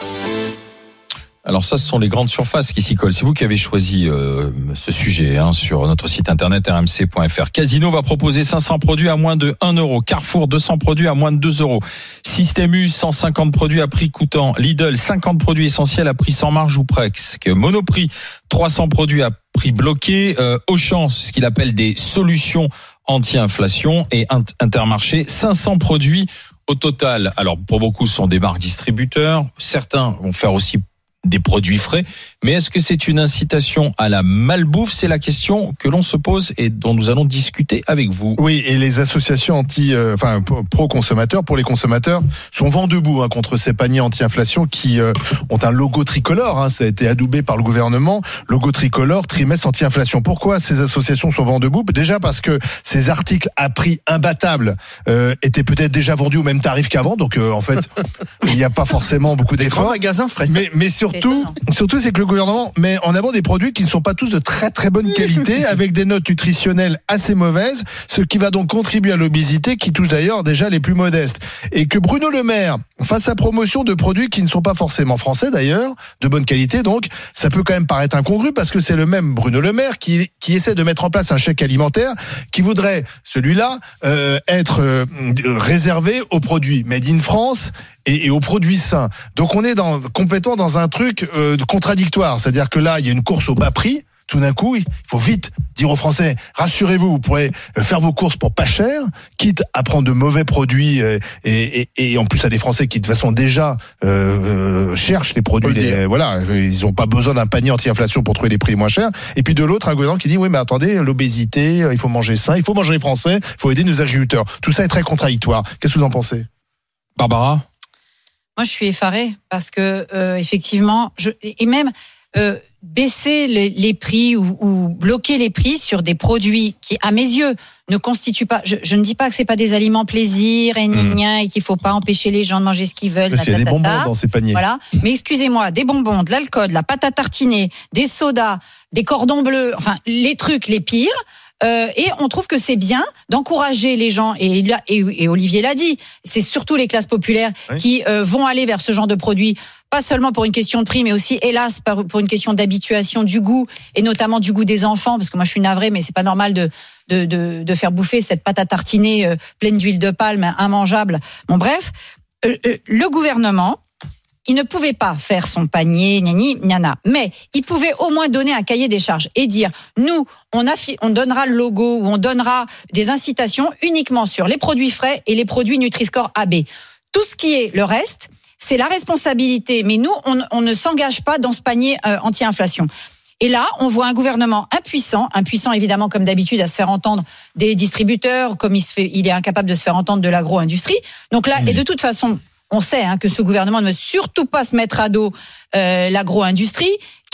Alors ça, ce sont les grandes surfaces qui s'y collent. C'est vous qui avez choisi euh, ce sujet hein, sur notre site internet r m c point f r. Casino va proposer cinq cents produits à moins de un euro. Carrefour, deux cents produits à moins de deux euros. Système U, cent cinquante produits à prix coûtant. Lidl, cinquante produits essentiels à prix sans marge ou presque. Monoprix, trois cents produits à prix bloqué. Euh, Auchan, ce qu'il appelle des solutions anti-inflation. Et Intermarché, cinq cents produits au total. Alors pour beaucoup, ce sont des marques distributeurs. Certains vont faire aussi des produits frais, mais est-ce que c'est une incitation à la malbouffe? C'est la question que l'on se pose et dont nous allons discuter avec vous. Oui, et les associations anti, euh, enfin pro-consommateurs, pour les consommateurs, sont vent debout hein, contre ces paniers anti-inflation qui euh, ont un logo tricolore. Hein, ça a été adoubé par le gouvernement, logo tricolore, trimestre anti-inflation. Pourquoi ces associations sont vent debout? Déjà parce que ces articles à prix imbattable euh, étaient peut-être déjà vendus au même tarif qu'avant, donc euh, en fait, il n'y a pas forcément beaucoup d'efforts. Magasins frais. Mais, mais surtout Surtout, surtout, c'est que le gouvernement met en avant des produits qui ne sont pas tous de très très bonne qualité, avec des notes nutritionnelles assez mauvaises, ce qui va donc contribuer à l'obésité, qui touche d'ailleurs déjà les plus modestes. Et que Bruno Le Maire fasse sa promotion de produits qui ne sont pas forcément français d'ailleurs, de bonne qualité, donc ça peut quand même paraître incongru, parce que c'est le même Bruno Le Maire qui, qui essaie de mettre en place un chèque alimentaire qui voudrait, celui-là, euh, être euh, réservé aux produits made in France et, et aux produits sains. Donc on est dans, complètement dans un truc euh, contradictoire, c'est-à-dire que là il y a une course au bas prix. Tout d'un coup, il faut vite dire aux Français, rassurez-vous, vous pourrez faire vos courses pour pas cher, quitte à prendre de mauvais produits, et, et, et en plus à des Français qui de toute façon déjà euh, euh, cherchent les produits, les, voilà, ils n'ont pas besoin d'un panier anti-inflation pour trouver les prix les moins chers. Et puis de l'autre, un gouvernement qui dit, oui mais attendez, l'obésité, il faut manger sain, il faut manger les Français, il faut aider nos agriculteurs. Tout ça est très contradictoire. Qu'est-ce que vous en pensez, Barbara? Moi, je suis effarée parce que euh, effectivement, je, et même euh, baisser les, les prix ou, ou bloquer les prix sur des produits qui, à mes yeux, ne constituent pas. Je, je ne dis pas que c'est pas des aliments plaisir et mmh. gna, et qu'il faut pas empêcher les gens de manger ce qu'ils veulent. Parce qu'il y a des bonbons dans ces paniers. Voilà. Mais excusez-moi, des bonbons, de l'alcool, de la pâte à tartiner, des sodas, des cordons bleus, enfin les trucs les pires. Euh, et on trouve que c'est bien d'encourager les gens, et, et, et Olivier l'a dit, c'est surtout les classes populaires oui. qui euh, vont aller vers ce genre de produits, pas seulement pour une question de prix, mais aussi, hélas, pour une question d'habituation, du goût, et notamment du goût des enfants, parce que moi je suis navrée, mais c'est pas normal de, de, de, de faire bouffer cette pâte à tartiner euh, pleine d'huile de palme, immangeable. Bon bref, euh, euh, le gouvernement, il ne pouvait pas faire son panier, nani, nana, mais il pouvait au moins donner un cahier des charges et dire, nous, on, affi- on donnera le logo ou on donnera des incitations uniquement sur les produits frais et les produits Nutri-Score A B. Tout ce qui est le reste, c'est la responsabilité. Mais nous, on, on ne s'engage pas dans ce panier euh, anti-inflation. Et là, on voit un gouvernement impuissant, impuissant évidemment comme d'habitude à se faire entendre des distributeurs, comme il, se fait, il est incapable de se faire entendre de l'agro-industrie. Donc là, mmh. et de toute façon, on sait hein, que ce gouvernement ne veut surtout pas se mettre à dos euh, l'agro-industrie,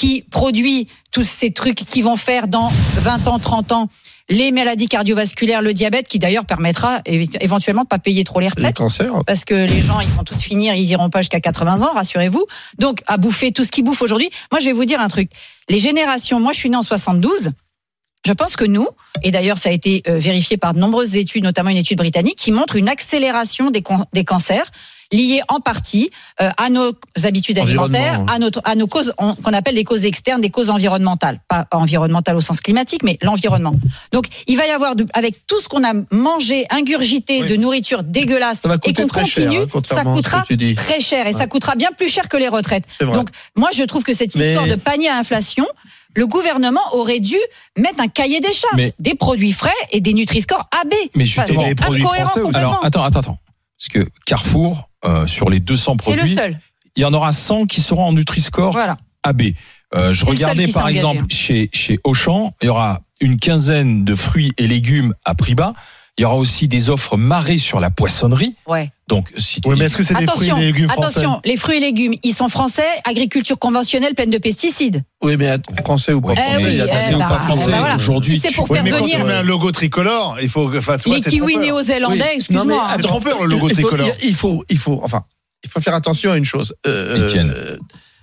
qui produit tous ces trucs qui vont faire dans vingt ans, trente ans les maladies cardiovasculaires, le diabète, qui d'ailleurs permettra éventuellement de pas payer trop les retraites. Le cancer. Parce que les gens, ils vont tous finir, ils iront pas jusqu'à quatre-vingts ans, rassurez-vous. Donc, à bouffer tout ce qu'ils bouffent aujourd'hui. Moi, je vais vous dire un truc. Les générations, moi, je suis née en soixante-douze. Je pense que nous, et d'ailleurs ça a été vérifié par de nombreuses études, notamment une étude britannique, qui montre une accélération des, con- des cancers liés en partie euh, à nos habitudes alimentaires, à, notre, à nos causes on, qu'on appelle des causes externes, des causes environnementales. Pas environnementales au sens climatique, mais l'environnement. Donc il va y avoir, de, avec tout ce qu'on a mangé, ingurgité oui. de nourriture dégueulasse, et qu'on continue, cher, hein, ça coûtera très cher, et ouais. ça coûtera bien plus cher que les retraites. Donc moi je trouve que cette histoire mais... de panier à inflation, le gouvernement aurait dû mettre un cahier des charges, mais, des produits frais et des Nutri-Score A B. Mais justement, les produits français aussi. Alors, attends, attends, attends. Parce que Carrefour, euh, sur les deux cents produits, c'est le seul. Il y en aura cent qui seront en Nutri-Score voilà. A B. Euh, je c'est regardais par exemple chez, chez Auchan, il y aura une quinzaine de fruits et légumes à prix bas. Il y aura aussi des offres marées sur la poissonnerie. Ouais. Donc, si tu oui, dis... mais est-ce que c'est attention, des fruits et légumes français ? Attention, les fruits et légumes, ils sont français, agriculture conventionnelle pleine de pesticides. Oui, mais français ou pas français, eh oui, il y a eh bah, ou pas français. Bah voilà. Aujourd'hui, si c'est pour tu... faire oui, mais venir quand on met un logo tricolore, il faut enfin, toi, les kiwis néo-zélandais, oui. excuse-moi. C'est trompeur le logo il faut, tricolore. Il faut, il faut, enfin, il faut faire attention à une chose. Euh, Etienne. Euh,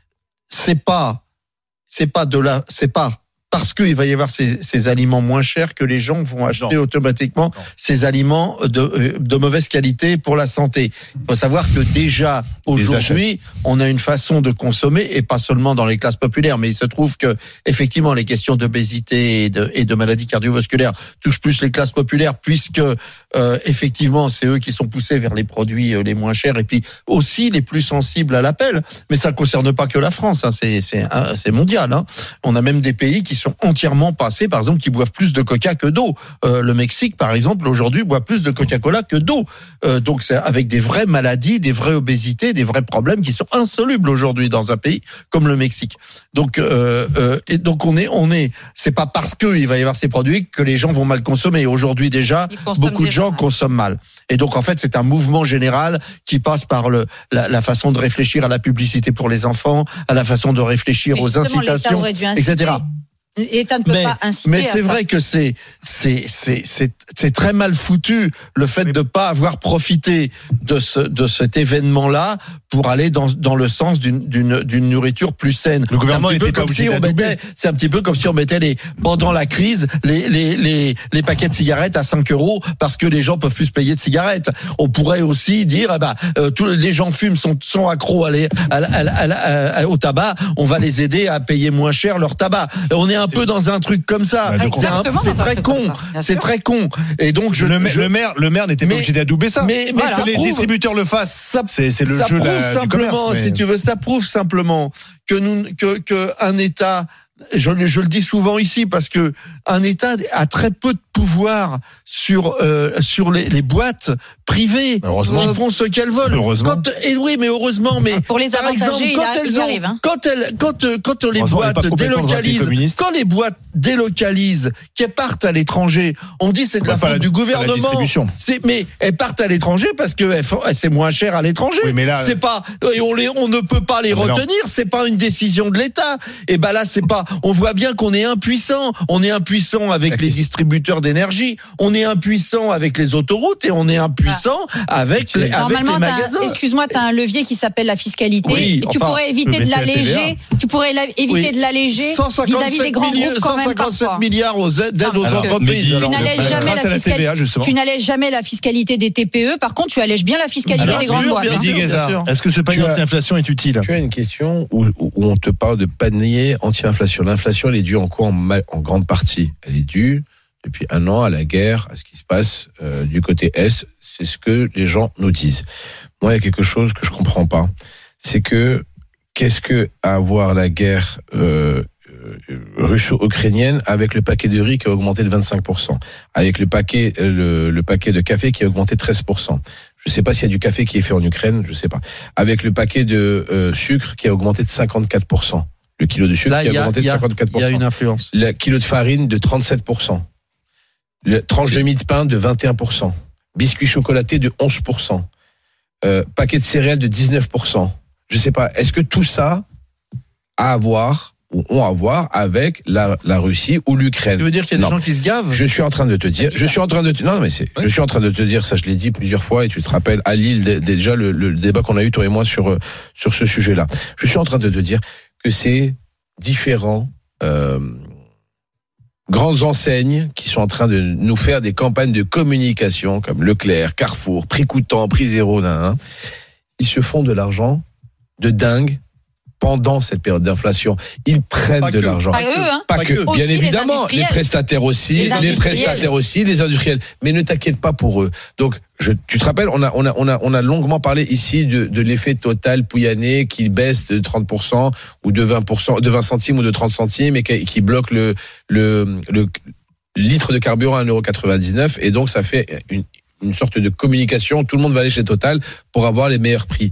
c'est pas, c'est pas de la, c'est pas parce qu'il va y avoir ces, ces aliments moins chers que les gens vont acheter non. automatiquement non. ces aliments de, de mauvaise qualité pour la santé. Il faut savoir que déjà aujourd'hui, on a une façon de consommer, et pas seulement dans les classes populaires, mais il se trouve que effectivement les questions d'obésité et de, et de maladies cardiovasculaires touchent plus les classes populaires, puisque euh, effectivement c'est eux qui sont poussés vers les produits les moins chers, et puis aussi les plus sensibles à l'appel. Mais ça ne concerne pas que la France, hein, c'est, c'est, c'est mondial. Hein. On a même des pays qui sont entièrement passés, par exemple, qui boivent plus de coca que d'eau. Euh, le Mexique, par exemple, aujourd'hui, boit plus de Coca-Cola que d'eau. Euh, donc, c'est avec des vraies maladies, des vraies obésités, des vrais problèmes qui sont insolubles aujourd'hui dans un pays comme le Mexique. Donc, euh, euh, et donc on est, on est, c'est pas parce que il va y avoir ces produits que les gens vont mal consommer. Aujourd'hui déjà, beaucoup de gens mal. consomment mal. Et donc, en fait, c'est un mouvement général qui passe par le, la, la façon de réfléchir à la publicité pour les enfants, à la façon de réfléchir mais aux incitations, et cetera. L'État ne peut mais, pas inciter. Mais c'est à vrai ça. que c'est c'est c'est c'est c'est très mal foutu le fait de pas avoir profité de ce de cet événement-là pour aller dans dans le sens d'une d'une d'une nourriture plus saine. Le gouvernement était comme si on mettait, c'est un petit peu comme si on mettait les pendant la crise les les les les paquets de cigarettes à cinq euros parce que les gens peuvent plus se payer de cigarettes. On pourrait aussi dire eh ben euh, tous les gens fument sont sont accros à les, à, à, à, à, au tabac, on va les aider à payer moins cher leur tabac. On est un peu dans un truc comme ça. Bah, c'est, un, c'est très con. C'est sûr. très con. Et donc je le, je, le maire, le maire n'était pas obligé d'adouber ça. Mais, mais voilà. ça les prouve, distributeurs le fassent. Ça, c'est, c'est le ça jeu prouve la, simplement, du commerce, mais... si tu veux, ça prouve simplement que nous, que que un État. Je, je le dis souvent ici parce que un État a très peu de pouvoir sur euh, sur les, les boîtes privées. Heureusement. Ils font ce qu'elles veulent. Heureusement. Quand, et oui, mais heureusement, mais pour les par exemple, quand il elles ont, arrive, hein. quand elles, quand quand les boîtes délocalisent, quand les boîtes délocalisent, qu'elles partent à l'étranger, on dit c'est de la faute la, du gouvernement. C'est mais elles partent à l'étranger parce que elles font, c'est moins cher à l'étranger. Oui, mais là, c'est pas et on les on ne peut pas les retenir. C'est pas une décision de l'État. Et ben là, c'est pas. On voit bien qu'on est impuissant. On est impuissant avec okay. les distributeurs d'énergie. On est impuissant avec les autoroutes et on est impuissant ah. avec, les, avec les magasins. Excuse-moi, tu as un levier qui s'appelle la fiscalité. Oui, et tu enfin, pourrais éviter de l'alléger. Tu pourrais éviter oui. de l'alléger vis-à-vis des grands groupes quand même cent cinquante-sept milliards aux aides aux entreprises. Tu n'allèges jamais la fiscalité. Tu n'allèges jamais la fiscalité des T P E. Par contre, tu allèges bien la fiscalité des grandes boîtes. Est-ce que ce panier anti-inflation est utile ? Tu as une question où on te parle de panier anti-inflation. L'inflation, elle est due en quoi ? En, en grande partie. Elle est due depuis un an à la guerre, à ce qui se passe euh, du côté Est. C'est ce que les gens nous disent. Moi, il y a quelque chose que je comprends pas. C'est que, qu'est-ce que avoir la guerre euh, russo-ukrainienne avec le paquet de riz qui a augmenté de vingt-cinq pour cent, avec le paquet, le, le paquet de café qui a augmenté de treize pour cent. Je sais pas s'il y a du café qui est fait en Ukraine, je sais pas. Avec le paquet de euh, sucre qui a augmenté de cinquante-quatre pour cent. Le kilo de sucre Là, qui a, a augmenté de cinquante-quatre pour cent. Il y a une influence. Le kilo de farine de trente-sept pour cent. Le tranche de mie de pain de vingt et un pour cent. Biscuit chocolaté de onze pour cent. Euh, paquet de céréales de dix-neuf pour cent. Je sais pas, est-ce que tout ça a à voir ou ont à voir avec la, la Russie ou l'Ukraine. Tu veux dire qu'il y a non. des gens qui se gavent? Je suis en train de te dire, je suis en train de te, non mais c'est, oui. je suis en train de te dire, ça je l'ai dit plusieurs fois et tu te rappelles à Lille déjà le, le débat qu'on a eu toi et moi sur sur ce sujet-là. Je suis en train de te dire que c'est différents euh, grandes enseignes qui sont en train de nous faire des campagnes de communication comme Leclerc, Carrefour, Prix Coûtant, Prix Zéro, nan, nan. Ils se font de l'argent de dingue pendant cette période d'inflation. Ils prennent pas de que, l'argent. Pas, eux, hein. Pas, pas que, bien aussi évidemment. Les, les prestataires aussi, les, les prestataires aussi, les industriels. Mais ne t'inquiète pas pour eux. Donc, je, tu te rappelles, on a, on a, on a, on a longuement parlé ici de, de l'effet Total Pouyanné qui baisse de trente pour cent ou de vingt pour cent, de vingt centimes ou de trente centimes et qui, qui bloque le, le, le litre de carburant à un euro quatre-vingt-dix-neuf. Et donc, ça fait une, une sorte de communication. Tout le monde va aller chez Total pour avoir les meilleurs prix.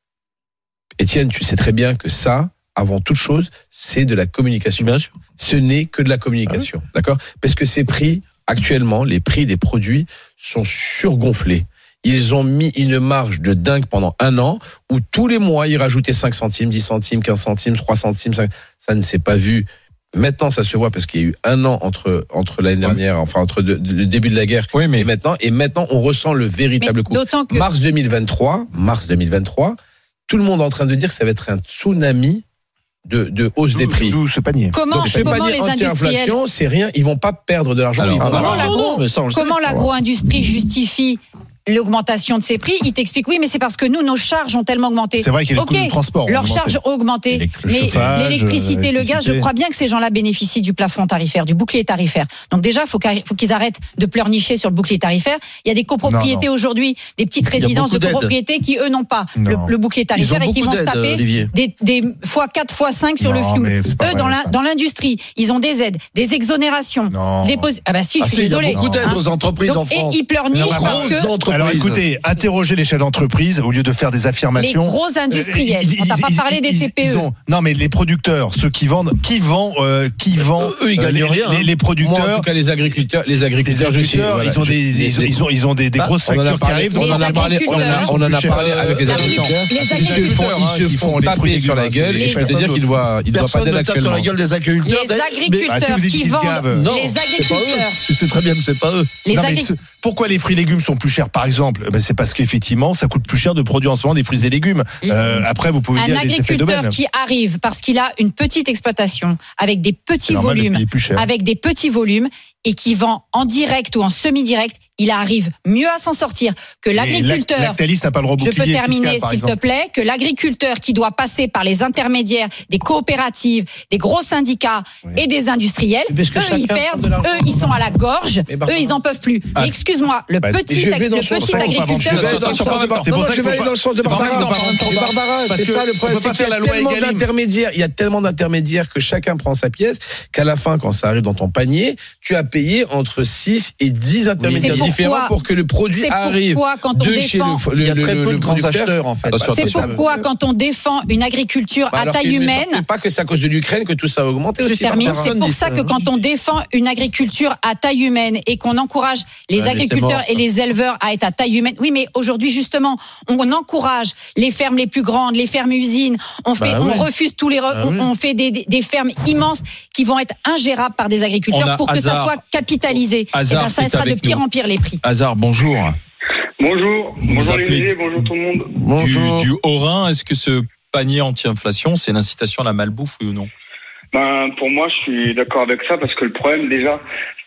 Étienne, tu sais très bien que ça, avant toute chose, c'est de la communication. Bien sûr. Ce n'est que de la communication, ah oui. D'accord ? Parce que ces prix, actuellement, les prix des produits sont surgonflés. Ils ont mis une marge de dingue pendant un an, où tous les mois, ils rajoutaient cinq centimes, dix centimes, quinze centimes, trois centimes, cinq... ça ne s'est pas vu. Maintenant, ça se voit parce qu'il y a eu un an entre entre l'année dernière, enfin entre de, de, le début de la guerre oui, mais... et maintenant, et maintenant, on ressent le véritable mais coup. D'autant que... Mars deux mille vingt-trois, mars deux mille vingt-trois, tout le monde est en train de dire que ça va être un tsunami de, de hausse d'où, des prix. D'où ce panier. Comment, Donc, ce comment panier les anti-inflation, c'est rien. Ils vont pas perdre de l'argent. Alors, ils vont comment, avoir... l'agro, non, non, comment l'agro-industrie justifie l'augmentation de ces prix? Il t'explique oui, mais c'est parce que nous, nos charges ont tellement augmenté. C'est vrai qu'il y a les okay, coûts de transport. Leurs charges ont augmenté. Électri- mais chauffage, l'électricité, le gaz, je crois bien que ces gens-là bénéficient du plafond tarifaire, du bouclier tarifaire. Donc déjà, il faut, faut qu'ils arrêtent de pleurnicher sur le bouclier tarifaire. Il y a des copropriétés non, non. aujourd'hui, des petites résidences de copropriétés qui, eux, n'ont pas le, le bouclier tarifaire et qui vont se taper des, des fois quatre, fois cinq sur non, le fioul. Eux, dans, la, dans l'industrie, ils ont des aides, des exonérations. Des pos... Ah bah si, je suis désolée. Il y a beaucoup d'aides aux entreprises en France. Et ils pleurnichent parce que... Alors écoutez, interrogez les chefs d'entreprise au lieu de faire des affirmations. Les gros industriels. On n'a pas parlé des T P E. Ont, non, mais les producteurs, ceux qui vendent, qui vendent, euh, qui vendent. Eux, ils gagnent les, rien. Les, les producteurs. Moi, en tout cas, les agriculteurs, les agriculteurs, les agriculteurs, je sais, ils ont des, ils ont, ils ont, ils ont des, des bah, grosses factures qui arrivent. On en a parlé, on en a, on en a parlé avec les agriculteurs. Ils se font, ils se font taper sur la gueule. Et je peux te dire qu'ils doivent, ils doivent pas d'être actuellement. Sur la gueule des agriculteurs. Les agriculteurs qui vendent. Non, les agriculteurs. Tu sais très bien que c'est pas eux. Pourquoi les fruits et légumes sont plus chers, par exemple? Ben, c'est parce qu'effectivement, ça coûte plus cher de produire en ce moment des fruits et légumes. Euh, après, vous pouvez un dire des effets d'aubaine. Un agriculteur qui arrive parce qu'il a une petite exploitation avec des petits volumes, avec des petits volumes et qui vend en direct ou en semi-direct, il arrive mieux à s'en sortir que l'agriculteur. Lactalis n'a pas le Je peux terminer, s'il te plaît, que l'agriculteur qui doit passer par les intermédiaires des coopératives, des gros syndicats oui. et des industriels, eux ils perdent, eux ils sont à la gorge, eux ils en peuvent plus. Ah. Mais excuse-moi, le bah, petit, ag- le petit agriculteur. C'est pour ça que je vais aller dans le sens de Barbara. C'est ça le problème, c'est qu'il y a tellement d'intermédiaires, il y a tellement d'intermédiaires que chacun prend sa pièce, qu'à la fin, quand ça arrive dans ton panier, tu as payé entre six et dix intermédiaires différents pour que le produit arrive de chez le Il y a très peu de grands acheteurs en fait. C'est pourquoi quand on défend une agriculture à taille humaine, c'est pas que c'est à cause de l'Ukraine que tout ça a augmenté aussi. Je termine, c'est pour ça que quand on défend une agriculture à taille humaine et qu'on encourage les agriculteurs et les éleveurs à être à taille humaine. Oui, mais aujourd'hui justement, on encourage les fermes les plus grandes, les fermes usines. On fait, on refuse tous les, on fait des des fermes immenses qui vont être ingérables par des agriculteurs pour que ça soit capitalisé. Et ben ça sera de pire en pire les prix. Hazard, bonjour. Bonjour. Vous bonjour appelez Olivier, bonjour tout le monde. Bonjour. Du, du Haut-Rhin, est-ce que ce panier anti-inflation, c'est l'incitation à la malbouffe, oui ou non? Ben, pour moi, je suis d'accord avec ça parce que le problème, déjà,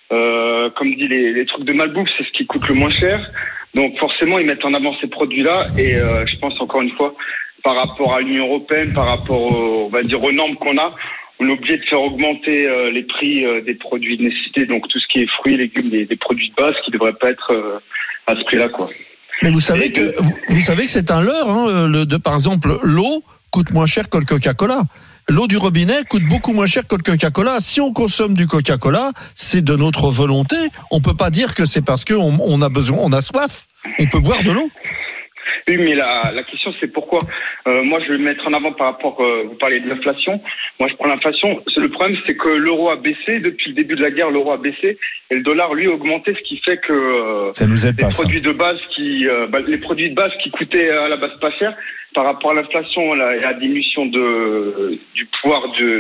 euh, comme dit, les, les trucs de malbouffe, c'est ce qui coûte le moins cher. Donc forcément, ils mettent en avant ces produits-là et euh, je pense encore une fois, par rapport à l'Union européenne, par rapport, aux, on va dire, aux normes qu'on a, on est obligé de faire augmenter euh, les prix euh, des produits de nécessité, donc tout ce qui est fruits, légumes, des, des produits de base qui ne devraient pas être euh, à ce prix-là, quoi. Mais vous savez que vous, vous savez que c'est un leurre, hein, le, de, par exemple, l'eau coûte moins cher que le Coca-Cola. L'eau du robinet coûte beaucoup moins cher que le Coca-Cola. Si on consomme du Coca-Cola, c'est de notre volonté. On peut pas dire que c'est parce qu'on on a besoin, on a soif. On peut boire de l'eau. Oui, mais la, la question, c'est pourquoi. Euh, moi, je vais mettre en avant par rapport, euh, vous parlez de l'inflation. Moi, je prends l'inflation. Le problème, c'est que l'euro a baissé. Depuis le début de la guerre, l'euro a baissé. Et le dollar, lui, a augmenté, ce qui fait que euh, ça nous aide les pas, produits ça. de base qui, euh, bah, les produits de base qui coûtaient à la base pas cher, par rapport à l'inflation, la, la diminution de, du pouvoir de,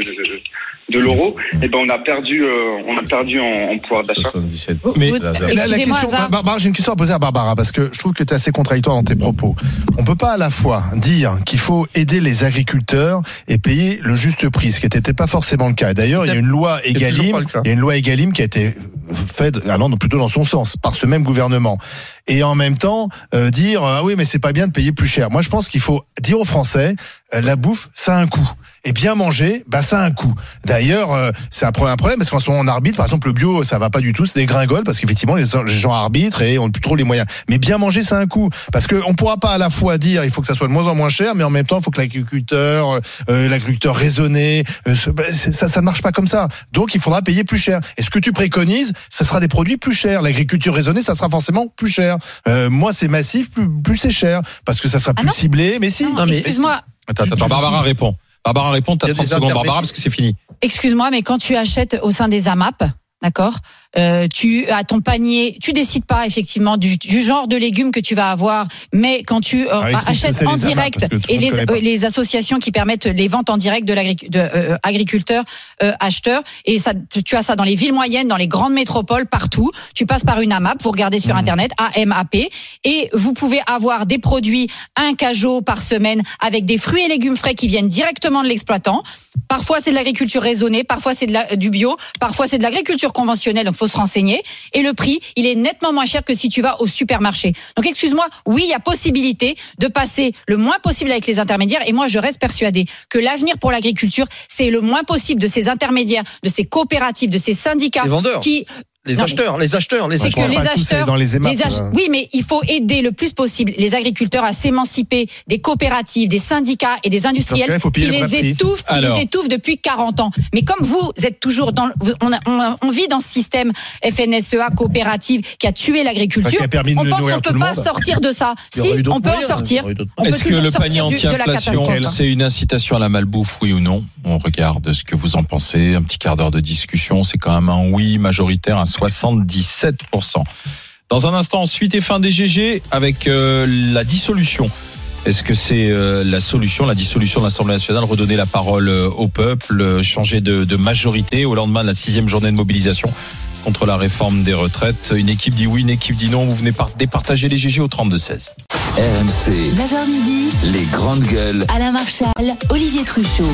de l'euro, et ben on a perdu, euh, on a perdu en, en pouvoir d'achat. Mais la, la question, Barbara, j'ai une question à poser à Barbara parce que je trouve que tu es assez contradictoire dans tes propos. On peut pas à la fois dire qu'il faut aider les agriculteurs et payer le juste prix, ce qui n'était pas forcément le cas. Et d'ailleurs, il y a une loi Egalim, il y a une loi Egalim qui a été faite allant plutôt dans son sens par ce même gouvernement. Et en même temps, euh, dire ah oui mais c'est pas bien de payer plus cher. Moi je pense qu'il faut dire aux Français euh, la bouffe ça a un coût et bien manger bah ça a un coût. D'ailleurs euh, c'est un problème, un problème parce qu'en ce moment on arbitre, par exemple le bio ça va pas du tout, c'est des gringoles parce qu'effectivement les, les gens arbitrent et ont plus trop les moyens. Mais bien manger ça a un coût parce que on pourra pas à la fois dire il faut que ça soit de moins en moins cher mais en même temps il faut que l'agriculteur euh, l'agriculteur raisonné euh, ça ça ne marche pas comme ça. Donc il faudra payer plus cher. Et ce que tu préconises, ça sera des produits plus chers. L'agriculture raisonnée ça sera forcément plus cher. Euh, moi, c'est massif, plus, plus c'est cher, parce que ça sera plus ah ciblé. Mais si. Non, non, mais excuse-moi. Attends, attends, Barbara répond. Barbara répond. T'as trente secondes, Barbara, parce que c'est fini. Excuse-moi, mais quand tu achètes au sein des A M A P, d'accord, euh, tu as ton panier, tu décides pas effectivement du, du genre de légumes que tu vas avoir, mais quand tu euh, ah, achètes en direct et les, euh, les associations qui permettent les ventes en direct de l'agriculteur euh, acheteur, et ça, tu as ça dans les villes moyennes, dans les grandes métropoles, partout. Tu passes par une A M A P, vous regardez sur mmh. internet, A M A P, et vous pouvez avoir des produits un cajot par semaine avec des fruits et légumes frais qui viennent directement de l'exploitant. Parfois c'est de l'agriculture raisonnée, parfois c'est de la, du bio, parfois c'est de l'agriculture conventionnelle, donc faut se renseigner. Et le prix, il est nettement moins cher que si tu vas au supermarché. Donc excuse-moi, oui, il y a possibilité de passer le moins possible avec les intermédiaires. Et moi, je reste persuadée que l'avenir pour l'agriculture, c'est le moins possible de ces intermédiaires, de ces coopératives, de ces syndicats les vendeurs. qui... Les non, acheteurs, les acheteurs, les c'est acheteurs. que les acheteurs, dans les les ach... oui, mais il faut aider le plus possible les agriculteurs à s'émanciper des coopératives, des syndicats et des industriels qui les étouffent, qui les étouffent depuis quarante ans. Mais comme vous êtes toujours dans, on, a, on, a, on vit dans ce système F N S E A coopérative qui a tué l'agriculture. A on pense qu'on ne peut pas sortir de ça. Si, on peut en sortir. Est-ce que le panier anti-inflation, c'est une incitation à la malbouffe, oui ou non? On regarde ce que vous en pensez. Un petit quart d'heure de discussion, c'est quand même un oui majoritaire, un soixante-dix-sept pour cent. Dans un instant, suite et fin des G G avec euh, la dissolution. Est-ce que c'est euh, la solution, la dissolution de l'Assemblée nationale, redonner la parole euh, au peuple, euh, changer de, de majorité au lendemain de la sixième journée de mobilisation contre la réforme des retraites? Une équipe dit oui, une équipe dit non. Vous venez par- départager les G G au trente-deux seize. R M C. neuf heures midi. Les grandes gueules. Alain Marchal, Olivier Truchot.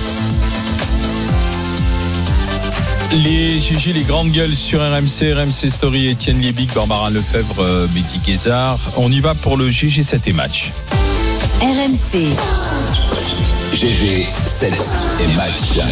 Les G G, les grandes gueules sur R M C, R M C Story, Étienne Liebig, Barbara Lefebvre, euh, Betty Guézard. On y va pour le G G sept et match. R M C. G G sept et match.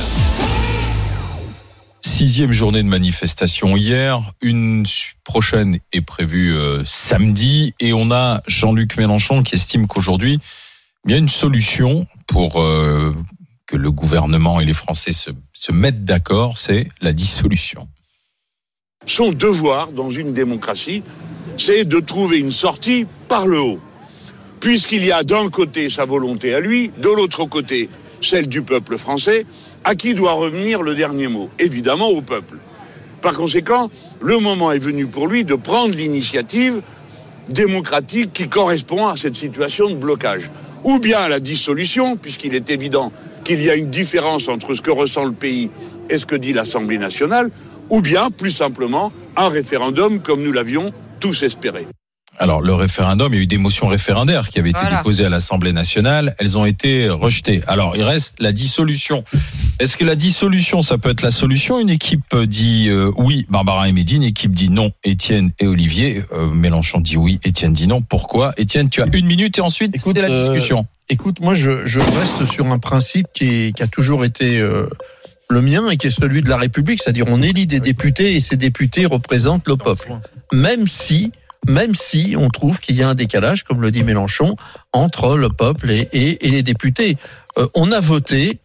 Sixième journée de manifestation hier, une prochaine est prévue euh, samedi, et on a Jean-Luc Mélenchon qui estime qu'aujourd'hui, il y a une solution pour euh, que le gouvernement et les Français se, se mettent d'accord, c'est la dissolution. Son devoir dans une démocratie, c'est de trouver une sortie par le haut. Puisqu'il y a d'un côté sa volonté à lui, de l'autre côté celle du peuple français, à qui doit revenir le dernier mot? Évidemment au peuple. Par conséquent, le moment est venu pour lui de prendre l'initiative démocratique qui correspond à cette situation de blocage. Ou bien à la dissolution, puisqu'il est évident qu'il y a une différence entre ce que ressent le pays et ce que dit l'Assemblée nationale, ou bien, plus simplement, un référendum comme nous l'avions tous espéré. Alors, le référendum, il y a eu des motions référendaires qui avaient été voilà. déposées à l'Assemblée nationale. Elles ont été rejetées. Alors, il reste la dissolution. Est-ce que la dissolution, ça peut être la solution? Une équipe dit euh, oui, Barbara et Mehdi. Une équipe dit non, Étienne et Olivier. Euh, Mélenchon dit oui, Étienne dit non. Pourquoi? Étienne, tu as une minute et ensuite, écoute, c'est la discussion. Euh, écoute, moi, je, je reste sur un principe qui, est, qui a toujours été... Euh, le mien et qui est celui de la République, c'est-à-dire on élit des députés et ces députés représentent le peuple. Même si, même si on trouve qu'il y a un décalage, comme le dit Mélenchon, entre le peuple et, et, et les députés. Euh, on a voté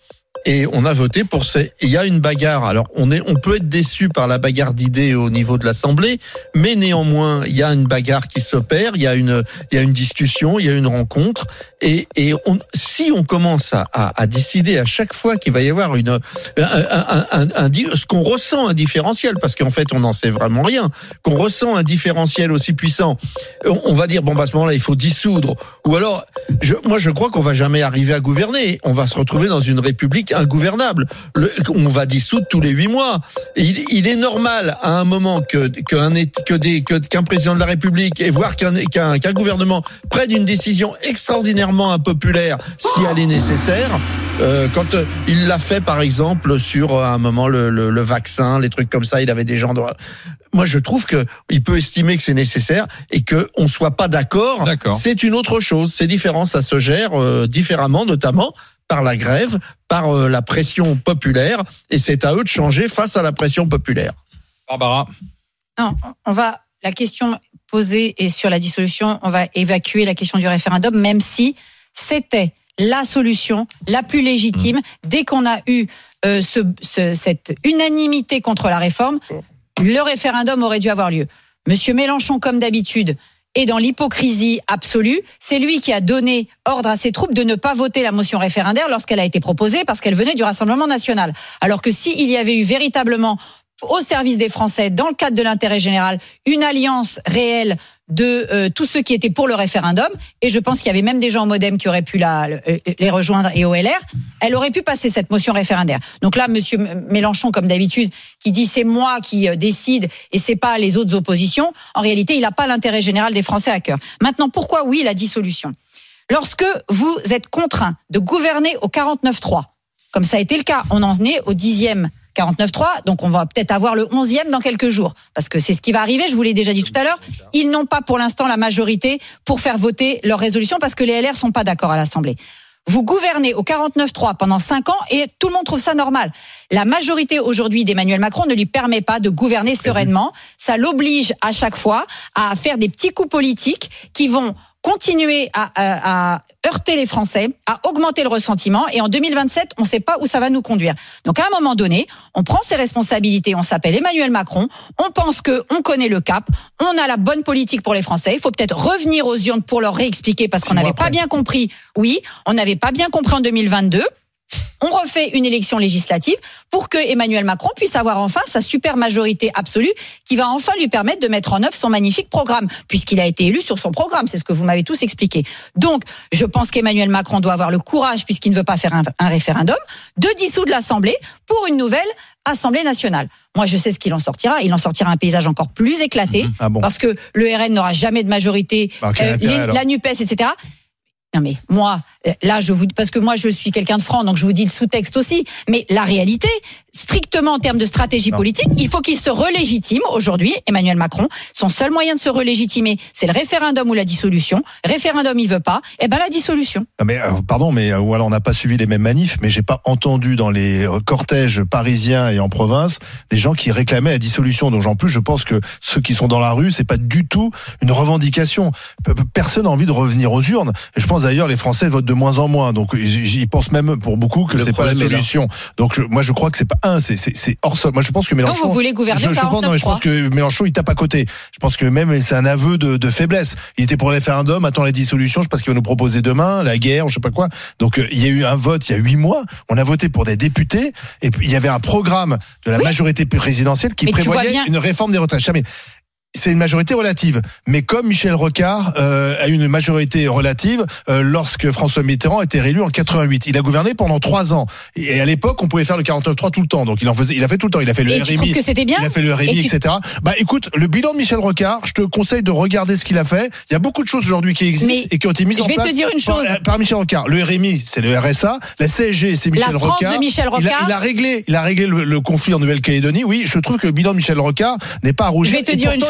et on a voté pour ces. Il y a une bagarre. Alors on est, on peut être déçu par la bagarre d'idées au niveau de l'Assemblée, mais néanmoins il y a une bagarre qui s'opère. Il y a une, il y a une discussion, il y a une rencontre, et et on, si on commence à, à, à décider à chaque fois qu'il va y avoir une, un, un, un, un, un, ce qu'on ressent un différentiel, parce qu'en fait on n'en sait vraiment rien, qu'on ressent un différentiel aussi puissant, on, on va dire bon bah à ce moment-là il faut dissoudre, ou alors je, moi je crois qu'on va jamais arriver à gouverner. On va se retrouver dans une république ingouvernable. Le, on va dissoudre tous les huit mois. Il, il est normal à un moment que qu'un que des que, qu'un président de la République et voire qu'un qu'un, qu'un gouvernement prenne une décision extraordinairement impopulaire si elle est nécessaire. Euh, quand euh, il l'a fait par exemple sur à un moment le, le, le vaccin, les trucs comme ça, il avait des gens de... Moi, je trouve que il peut estimer que c'est nécessaire et que on soit pas d'accord. D'accord. C'est une autre chose. C'est différent. Ça se gère euh, différemment, notamment par la grève, par euh, la pression populaire. Et c'est à eux de changer face à la pression populaire. Barbara. Non, on va. La question posée est sur la dissolution. On va évacuer la question du référendum, même si c'était la solution la plus légitime mmh. dès qu'on a eu euh, ce, ce, cette unanimité contre la réforme. Le référendum aurait dû avoir lieu. Monsieur Mélenchon, comme d'habitude, est dans l'hypocrisie absolue. C'est lui qui a donné ordre à ses troupes de ne pas voter la motion référendaire lorsqu'elle a été proposée parce qu'elle venait du Rassemblement national. Alors que s'il y avait eu véritablement au service des Français, dans le cadre de l'intérêt général, une alliance réelle de euh, tous ceux qui étaient pour le référendum, et je pense qu'il y avait même des gens au Modem qui auraient pu la, les rejoindre et au L R, elle aurait pu passer cette motion référendaire. Donc là, monsieur Mélenchon, comme d'habitude, qui dit c'est moi qui décide et c'est pas les autres oppositions, en réalité, il n'a pas l'intérêt général des Français à cœur. Maintenant, pourquoi oui la dissolution ? Lorsque vous êtes contraint de gouverner au quarante-neuf trois, comme ça a été le cas, on en est au dixième quarante-neuf trois, donc on va peut-être avoir le onzième dans quelques jours, parce que c'est ce qui va arriver, je vous l'ai déjà dit tout à l'heure, ils n'ont pas pour l'instant la majorité pour faire voter leur résolution, parce que les L R sont pas d'accord à l'Assemblée. Vous gouvernez au quarante-neuf trois pendant cinq ans et tout le monde trouve ça normal. La majorité aujourd'hui d'Emmanuel Macron ne lui permet pas de gouverner sereinement, ça l'oblige à chaque fois à faire des petits coups politiques qui vont continuer à, à, à heurter les Français, à augmenter le ressentiment, et en deux mille vingt-sept, on ne sait pas où ça va nous conduire. Donc à un moment donné, on prend ses responsabilités, on s'appelle Emmanuel Macron, on pense qu'on connaît le cap, on a la bonne politique pour les Français, il faut peut-être revenir aux urnes pour leur réexpliquer, parce qu'on n'avait pas bien compris, oui, on n'avait pas bien compris en deux mille vingt-deux, on refait une élection législative pour que Emmanuel Macron puisse avoir enfin sa super majorité absolue qui va enfin lui permettre de mettre en œuvre son magnifique programme, puisqu'il a été élu sur son programme, c'est ce que vous m'avez tous expliqué. Donc, je pense qu'Emmanuel Macron doit avoir le courage, puisqu'il ne veut pas faire un, un référendum, de dissoudre l'Assemblée pour une nouvelle Assemblée nationale. Moi, je sais ce qu'il en sortira. Il en sortira un paysage encore plus éclaté, mmh. ah bon. parce que le R N n'aura jamais de majorité, bah, okay, euh, les, la NUPES, et cetera. Non mais moi, là, je vous parce que moi je suis quelqu'un de franc, donc je vous dis le sous-texte aussi. Mais la réalité, strictement en termes de stratégie non. politique, il faut qu'il se relégitime aujourd'hui. Emmanuel Macron, son seul moyen de se relégitimer, c'est le référendum ou la dissolution. Référendum, il veut pas. Eh ben la dissolution. Non mais euh, pardon, mais ou alors on n'a pas suivi les mêmes manifs, mais j'ai pas entendu dans les cortèges parisiens et en province des gens qui réclamaient la dissolution. Donc en plus, je pense que ceux qui sont dans la rue, c'est pas du tout une revendication. Personne n'a envie de revenir aux urnes. Et je pense d'ailleurs les Français votent de moins en moins, donc ils pensent même pour beaucoup que le c'est pas la solution. Donc je, moi je crois que c'est pas un, c'est c'est, c'est hors sol. Moi je pense que Mélenchon. Non, vous voulez gouverner je, je pense, non, mais je pense que Mélenchon il tape à côté. Je pense que même c'est un aveu de, de faiblesse. Il était pour le référendum, attend la dissolution. Je pense qu'il va nous proposer demain la guerre, je sais pas quoi. Donc il y a eu un vote il y a huit mois. On a voté pour des députés et puis il y avait un programme de la oui. majorité présidentielle qui mais prévoyait une réforme des retraites. Jamais. C'est une majorité relative. Mais comme Michel Rocard euh, a eu une majorité relative euh, lorsque François Mitterrand était réélu en quatre-vingt-huit. Il a gouverné pendant trois ans. Et à l'époque, on pouvait faire le quarante-neuf trois tout le temps. Donc il en faisait, il a fait tout le temps. Il a fait le et R M I. Tu trouves que c'était bien ? Il a fait le R M I, et tu... et cetera. Bah écoute, le bilan de Michel Rocard, je te conseille de regarder ce qu'il a fait. Il y a beaucoup de choses aujourd'hui qui existent mais et qui ont été mises en place. Je vais te dire une chose. Par, par Michel Rocard. Le R M I, c'est le R S A. La C S G, c'est Michel la France Rocard. De Michel Rocard. Il a, il a réglé, il a réglé le, le conflit en Nouvelle-Calédonie. Oui, je trouve que le bilan de Michel Rocard n'est pas à rougir. Je vais te dire une chose.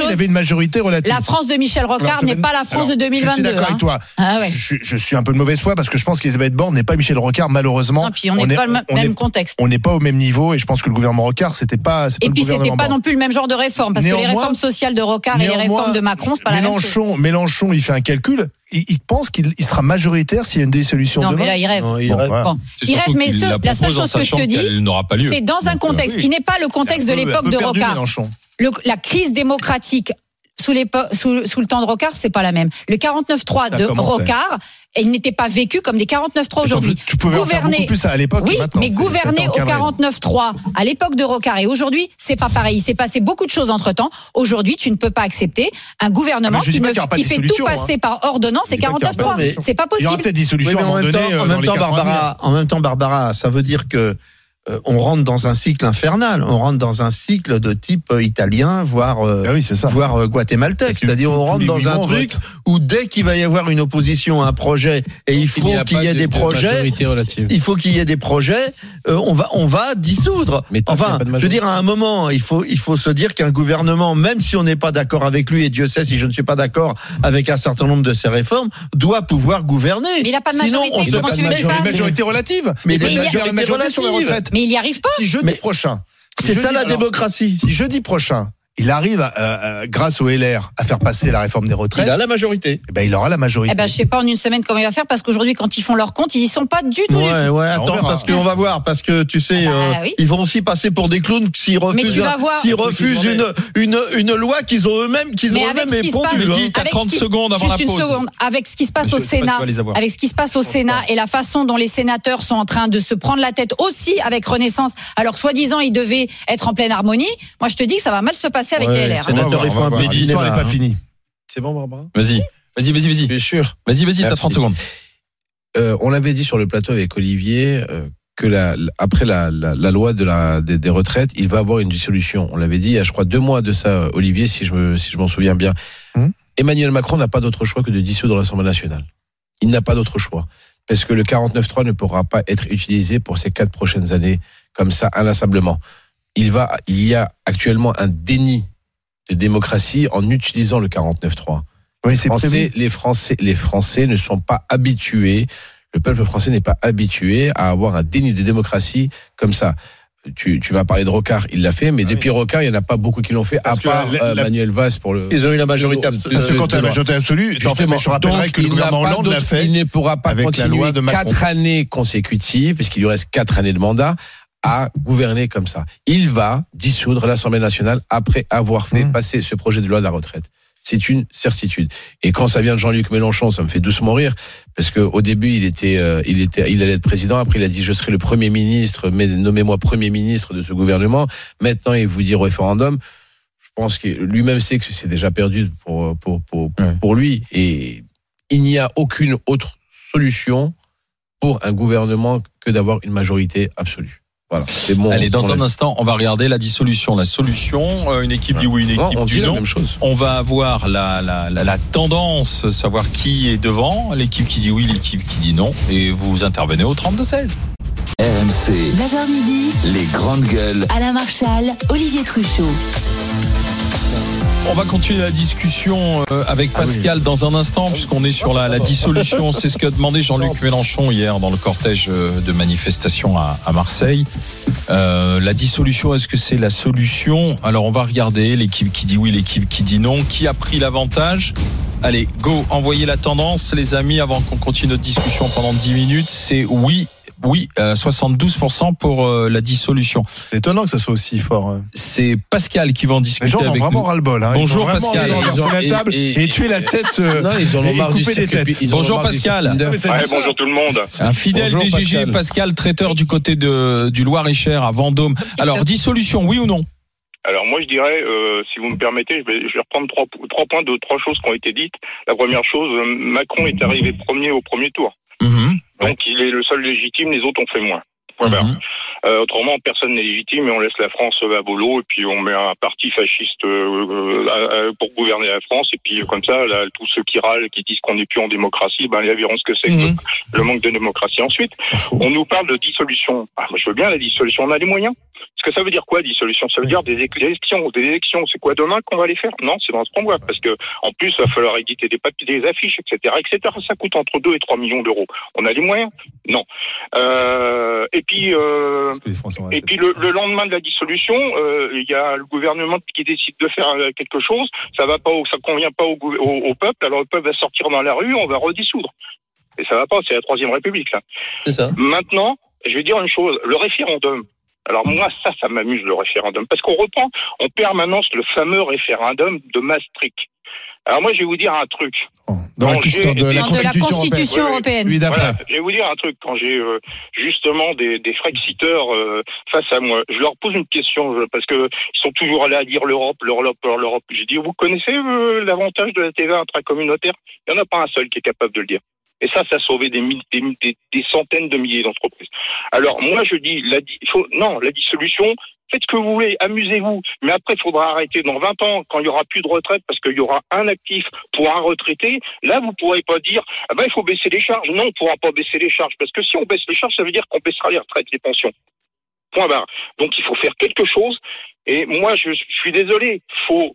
chose. Il avait une majorité relative. La France de Michel Rocard n'est pas la France alors, de deux mille vingt-deux. Je suis d'accord hein. avec toi. Ah ouais. je, je suis un peu de mauvaise foi parce que je pense qu'Elisabeth Borne n'est pas Michel Rocard, malheureusement. Non, puis on n'est pas le on même est, contexte. On n'est pas au même niveau et je pense que le gouvernement Rocard, c'était pas. C'est pas et puis, c'était pas non plus le même genre de réforme parce néanmoins, que les réformes sociales de Rocard et les réformes de Macron, c'est pas la même chose. Mélenchon, il fait un calcul. Il, il pense qu'il il sera majoritaire s'il y a une dissolution non, demain. Non, mais là, il rêve. Non, il bon, rêve. Bon. Il rêve, mais ce, la, la seule chose que je te dis, c'est dans un contexte qui n'est pas le contexte de l'époque de Rocard. Le, la crise démocratique sous, sous, sous le temps de Rocard, c'est pas la même. Le quarante-neuf trois de Rocard, il n'était pas vécu comme des quarante-neuf trois aujourd'hui. Tu pouvais gouverner, en faire beaucoup plus ça à l'époque. Oui, maintenant, mais gouverner au quarante-neuf trois à l'époque de Rocard et aujourd'hui, c'est pas pareil. Il s'est passé beaucoup de choses entre temps. Aujourd'hui, tu ne peux pas accepter un gouvernement qui, me, qui fait tout passer hein. par ordonnance et quarante-neuf trois. C'est pas possible. Il y aura peut-être dissolution oui, à un moment donné. En même temps, Barbara, en même temps, Barbara, ça veut dire que Euh, on rentre dans un cycle infernal, on rentre dans un cycle de type euh, italien, voire, euh, ah oui, voire euh, guatémaltèque. C'est-à-dire on rentre dans un truc où dès qu'il va y avoir une opposition à un projet et il faut il qu'il y ait de, des projets, il faut qu'il y ait des projets, euh, on va on va dissoudre. Mais enfin, je veux dire à un moment, il faut il faut se dire qu'un gouvernement, même si on n'est pas d'accord avec lui, et Dieu sait si je ne suis pas d'accord avec un certain nombre de ses réformes, doit pouvoir gouverner. Mais il n'a pas de majorité. Sinon, on Comment tu veux qu'il fasse ? Majorité relative. Mais, mais il y a une majorité sur les retraites. Mais il n'y arrive pas. Si jeudi mais prochain. Si c'est jeudi, ça la alors, démocratie. Si jeudi prochain, il arrive, à, euh, grâce au L R, à faire passer la réforme des retraites. Il a la majorité. Eh ben, il aura la majorité. Eh ben, je sais pas en une semaine comment il va faire parce qu'aujourd'hui, quand ils font leur compte, ils y sont pas du tout. Ouais, ouais, attends, parce qu'on va voir, parce que tu sais, ah bah, euh, oui. ils vont aussi passer pour des clowns s'ils refusent, s'ils refusent une, une, une loi qu'ils ont eux-mêmes, qu'ils ont eux-mêmes épondue. T'as trente secondes avant la pause. Juste une seconde. Avec ce qui se passe au Sénat, avec ce qui se passe au Sénat et la façon dont les sénateurs sont en train de se prendre la tête aussi avec Renaissance, alors soi-disant ils devaient être en pleine harmonie. Moi, je te dis que ça va mal se passer avec les L R. Mais l'histoire n'est pas finie. C'est bon, Barbara ? Vas-y, vas-y, vas-y, vas-y. Bien sûr. Vas-y, vas-y, t'as trente secondes. Euh, on l'avait dit sur le plateau avec Olivier euh, que la, après la, la, la loi de la, des, des retraites, il va avoir une dissolution. On l'avait dit il y a, je crois, deux mois de ça, Olivier, si je, me, si je m'en souviens bien. Hum. Emmanuel Macron n'a pas d'autre choix que de dissoudre l'Assemblée nationale. Il n'a pas d'autre choix. Parce que le quarante-neuf trois ne pourra pas être utilisé pour ces quatre prochaines années, comme ça, inlassablement. Il, va, il y a actuellement un déni de démocratie en utilisant le quarante-neuf trois. Oui, c'est Français, les Français, les Français ne sont pas habitués, le peuple français n'est pas habitué à avoir un déni de démocratie comme ça. Tu, tu m'as parlé de Rocard, il l'a fait, mais ah depuis oui. Rocard, il n'y en a pas beaucoup qui l'ont fait, parce à part la, la, Manuel Valls pour le. Ils ont eu la majorité absolue. Parce que quand tu as la majorité absolue, je rappellerai que le gouvernement Hollande l'a fait. Il ne pourra pas avec continuer la loi de Macron. quatre années consécutives, puisqu'il lui reste quatre années de mandat, à gouverner comme ça. Il va dissoudre l'Assemblée nationale après avoir fait mmh. passer ce projet de loi de la retraite. C'est une certitude. Et quand ça vient de Jean-Luc Mélenchon, ça me fait doucement rire, parce que au début, il était, euh, il était, il allait être président. Après, il a dit je serai le premier ministre, mais nommez-moi premier ministre de ce gouvernement. Maintenant, il vous dit référendum. Je pense que lui-même sait que c'est déjà perdu pour pour pour ouais. pour lui. Et il n'y a aucune autre solution pour un gouvernement que d'avoir une majorité absolue. Voilà, c'est bon. Allez, dans un instant, on va regarder la dissolution, la solution. Euh, une équipe dit oui, une équipe non, on dit non. La même chose. On va avoir la, la, la, la tendance, savoir qui est devant. L'équipe qui dit oui, l'équipe qui dit non. Et vous intervenez au trente-deux seize. R M C. neuf heures midi. Les grandes gueules. Alain Marchal, Olivier Truchot. On va continuer la discussion avec Pascal ah oui. dans un instant, puisqu'on est sur la, la dissolution. C'est ce qu'a demandé Jean-Luc Mélenchon hier dans le cortège de manifestation à, à Marseille. Euh, la dissolution, est-ce que c'est la solution ? Alors on va regarder l'équipe qui dit oui, l'équipe qui dit non. Qui a pris l'avantage ? Allez, go, envoyez la tendance, les amis, avant qu'on continue notre discussion pendant dix minutes. C'est oui. Oui, euh, soixante-douze pour cent pour euh, la dissolution. C'est étonnant que ça soit aussi fort. Hein. C'est Pascal qui va en discuter. Les gens avec ont vraiment nous. ras-le-bol. Hein. Bonjour Pascal. Ils ont et, la table et, et, et tuer la tête. Euh, non, ils en ont marre du circuit. Bonjour Pascal. Ouais, bonjour tout le monde. Un fidèle bonjour, D G G, Pascal. Pascal, traiteur du côté de du Loir-et-Cher à Vendôme. Alors dissolution, oui ou non ? Alors moi je dirais, euh, si vous me permettez, je vais, je vais reprendre trois, trois points de trois choses qui ont été dites. La première chose, Macron est arrivé premier au premier tour. Mm-hmm. Donc il est le seul légitime, les autres ont fait moins. Voilà. Mm-hmm. Euh, autrement, personne n'est légitime et on laisse la France à volo et puis on met un parti fasciste euh, euh, pour gouverner la France et puis comme ça, là, tous ceux qui râlent, qui disent qu'on n'est plus en démocratie, ben ils verront ce que c'est mm-hmm. que le manque de démocratie. Ensuite, on nous parle de dissolution. Ah, moi, je veux bien la dissolution, on a les moyens. Parce que ça veut dire quoi, dissolution? Ça veut dire des élections. Des élections, c'est quoi demain qu'on va les faire? Non, c'est dans ce mois. Parce que, en plus, il va falloir éditer des papiers, des affiches, et cetera, et cetera. Ça coûte entre deux et trois millions d'euros. On a les moyens? Non. Euh, et puis, euh, et puis le, le lendemain de la dissolution, euh, il y a le gouvernement qui décide de faire quelque chose. Ça va pas, au, ça convient pas au, au, au peuple. Alors le peuple va sortir dans la rue, on va redissoudre. Et ça va pas. C'est la Troisième République, là. C'est ça. Maintenant, je vais dire une chose. Le référendum. Alors moi, ça, ça m'amuse, le référendum, parce qu'on reprend en permanence le fameux référendum de Maastricht. Alors moi, je vais vous dire un truc. Dans, la, question de, la de la Constitution européenne. Oui, d'après. Voilà, je vais vous dire un truc. Quand j'ai euh, justement des, des Frexiteurs euh, face à moi, je leur pose une question, je, parce que ils sont toujours allés à dire l'Europe, l'Europe, l'Europe. J'ai dit, vous connaissez euh, l'avantage de la T V A intracommunautaire? Il n'y en a pas un seul qui est capable de le dire. Et ça, ça a sauvé des, des, des, des centaines de milliers d'entreprises. Alors, moi, je dis, la, faut, non, la dissolution, faites ce que vous voulez, amusez-vous. Mais après, il faudra arrêter dans vingt ans, quand il y aura plus de retraite, parce qu'il y aura un actif pour un retraité. Là, vous pourrez pas dire, ah ben, il faut baisser les charges. Non, on pourra pas baisser les charges. Parce que si on baisse les charges, ça veut dire qu'on baissera les retraites, les pensions. Point barre. Donc, il faut faire quelque chose. Et moi, je, je suis désolé. Faut,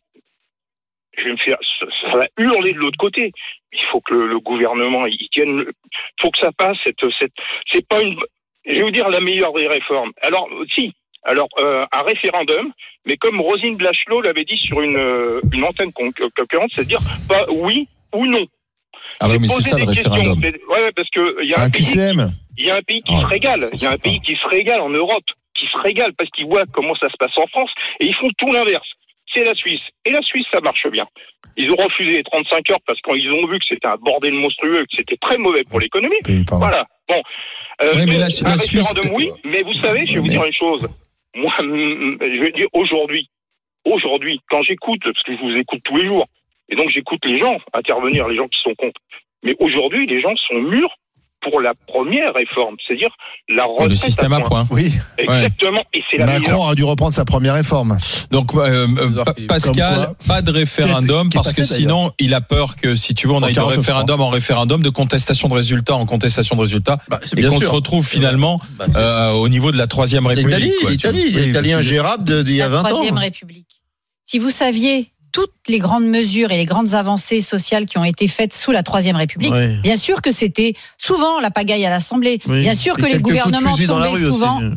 je vais me faire, ça va hurler de l'autre côté. Il faut que le, le gouvernement y tienne. Il faut que ça passe. Cette, cette, c'est pas une. Je vais vous dire la meilleure des réformes. Alors, si. Alors, euh, un référendum, mais comme Roselyne Bachelot l'avait dit sur une, une antenne concurrente, c'est-à-dire pas oui ou non. Ah oui, mais c'est ça le référendum. Ouais, parce que il y a un, un pays, il y a un pays qui oh, se régale. Il y a un pays qui se régale en Europe, qui se régale parce qu'ils voient comment ça se passe en France, et ils font tout l'inverse. C'est la Suisse. Et la Suisse, ça marche bien. Ils ont refusé les trente-cinq heures parce qu'ils ont vu que c'était un bordel monstrueux, que c'était très mauvais pour l'économie. Oui, voilà. Bon. Euh, oui, mais la, un la référendum, Suisse... oui. Mais vous savez, je vais vous dire une chose. Moi, je vais dire aujourd'hui, aujourd'hui, quand j'écoute, parce que je vous écoute tous les jours, et donc j'écoute les gens intervenir, les gens qui sont contre. Mais aujourd'hui, les gens sont mûrs pour la première réforme, c'est-à-dire la retraite le système à point. Oui, exactement. Ouais. Et c'est la Macron meilleure. a dû reprendre sa première réforme. Donc euh, euh, Pascal, pas de référendum qui est, qui est parce passé, que sinon d'ailleurs. Il a peur que si tu veux on aille de référendum en référendum, de contestation de résultats en contestation de résultats, bah, et qu'on sûr. se retrouve finalement bah, euh, au niveau de la Troisième République. L'Italie, quoi, l'Italie, oui, l'Italie ingérable d'il y a vingt ans. La Troisième République. Si vous saviez toutes les grandes mesures et les grandes avancées sociales qui ont été faites sous la Troisième République, oui. Bien sûr que c'était souvent la pagaille à l'Assemblée. Oui. Bien sûr que les gouvernements tombaient souvent. Aussi.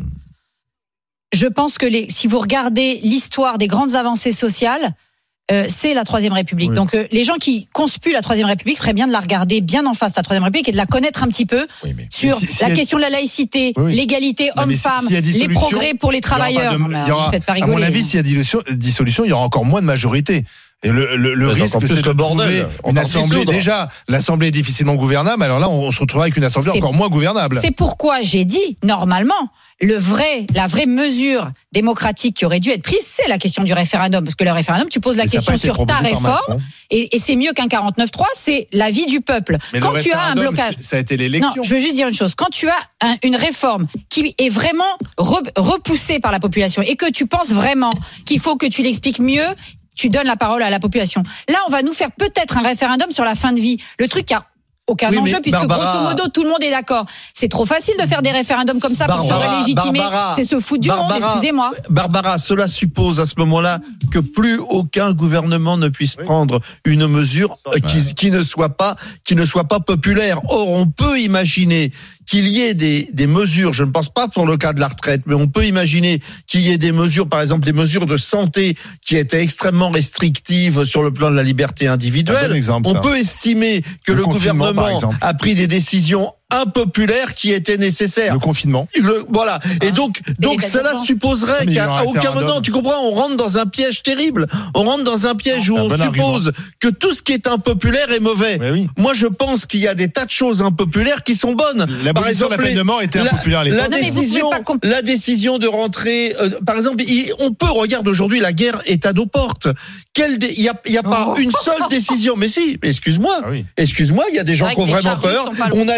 Je pense que les, si vous regardez l'histoire des grandes avancées sociales, euh, c'est la Troisième République. Oui. Donc euh, les gens qui conspuent la Troisième République feraient bien de la regarder bien en face, la Troisième République, et de la connaître un petit peu oui, sur si, si la elle... question de la laïcité, oui, oui. l'égalité homme-femme, si, si les progrès pour les travailleurs. Il y aura, de, il y aura, à mon avis, s'il y a dissolution, dissolution, il y aura encore moins de majorité. Et le, le, le risque, c'est de trouver une assemblée. Déjà, l'assemblée est difficilement gouvernable. Alors là, on se retrouvera avec une assemblée c'est, encore moins gouvernable. C'est pourquoi j'ai dit, normalement, le vrai, la vraie mesure démocratique qui aurait dû être prise, c'est la question du référendum. Parce que le référendum, tu poses la et question sur ta réforme, et, et c'est mieux qu'un quarante-neuf trois, c'est l'avis du peuple. Mais quand tu as un blocage. Ça a été l'élection. Non, je veux juste dire une chose. Quand tu as un, une réforme qui est vraiment re, repoussée par la population, et que tu penses vraiment qu'il faut que tu l'expliques mieux, tu donnes la parole à la population. Là, on va nous faire peut-être un référendum sur la fin de vie. Le truc qui a aucun oui, enjeu, puisque Barbara, grosso modo, tout le monde est d'accord. C'est trop facile de faire des référendums comme ça Barbara, pour se légitimer. C'est se foutre du Barbara, monde, excusez-moi. Barbara, cela suppose à ce moment-là que plus aucun gouvernement ne puisse oui. prendre une mesure qui, qui ne soit pas, qui ne soit pas populaire. Or, on peut imaginer qu'il y ait des, des mesures, je ne pense pas pour le cas de la retraite, mais on peut imaginer qu'il y ait des mesures, par exemple des mesures de santé qui étaient extrêmement restrictives sur le plan de la liberté individuelle. Bon exemple, on ça. peut estimer que le, le gouvernement a pris des décisions impopulaires qui étaient nécessaires. Le confinement. Le, voilà. Et donc, donc cela supposerait qu'à aucun moment, tu comprends, on rentre dans un piège terrible. On rentre dans un piège non, où on bon suppose argument. que tout ce qui est impopulaire est mauvais. Oui. Moi, je pense qu'il y a des tas de choses impopulaires qui sont bonnes. La par exemple, la peine de mort était impopulaire à l'époque. La décision, comp- la décision de rentrer, euh, par exemple, il, on peut regarder aujourd'hui, la guerre est à nos portes. Il dé- y a, y a pas oh. une seule décision. Mais si, excuse-moi, ah oui. excuse-moi, il y a des gens qui ont vraiment peur. On a des alliés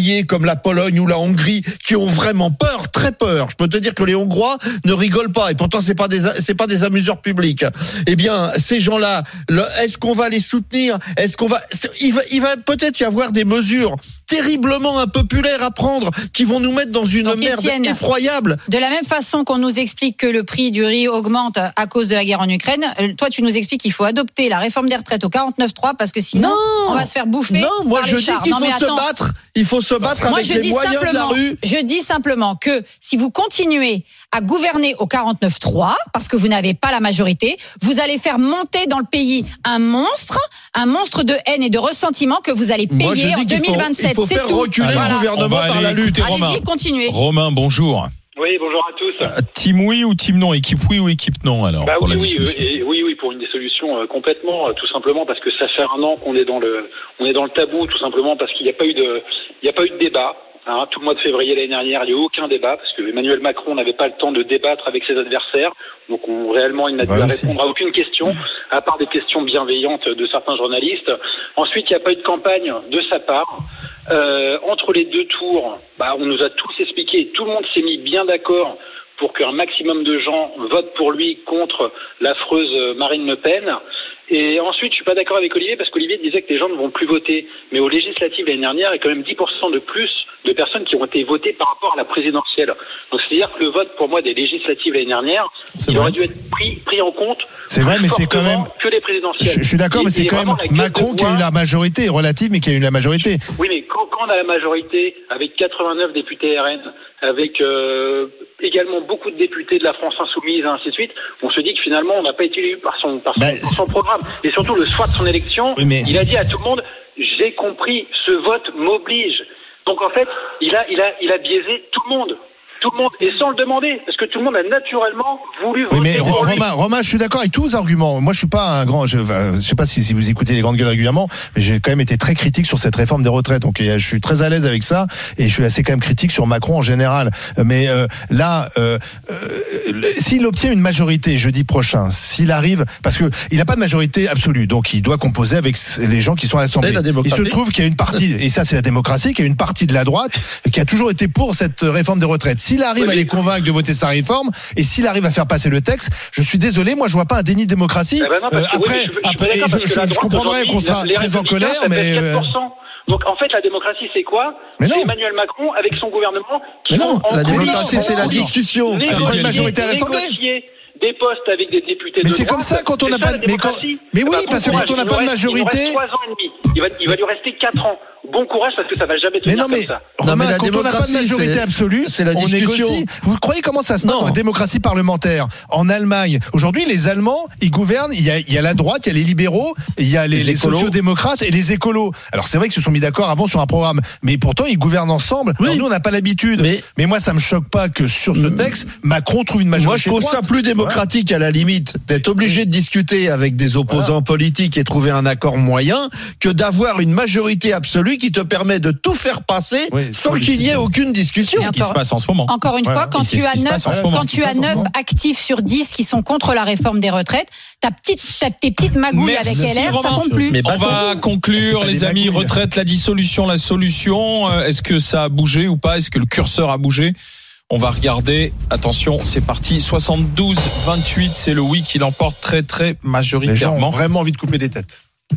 alliés comme la Pologne ou la Hongrie qui ont vraiment peur, très peur. Je peux te dire que les Hongrois ne rigolent pas et pourtant c'est pas des c'est pas des amuseurs publics. Eh bien, ces gens-là, le, est-ce qu'on va les soutenir? Est-ce qu'on va il va il va peut-être y avoir des mesures terriblement impopulaires à prendre qui vont nous mettre dans une Donc, merde Étienne, effroyable. De la même façon qu'on nous explique que le prix du riz augmente à cause de la guerre en Ukraine, toi tu nous expliques qu'il faut adopter la réforme des retraites au quarante-neuf trois parce que sinon non, on va se faire bouffer. Non, moi par je les dis chars. qu'il non, faut se attends. battre. Il faut se battre moi, avec les moyens de la rue. Je dis simplement que si vous continuez à gouverner au quarante-neuf trois parce que vous n'avez pas la majorité, vous allez faire monter dans le pays un monstre, un monstre de haine et de ressentiment que vous allez payer moi, je dis en deux mille vingt-sept. Il faut, il faut c'est faire tout. reculer voilà. le gouvernement par la lutte. Allez-y, continuez. Romain, bonjour. Oui, bonjour à tous. Euh, team oui ou team non? Équipe oui ou équipe non alors bah pour oui, la oui, oui, oui, oui, pour une dissolution euh, complètement, euh, tout simplement parce que ça fait un an qu'on est dans le, on est dans le tabou, tout simplement parce qu'il n'y a pas eu de, il n'y a pas eu de débat. Hein, tout le mois de février l'année dernière, il n'y a eu aucun débat parce que Emmanuel Macron n'avait pas le temps de débattre avec ses adversaires. Donc on, réellement, il n'a dû répondre à aucune question, à part des questions bienveillantes de certains journalistes. Ensuite, il n'y a pas eu de campagne de sa part. Euh, entre les deux tours, bah, on nous a tous expliqué, tout le monde s'est mis bien d'accord pour qu'un maximum de gens votent pour lui contre l'affreuse Marine Le Pen. Et ensuite, je suis pas d'accord avec Olivier parce qu'Olivier disait que les gens ne vont plus voter. Mais aux législatives l'année dernière, il y a quand même dix pour cent de plus de personnes qui ont été votées par rapport à la présidentielle. Donc c'est-à-dire que le vote pour moi des législatives l'année dernière, c'est il vrai. aurait dû être pris, pris en compte. C'est vrai, mais c'est quand même que les présidentielles. Je, je suis d'accord, et, mais c'est quand même Macron qui a eu la majorité, relative, mais qui a eu la majorité. Oui, mais quand, quand on a la majorité, avec quatre-vingt-neuf députés R N, avec euh, également beaucoup de députés de la France Insoumise, et ainsi de suite, on se dit que finalement on n'a pas été élu par son, par son, bah, par son programme. Et surtout le soir de son élection, oui, mais... il a dit à tout le monde, j'ai compris, ce vote m'oblige. Donc en fait, il a, il a, il a biaisé tout le monde. Tout le monde, et sans le demander, parce que tout le monde a naturellement voulu voter. Oui, mais pour Romain, lui. Romain, je suis d'accord avec tous vos arguments. Moi, je suis pas un grand, je, je sais pas si, si vous écoutez les grandes gueules régulièrement, mais j'ai quand même été très critique sur cette réforme des retraites. Donc, je suis très à l'aise avec ça, et je suis assez quand même critique sur Macron en général. Mais euh, là, euh, euh, s'il obtient une majorité jeudi prochain, s'il arrive, parce que il n'a pas de majorité absolue, donc il doit composer avec les gens qui sont à l'Assemblée. Il se trouve qu'il y a une partie, et ça c'est la démocratie, qu'il y a une partie de la droite qui a toujours été pour cette réforme des retraites. S'il arrive oui, à les convaincre de voter sa réforme, et s'il arrive à faire passer le texte, je suis désolé, moi je vois pas un déni de démocratie. Eh ben non, euh, après, oui, je, après, je, je, je, je comprendrais qu'on sera très en colère, mais euh... donc en fait la démocratie c'est quoi? C'est Emmanuel Macron avec son gouvernement qui mais non, en la démocratie c'est la discussion, c'est pas une majorité à l'Assemblée. Des postes avec des députés mais de c'est droite, comme ça quand on n'a pas de mais, quand... mais oui bah, bon parce que quand on n'a pas de majorité il nous reste trois ans et demi il va, il va lui rester quatre ans. Bon courage parce que ça va jamais tenir mais non, mais, comme ça. Non, mais la quand on n'a pas de majorité absolue, c'est la on discussion. Négocie. Vous croyez comment ça se passe dans la démocratie parlementaire en Allemagne? Aujourd'hui, les Allemands, ils gouvernent. Il y a, il y a la droite, il y a les libéraux, il y a les, les, les sociodémocrates et les écolos. Alors c'est vrai qu'ils se sont mis d'accord avant sur un programme, mais pourtant ils gouvernent ensemble. Oui. Alors, nous, on n'a pas l'habitude. Mais, mais moi, ça me choque pas que sur ce texte, Macron trouve une majorité. Moi, je trouve droite. ça plus démocratique voilà. à la limite d'être obligé de discuter avec des opposants voilà. politiques et trouver un accord moyen que d'avoir une majorité absolue qui te permet de tout faire passer oui, sans qu'il n'y ait aucune discussion. C'est ce qui se passe en ce moment. Encore une fois, quand tu as neuf, quand tu as neuf actifs sur dix qui sont contre la réforme des retraites, ta petite, ta, tes petites magouilles avec L R, ça compte plus. Mais on va conclure, les amis. Retraite, la dissolution, la solution. Est-ce que ça a bougé ou pas? Est-ce que le curseur a bougé? On va regarder. Attention, c'est parti. soixante-douze vingt-huit, c'est le oui qui l'emporte très très majoritairement. Les gens ont vraiment envie de couper des têtes.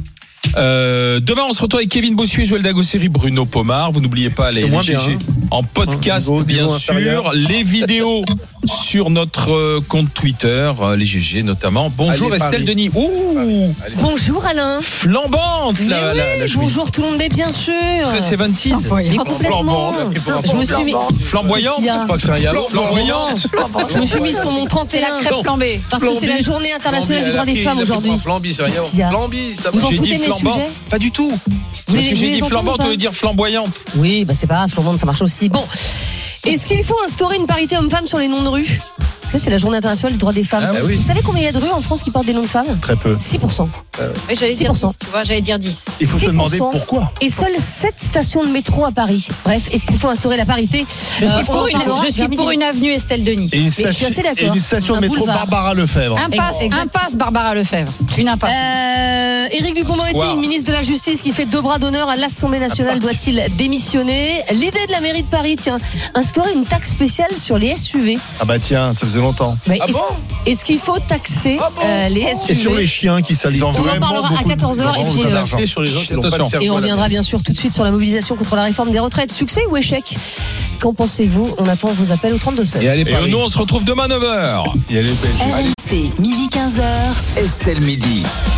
Euh, demain on se retrouve avec Kevin Bossuet, Joël Dagosseri, Bruno Pomar. Vous n'oubliez pas les, les G G bien, hein. en podcast niveau, bien niveau sûr inférieur. Les vidéos sur notre euh, compte Twitter, euh, les G G notamment. Bonjour allez, Estelle Paris. Denis. Ouh. Allez, allez. Bonjour Alain. Flambante mais la, oui, la, la bonjour tout le monde, mais bien sûr. Très soixante-dix. Mais complètement. Je me suis mis flamboyante. C'est pas que c'est un yalo. Flamboyante. Je me suis mis sur mon trente et un. C'est la crêpe flambée. Parce que c'est la journée internationale du droit des femmes aujourd'hui. Flambi, c'est rien. Flambi, ça vous en foutez mes sujets? Pas du tout. C'est parce que j'ai dit flambante, on veut dire flamboyante. Oui, bah c'est pas grave, flambante, ça marche aussi. Bon, est-ce qu'il faut instaurer une parité homme-femme sur les noms de rue? Ça, c'est la journée internationale du droit des femmes. Ah, oui. Vous savez combien il y a de rues en France qui portent des noms de femmes? Très peu. six pour cent. Oui, j'allais dire dix, tu vois, j'allais dire dix. Il faut se demander pourquoi. Et seules sept stations de métro à Paris. Bref, est-ce qu'il faut instaurer la parité? Je suis pour, une, je suis pour une avenue Estelle Denis. Et une station, je suis assez d'accord. Et une station Un de métro boulevard. Barbara Lefebvre. Impasse, impasse Barbara Lefebvre. Une impasse. Euh, Éric Dupond-Moretti, ministre de la Justice, qui fait deux bras d'honneur à l'Assemblée nationale, doit-il démissionner? L'idée de la mairie de Paris, tiens, instaurer une taxe spéciale sur les S U V. Ah bah tiens, ça faisait longtemps. Mais ah est-ce, bon est-ce qu'il faut taxer ah bon euh, les S U V? Et sur les chiens qui salissent. On en parlera à quatorze heures. Et puis, euh, sur les gens qui n'ont pas de cerveau. et on reviendra bien sûr tout de suite sur la mobilisation contre la réforme des retraites. Succès ou échec? Qu'en pensez-vous? On attend vos appels au trente-deux seize. Et, allez, et nous, on se retrouve demain neuf heures. Et allez, R M C, midi quinze heures. Estelle Midi.